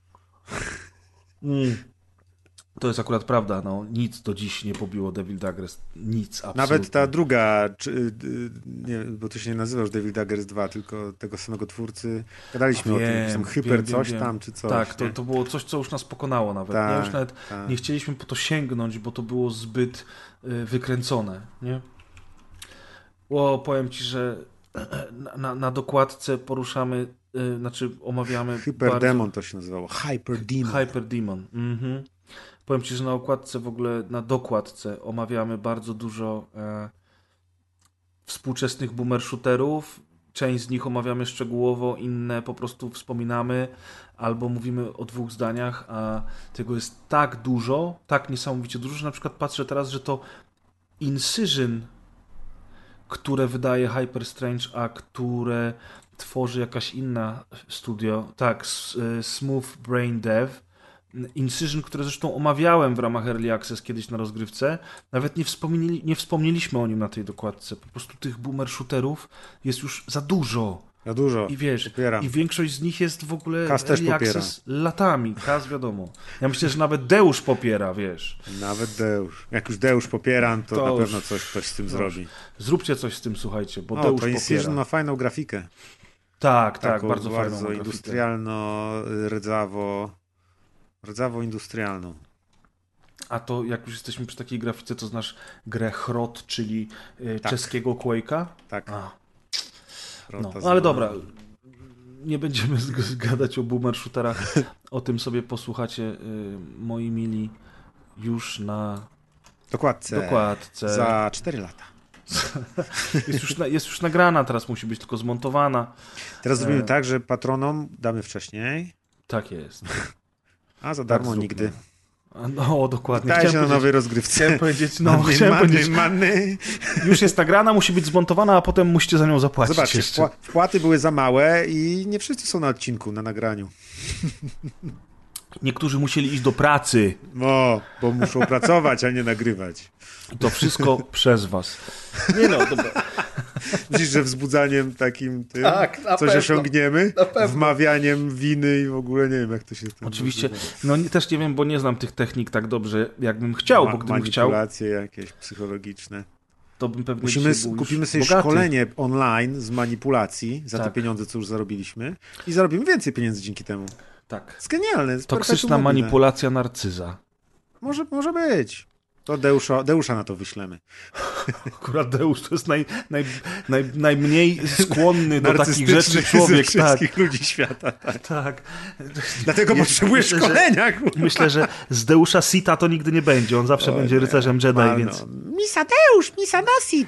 To jest akurat prawda. No, nic do dziś nie pobiło Devil Daggers. Nic, absolutnie. Nawet ta druga, nie, bo to się nie nazywa już Devil Daggers 2, tylko tego samego twórcy. Gadaliśmy o tym, Hyper coś tam, czy coś. Tak, to było coś, co już nas pokonało nawet. Tak, nie? Już nawet nie chcieliśmy po to sięgnąć, bo to było zbyt wykręcone. Nie? Powiem ci, że na dokładce poruszamy, omawiamy Hyperdemon to się nazywało. Hyperdemon. Powiem ci, że na okładce w ogóle, na dokładce omawiamy bardzo dużo współczesnych boomer shooterów. Część z nich omawiamy szczegółowo, inne po prostu wspominamy albo mówimy o 2 zdaniach, a tego jest tak dużo, tak niesamowicie dużo, że na przykład patrzę teraz, że to Incision, które wydaje Hyper Strange, a które tworzy jakaś inna studio. Tak, Smooth Brain Dev. Incision, które zresztą omawiałem w ramach Early Access kiedyś na rozgrywce. Nawet nie wspomnieliśmy o nim na tej dokładce. Po prostu tych boomer shooterów jest już za dużo. Za dużo. I wiesz, popieram. I większość z nich jest w ogóle Kaz Early Access latami. Kaz wiadomo. Ja myślę, że nawet Deusz popiera, wiesz. Nawet Deusz. Jak już Deusz popieram, to na pewno ktoś z tym zrobi. Zróbcie coś z tym, słuchajcie, bo Deusz to Incision ma fajną grafikę. Tak, bardzo fajną bardzo rdzawo-industrialną. A to jak już jesteśmy przy takiej grafice, to znasz grę Hrot, czyli czeskiego Quake'a? Tak. Ale dobra, nie będziemy gadać o boomer shooterach. O tym sobie posłuchacie, moi mili, już na dokładce. Za 4 lata. Jest już nagrana, teraz musi być tylko zmontowana. Teraz zrobimy tak, że patronom damy wcześniej. Tak jest. A za darmo nigdy. No, dokładnie. Chciałem się na nowej rozgrywce. Chciałem powiedzieć, manny. Już jest nagrana, musi być zmontowana, a potem musicie za nią zapłacić. Zobaczcie, wpłaty były za małe i nie wszyscy są na odcinku, na nagraniu. Niektórzy musieli iść do pracy. No, bo muszą pracować, a nie nagrywać. To wszystko przez was. Nie no, dobra. Myślisz, że wzbudzaniem takim tym coś pewno. Osiągniemy? Wmawianiem winy i w ogóle nie wiem, jak to się tam oczywiście. nazywa. No też nie wiem, bo nie znam tych technik tak dobrze, jakbym chciał, bo gdybym chciał... Manipulacje jakieś psychologiczne. To bym pewnie kupimy sobie bogaty. szkolenie online z manipulacji za te pieniądze, co już zarobiliśmy i zarobimy więcej pieniędzy dzięki temu. Tak. Jest genialne. Toksyczna manipulacja narcyza. Może być. To Deusza na to wyślemy. Akurat Deusz to jest najmniej skłonny do takich rzeczy człowiek. Ze wszystkich ludzi świata. Tak. Dlatego potrzebujesz szkolenia. Myślę, że z Deusza Sita to nigdy nie będzie. On zawsze będzie rycerzem Jedi, więc... Misa Deusz, misa nosit.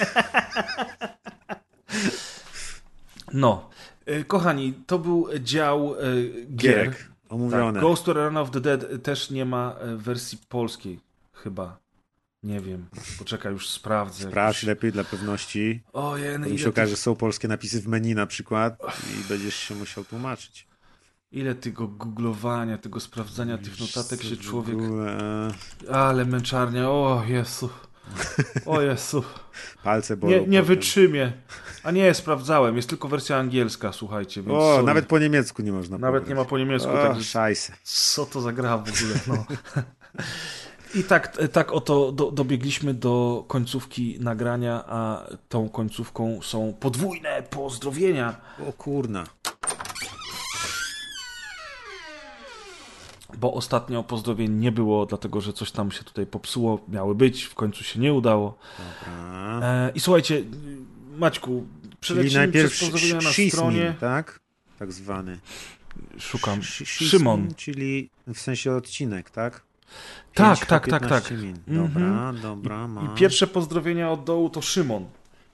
No. Kochani, to był dział gier. Omówione. Tak. Ghost or Run of the Dead też nie ma wersji polskiej. Chyba. Nie wiem. Poczekaj, już sprawdzę. Sprawdź lepiej dla pewności. Ojej, mi się okaże, że są polskie napisy w menu na przykład i będziesz się musiał tłumaczyć. Ile tego googlowania, tego sprawdzania tych notatek się człowiek... Ogóle... Ale męczarnia, o Jezu. O Jezu. Palce bolą. Nie wytrzymię. A nie, sprawdzałem. Jest tylko wersja angielska, słuchajcie. Więc nawet po niemiecku nie można Nawet pobrać. nie ma po niemiecku. O, szajse. Co to za gra w ogóle? No. I tak oto dobiegliśmy do końcówki nagrania, a tą końcówką są podwójne pozdrowienia. O kurna. Bo ostatnio pozdrowień nie było, dlatego że coś tam się tutaj popsuło. Miały być, w końcu się nie udało. Dobra. I słuchajcie, Maćku, czyli najpierw przez pozdrowienia na stronie. tak? Tak zwany. Szukam. Szymon. Czyli w sensie odcinek, tak? Tak. Dobra. I pierwsze pozdrowienia od dołu to Szymon.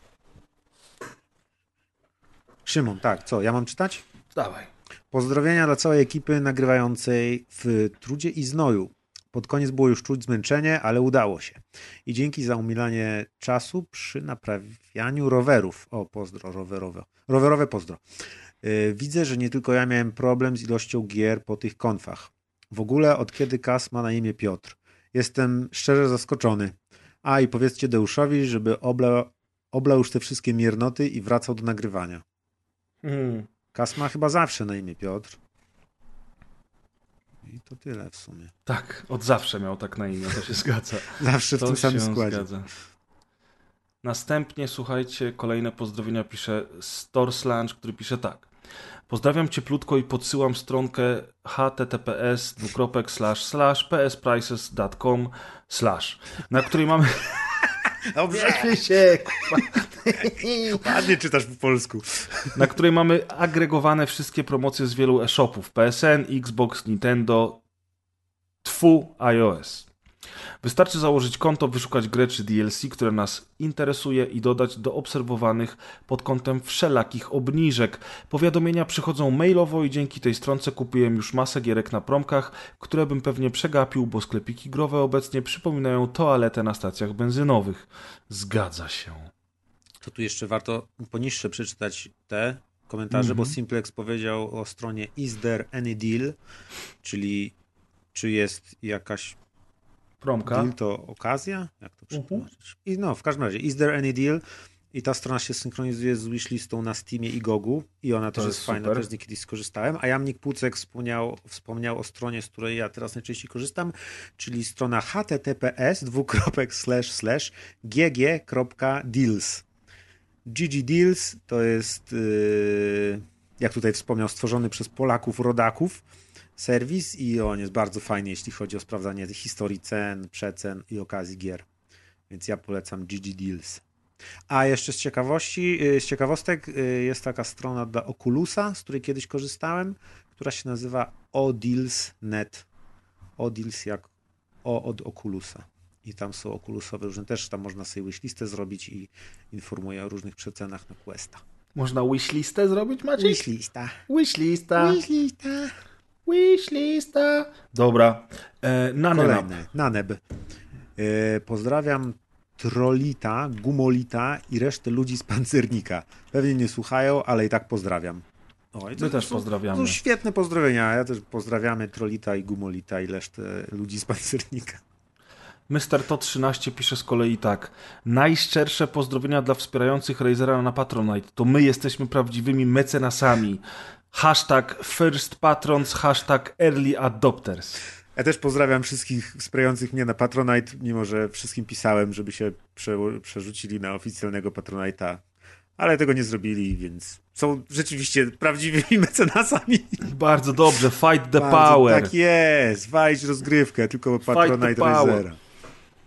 Szymon, tak. Co, ja mam czytać? Dawaj. Pozdrowienia dla całej ekipy nagrywającej w trudzie i znoju. Pod koniec było już czuć zmęczenie, ale udało się. I dzięki za umilanie czasu przy naprawianiu rowerów. O, pozdro, rowerowe pozdro. Widzę, że nie tylko ja miałem problem z ilością gier po tych konfach. W ogóle od kiedy Kas ma na imię Piotr. Jestem szczerze zaskoczony. I powiedzcie Deuszowi, żeby oblał już te wszystkie miernoty i wracał do nagrywania. Kas ma chyba zawsze na imię Piotr. I to tyle w sumie. Tak, od zawsze miał tak na imię, to się zgadza. Zawsze w tym samym składzie. Zgadza. Następnie, słuchajcie, kolejne pozdrowienia pisze Storslange, który pisze tak. Pozdrawiam cieplutko i podsyłam stronkę https://psprices.com/ na której mamy... Dobrze się, ładnie czytasz po polsku. Na której mamy agregowane wszystkie promocje z wielu e-shopów. PSN, Xbox, Nintendo, iOS. Wystarczy założyć konto, wyszukać grę czy DLC, które nas interesuje i dodać do obserwowanych pod kątem wszelakich obniżek. Powiadomienia przychodzą mailowo i dzięki tej stronce kupiłem już masę gierek na promkach, które bym pewnie przegapił, bo sklepiki growe obecnie przypominają toaletę na stacjach benzynowych. Zgadza się. To tu jeszcze warto poniższe przeczytać te komentarze, bo Simplex powiedział o stronie Is there any deal, czyli czy jest jakaś promka. Deal to okazja? Jak to przetłumaczyć? I no, w każdym razie, Is there any deal? I ta strona się synchronizuje z wishlistą na Steamie i Gogu i ona też jest fajna, też z niej kiedyś skorzystałem. A Jamnik Pucek wspomniał o stronie, z której ja teraz najczęściej korzystam, czyli strona https://gg.deals. GG Deals to jest, jak tutaj wspomniał, stworzony przez Polaków, rodaków serwis i on jest bardzo fajny, jeśli chodzi o sprawdzanie historii cen, przecen i okazji gier. Więc ja polecam GG Deals. A jeszcze z ciekawostek jest taka strona dla Oculusa, z której kiedyś korzystałem, która się nazywa odeals.net. Odeals jak O od Oculusa. I tam są okulusowe różne, też tam można sobie wishlistę zrobić i informuje o różnych przecenach na Questa. Można wishlistę zrobić, Maciej? Wishlista. Dobra. Kolejny. Naneb. Pozdrawiam Trollita, Gumolita i resztę ludzi z Pancernika. Pewnie nie słuchają, ale i tak pozdrawiam. My też pozdrawiamy. To są świetne pozdrowienia. Ja też pozdrawiamy Trollita i Gumolita i resztę ludzi z Pancernika. Mr. To 13 pisze z kolei tak. Najszczersze pozdrowienia dla wspierających Razera na Patronite. To my jesteśmy prawdziwymi mecenasami. #FirstPatrons, #EarlyAdopters. Ja też pozdrawiam wszystkich wspierających mnie na Patronite, mimo że wszystkim pisałem, żeby się przerzucili na oficjalnego Patronite'a, ale tego nie zrobili, więc są rzeczywiście prawdziwymi mecenasami. Bardzo dobrze, fight the power. Tak jest, walić rozgrywkę, tylko Patronite Razera.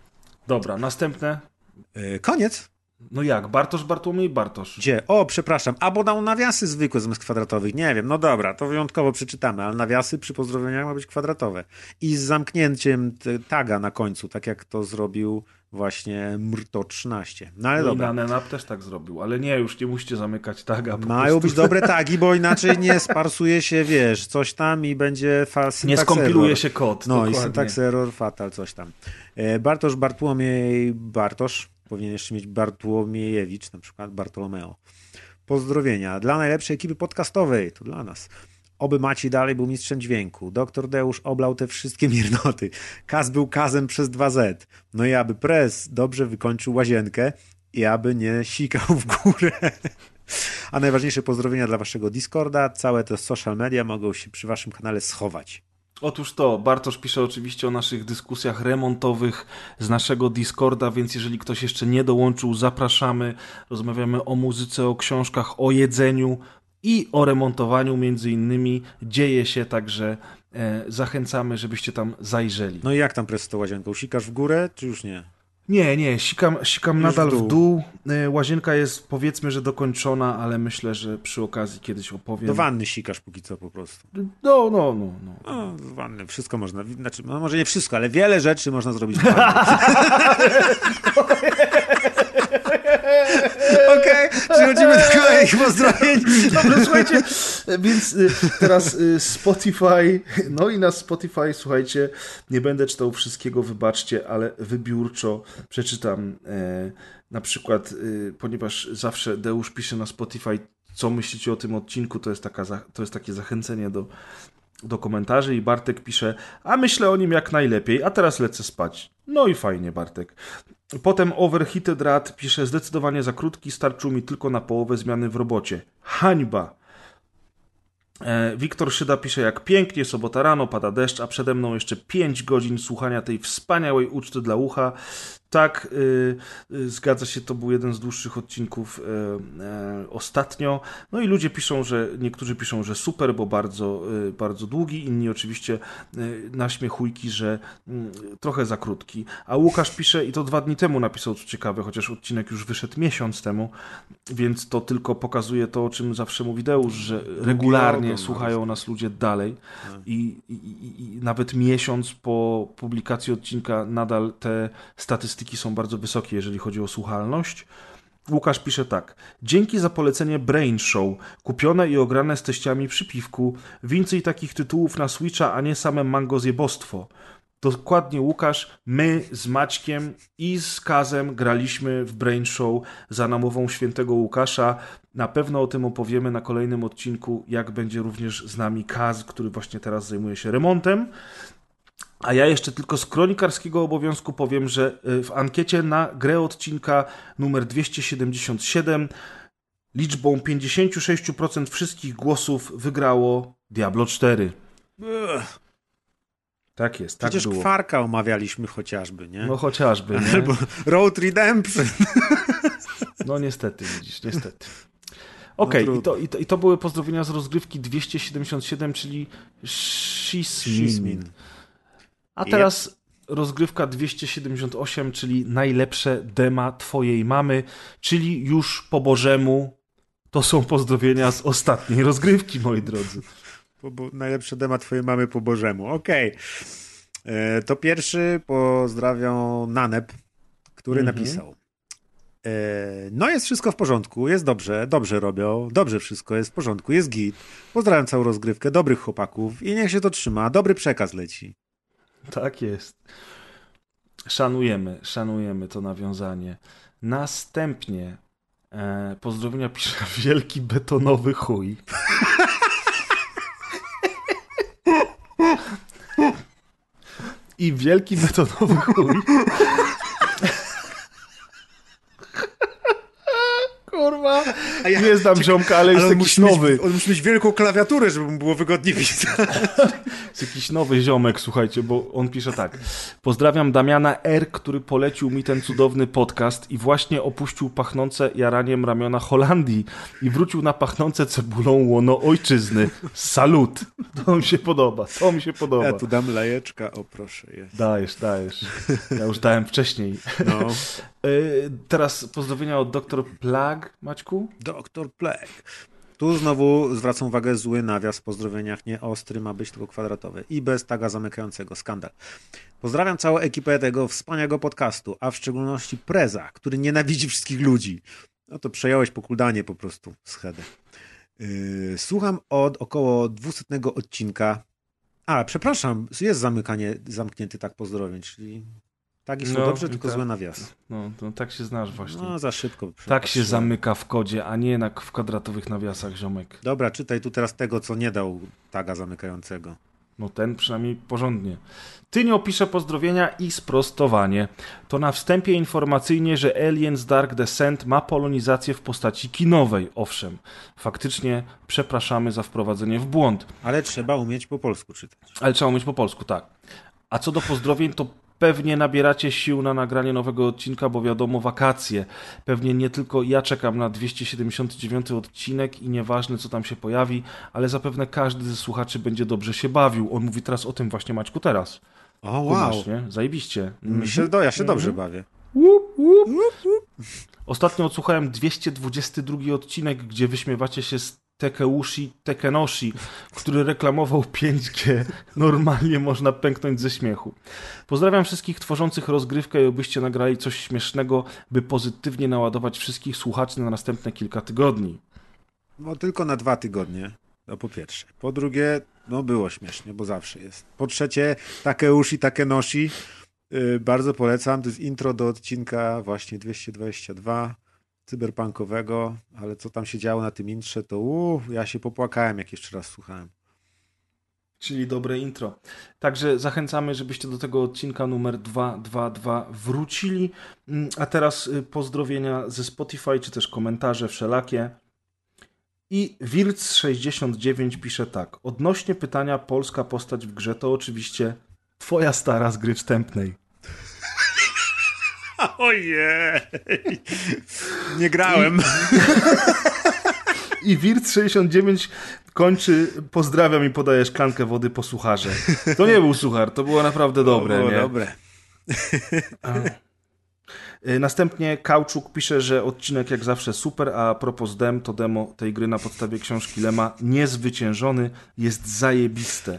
Dobra, następne. Koniec. No jak? Bartosz, Bartłomiej, Bartosz. Gdzie? O, przepraszam, albo dał nawiasy zwykłe zamiast kwadratowych. Nie wiem, no dobra, to wyjątkowo przeczytamy, ale nawiasy przy pozdrowieniach ma być kwadratowe. I z zamknięciem taga na końcu, tak jak to zrobił właśnie Mrto13. No ale dobra. I Nanenap też tak zrobił, ale nie, już nie musicie zamykać taga. Mają być dobre tagi, bo inaczej nie sparsuje się, wiesz, coś tam i będzie nie skompiluje się kod. No dokładnie. i syntax error, fatal, coś tam. Bartosz, Bartłomiej, Bartosz. Powinien jeszcze mieć Bartłomiejewicz, na przykład Bartolomeo. Pozdrowienia dla najlepszej ekipy podcastowej, to dla nas. Oby Maciej dalej był mistrzem dźwięku. Doktor Deusz oblał te wszystkie miernoty. Kaz był kazem przez 2Z. No i aby Prez dobrze wykończył łazienkę i aby nie sikał w górę. A najważniejsze pozdrowienia dla waszego Discorda. Całe te social media mogą się przy waszym kanale schować. Otóż to, Bartosz pisze oczywiście o naszych dyskusjach remontowych z naszego Discorda, więc jeżeli ktoś jeszcze nie dołączył, zapraszamy. Rozmawiamy o muzyce, o książkach, o jedzeniu i o remontowaniu między innymi. Dzieje się, także zachęcamy, żebyście tam zajrzeli. No i jak tam Prez z tą łazienką? Sikasz w górę, czy już nie? Nie, sikam nadal w dół. Łazienka jest, powiedzmy, że dokończona, ale myślę, że przy okazji kiedyś opowiem. Do wanny sikasz póki co po prostu. No. No, w wanny wszystko można, znaczy, no może nie wszystko, ale wiele rzeczy można zrobić w wannie. Okej, przechodzimy do kolejnych pozdrowień. Dobra, słuchajcie, więc teraz Spotify, no i na Spotify, słuchajcie, nie będę czytał wszystkiego, wybaczcie, ale wybiórczo przeczytam na przykład, ponieważ zawsze Deusz pisze na Spotify, co myślicie o tym odcinku, to jest takie zachęcenie do komentarzy i Bartek pisze, a myślę o nim jak najlepiej, a teraz lecę spać. No i fajnie, Bartek. Potem Overheated Rat pisze, zdecydowanie za krótki, starczył mi tylko na połowę zmiany w robocie. Hańba! Wiktor Szyda pisze, jak pięknie, sobota rano, pada deszcz, a przede mną jeszcze 5 godzin słuchania tej wspaniałej uczty dla ucha. Tak, zgadza się, to był jeden z dłuższych odcinków ostatnio. No i ludzie piszą, niektórzy piszą, że super, bo bardzo, bardzo długi, inni oczywiście na śmiechujki, że trochę za krótki. A Łukasz pisze, i to 2 dni temu napisał, co ciekawe, chociaż odcinek już wyszedł miesiąc temu, więc to tylko pokazuje to, o czym zawsze mówi Deusz, że regularnie słuchają nas ludzie dalej i nawet miesiąc po publikacji odcinka nadal te statystyki są bardzo wysokie, jeżeli chodzi o słuchalność. Łukasz pisze tak. Dzięki za polecenie Brain Show. Kupione i ograne z teściami przy piwku. Więcej takich tytułów na Switcha, a nie same mangozjebostwo. Dokładnie, Łukasz, my z Maćkiem i z Kazem graliśmy w Brain Show za namową świętego Łukasza. Na pewno o tym opowiemy na kolejnym odcinku, jak będzie również z nami Kaz, który właśnie teraz zajmuje się remontem. A ja jeszcze tylko z kronikarskiego obowiązku powiem, że w ankiecie na grę odcinka numer 277 liczbą 56% wszystkich głosów wygrało Diablo 4. Tak jest, tak Przecież było. Kwarka omawialiśmy chociażby, nie? No chociażby, nie? Albo Road Redemption. No niestety, widzisz, niestety. Okej, no i to były pozdrowienia z rozgrywki 277, czyli Shismin. A teraz rozgrywka 278, czyli najlepsze dema twojej mamy, czyli już po Bożemu. To są pozdrowienia z ostatniej rozgrywki, moi drodzy. Najlepsze dema twojej mamy po Bożemu. Okej. To pierwszy pozdrawiam Nanep, który napisał. No jest wszystko w porządku, jest dobrze robią, dobrze wszystko jest w porządku, jest git. Pozdrawiam całą rozgrywkę, dobrych chłopaków i niech się to trzyma, dobry przekaz leci. Tak jest. Szanujemy to nawiązanie. Następnie pozdrowienia pisze wielki betonowy chuj. I wielki betonowy chuj. Kurwa. Nie znam ziomka, ale jest jakiś nowy. On musi mieć wielką klawiaturę, żeby mu było wygodnie pisać. Jest jakiś nowy ziomek, słuchajcie, bo on pisze tak. Pozdrawiam Damiana R., który polecił mi ten cudowny podcast i właśnie opuścił pachnące jaraniem ramiona Holandii i wrócił na pachnące cebulą łono ojczyzny. Salut! To mi się podoba, Ja tu dam lajeczka, o proszę. Jest. Dajesz. Ja już dałem wcześniej. No. Teraz pozdrowienia od Dr. Plague, Maćku? Dr. Plague. Tu znowu zwracam uwagę, zły nawias w pozdrowieniach, nie ostry, ma być tylko kwadratowy i bez taga zamykającego, skandal. Pozdrawiam całą ekipę tego wspaniałego podcastu, a w szczególności Preza, który nienawidzi wszystkich ludzi. No to przejąłeś pokuldanie po prostu z Hedy. Słucham od około 200 odcinka. A, przepraszam, jest zamknięty tak pozdrowień, czyli tagi są dobrze, tylko złe nawiasy. No, to tak się znasz właśnie. No, za szybko. Tak się zamyka w kodzie, a nie w kwadratowych nawiasach, ziomek. Dobra, czytaj tu teraz tego, co nie dał taga zamykającego. No ten przynajmniej porządnie. Tynio pisze pozdrowienia i sprostowanie. To na wstępie informacyjnie, że Aliens Dark Descent ma polonizację w postaci kinowej. Owszem, faktycznie przepraszamy za wprowadzenie w błąd. Ale trzeba umieć po polsku czytać. Ale trzeba umieć po polsku, tak. A co do pozdrowień, to pewnie nabieracie sił na nagranie nowego odcinka, bo wiadomo, wakacje. Pewnie nie tylko ja czekam na 279 odcinek i nieważne, co tam się pojawi, ale zapewne każdy ze słuchaczy będzie dobrze się bawił. On mówi teraz o tym właśnie, Maćku, teraz. O, wow. Kumasz, nie? Zajebiście. Ja się dobrze bawię. Ostatnio odsłuchałem 222 odcinek, gdzie wyśmiewacie się z Tekenoshi, który reklamował 5G. Normalnie można pęknąć ze śmiechu. Pozdrawiam wszystkich tworzących rozgrywkę i obyście nagrali coś śmiesznego, by pozytywnie naładować wszystkich słuchaczy na następne kilka tygodni. No tylko na 2 tygodnie. No po pierwsze. Po drugie, no było śmiesznie, bo zawsze jest. Po trzecie, Tekenoshi. Bardzo polecam. To jest intro do odcinka właśnie 222 cyberpunkowego, ale co tam się działo na tym intrze, to ja się popłakałem, jak jeszcze raz słuchałem. Czyli dobre intro. Także zachęcamy, żebyście do tego odcinka numer 222 wrócili. A teraz pozdrowienia ze Spotify, czy też komentarze wszelakie. I Wirc69 pisze tak. Odnośnie pytania polska postać w grze, to oczywiście twoja stara z gry wstępnej. Ojej! Nie grałem. I Wirt69 kończy, pozdrawiam i podaje szklankę wody po sucharze. To nie był suchar, to było naprawdę dobre. To było nie? dobre. Następnie Kauczuk pisze, że odcinek jak zawsze super, a propos to demo tej gry na podstawie książki Lema Niezwyciężony jest zajebiste.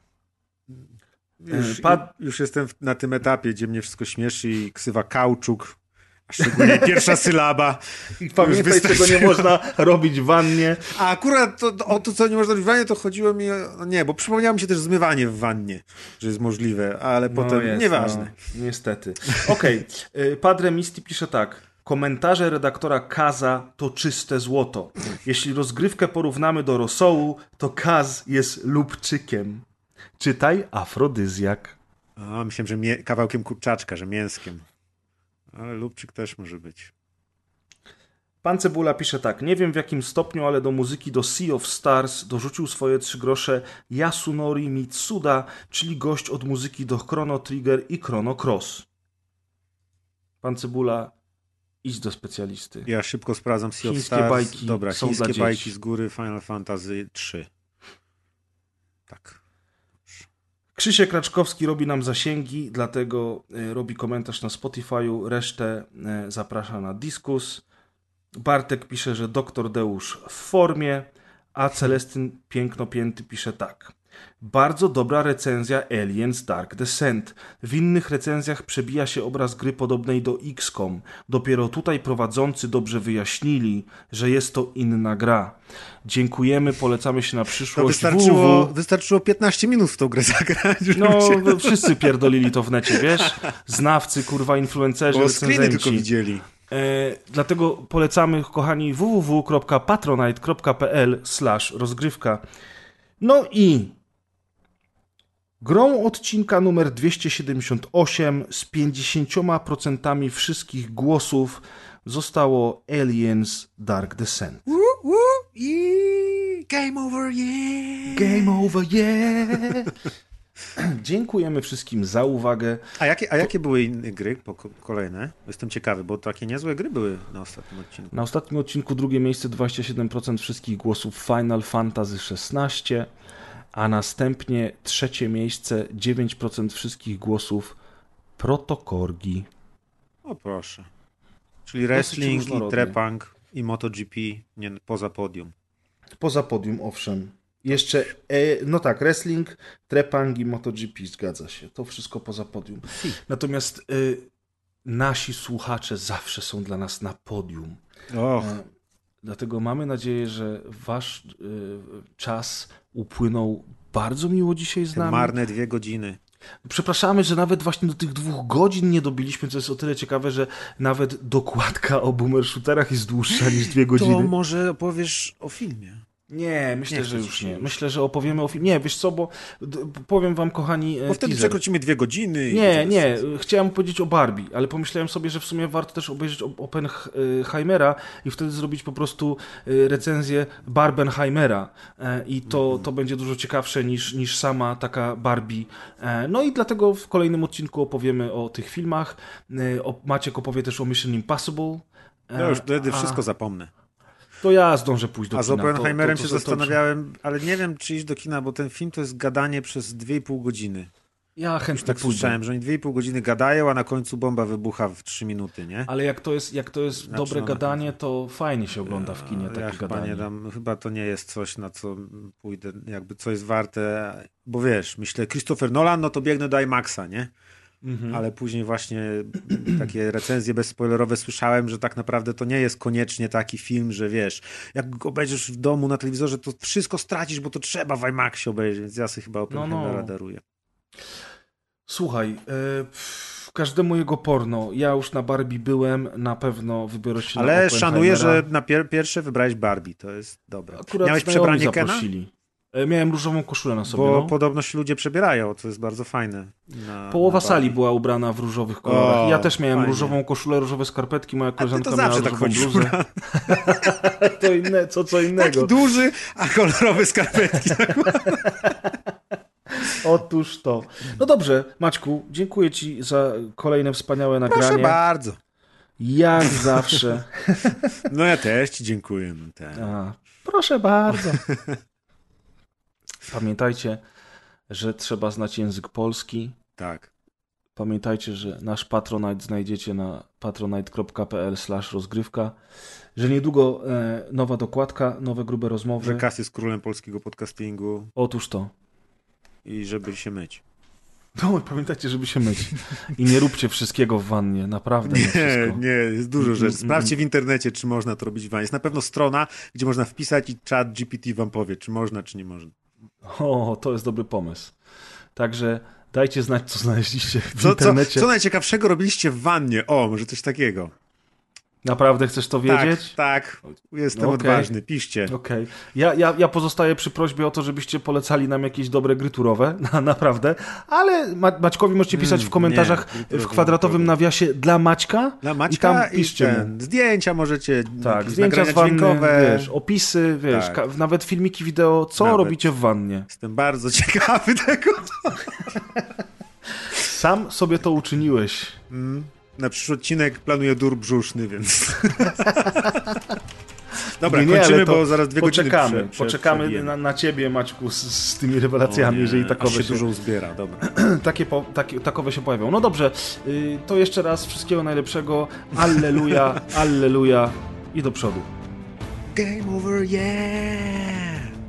Już jestem na tym etapie, gdzie mnie wszystko śmieszy i ksywa Kauczuk, a szczególnie pierwsza sylaba. I pamiętaj, czego nie można robić w wannie. A akurat o to, co nie można robić w wannie, to chodziło mi nie, bo przypomniało mi się też zmywanie w wannie, że jest możliwe, ale potem nieważne. No, niestety. Okej. Padre Misty pisze tak. Komentarze redaktora Kaza to czyste złoto. Jeśli rozgrywkę porównamy do rosołu, to Kaz jest lubczykiem. Czytaj afrodyzjak. A, myślałem, że kawałkiem kurczaczka, że mięskiem. Ale lubczyk też może być. Pan Cebula pisze tak. Nie wiem w jakim stopniu, ale do muzyki do Sea of Stars dorzucił swoje 3 grosze Yasunori Mitsuda, czyli gość od muzyki do Chrono Trigger i Chrono Cross. Pan Cebula, idź do specjalisty. Ja szybko sprawdzam Sea of Chińskie Stars. bajki Dobra, są chińskie dla bajki dzieci. z góry Final Fantasy 3. Tak. Krzysiek Raczkowski robi nam zasięgi, dlatego robi komentarz na Spotify'u, resztę zaprasza na Diskus. Bartek pisze, że Dr. Deusz w formie, a Celestyn Pięknopięty pisze tak. Bardzo dobra recenzja Aliens Dark Descent. W innych recenzjach przebija się obraz gry podobnej do XCOM. Dopiero tutaj prowadzący dobrze wyjaśnili, że jest to inna gra. Dziękujemy, polecamy się na przyszłość. To wystarczyło 15 minut w tą grę zagrać. No, wszyscy pierdolili to w necie, wiesz? Znawcy, kurwa, influencerzy, bo recenzenci. screeny tylko widzieli. Dlatego polecamy, kochani, www.patronite.pl/rozgrywka. No i grą odcinka numer 278 z 50% wszystkich głosów zostało Aliens Dark Descent. Game over, yeah! Game over, yeah! Dziękujemy wszystkim za uwagę. A jakie były inne gry kolejne? Jestem ciekawy, bo takie niezłe gry były na ostatnim odcinku. Na ostatnim odcinku drugie miejsce 27% wszystkich głosów Final Fantasy XVI, a następnie trzecie miejsce 9% wszystkich głosów Protokorgi. O proszę. Czyli wrestling i trepang i MotoGP poza podium. Poza podium, owszem. Jeszcze, no tak, wrestling, trepang i MotoGP, zgadza się. To wszystko poza podium. Natomiast nasi słuchacze zawsze są dla nas na podium. Dlatego mamy nadzieję, że wasz czas upłynął bardzo miło dzisiaj z nami. Marne 2 godziny. Przepraszamy, że nawet właśnie do tych 2 godzin nie dobiliśmy, co jest o tyle ciekawe, że nawet dokładka o boomer shooterach jest dłuższa niż 2 godziny. To może opowiesz o filmie. Nie, myślę, że już nie. Myślę, że opowiemy o filmie. Nie, wiesz co, bo powiem wam, kochani, bo wtedy teaser. przekroczymy 2 godziny. Nie. Chciałem powiedzieć o Barbie, ale pomyślałem sobie, że w sumie warto też obejrzeć Oppenheimera i wtedy zrobić po prostu recenzję Barbenheimera. I to będzie dużo ciekawsze niż sama taka Barbie. No i dlatego w kolejnym odcinku opowiemy o tych filmach. Maciek opowie też o Mission Impossible. Ja już wtedy wszystko zapomnę. To ja zdążę pójść do kina. A z Oppenheimerem się zastanawiałem, ale nie wiem, czy iść do kina, bo ten film to jest gadanie przez 2,5 godziny. Ja chętnie tak słyszałem, że oni 2,5 godziny gadają, a na końcu bomba wybucha w 3 minuty, nie? Ale jak to jest dobre gadanie, to fajnie się ogląda w kinie takie gadanie. Chyba to nie jest coś, na co pójdę, jakby co jest warte, bo wiesz, myślę, Christopher Nolan, no to biegnę do IMAXa, nie? Ale później właśnie takie recenzje bezspoilerowe słyszałem, że tak naprawdę to nie jest koniecznie taki film, że wiesz, jak go obejrzysz w domu na telewizorze, to wszystko stracisz, bo to trzeba w IMAXie obejrzeć, więc ja sobie chyba Oppenheimera daruję. Słuchaj, każdemu jego porno. Ja już na Barbie byłem, na pewno wybiorę się na Oppenheimera. Ale szanuję, że na pierwsze wybrałeś Barbie, to jest dobre. Akurat miałeś przebranie Kena? Miałem różową koszulę na sobie. Bo podobno się ludzie przebierają, to jest bardzo fajne. Połowa sali była ubrana w różowych kolorach. Ja też miałem różową koszulę, różowe skarpetki, moja koleżanka miała różową bluzę. To co innego. Taki duży, a kolorowe skarpetki. Otóż to. No dobrze, Maćku, dziękuję ci za kolejne wspaniałe nagranie. Proszę bardzo. Jak zawsze. No ja też ci dziękuję. Proszę bardzo. Pamiętajcie, że trzeba znać język polski. Tak. Pamiętajcie, że nasz Patronite znajdziecie na patronite.pl/rozgrywka, że niedługo nowa dokładka, nowe grube rozmowy. Że Kas jest królem polskiego podcastingu. Otóż to. I żeby się myć. No, pamiętajcie, żeby się myć. I nie róbcie wszystkiego w wannie, naprawdę nie wszystko. Nie, jest dużo rzeczy. Sprawdźcie w internecie, czy można to robić w wannie. Jest na pewno strona, gdzie można wpisać i chat GPT wam powie, czy można, czy nie można. O, to jest dobry pomysł. Także dajcie znać, co znaleźliście w internecie. Co najciekawszego robiliście w wannie? O, może coś takiego. Naprawdę chcesz to wiedzieć? Tak. Jestem odważny. Piszcie. Okej. Ja pozostaję przy prośbie o to, żebyście polecali nam jakieś dobre gry turowe. Naprawdę. Ale Maćkowi możecie pisać w komentarzach w kwadratowym nawiasie dla Maćka. Dla Maćka i tam piszcie. Zdjęcia możecie. Tak, zdjęcia z wanny, wiesz, opisy, wiesz, nawet filmiki wideo, co robicie w wannie. Jestem bardzo ciekawy tego. Sam sobie to uczyniłeś. Na przyszły odcinek planuję dur brzuszny, więc... Dobra, kończymy, bo zaraz 2 godziny Poczekamy na ciebie, Maćku, z tymi rewelacjami, jeżeli takowe się dużo uzbiera, dobra. Takowe się pojawią. No dobrze, to jeszcze raz wszystkiego najlepszego. Alleluja, alleluja i do przodu. Game over, yeah!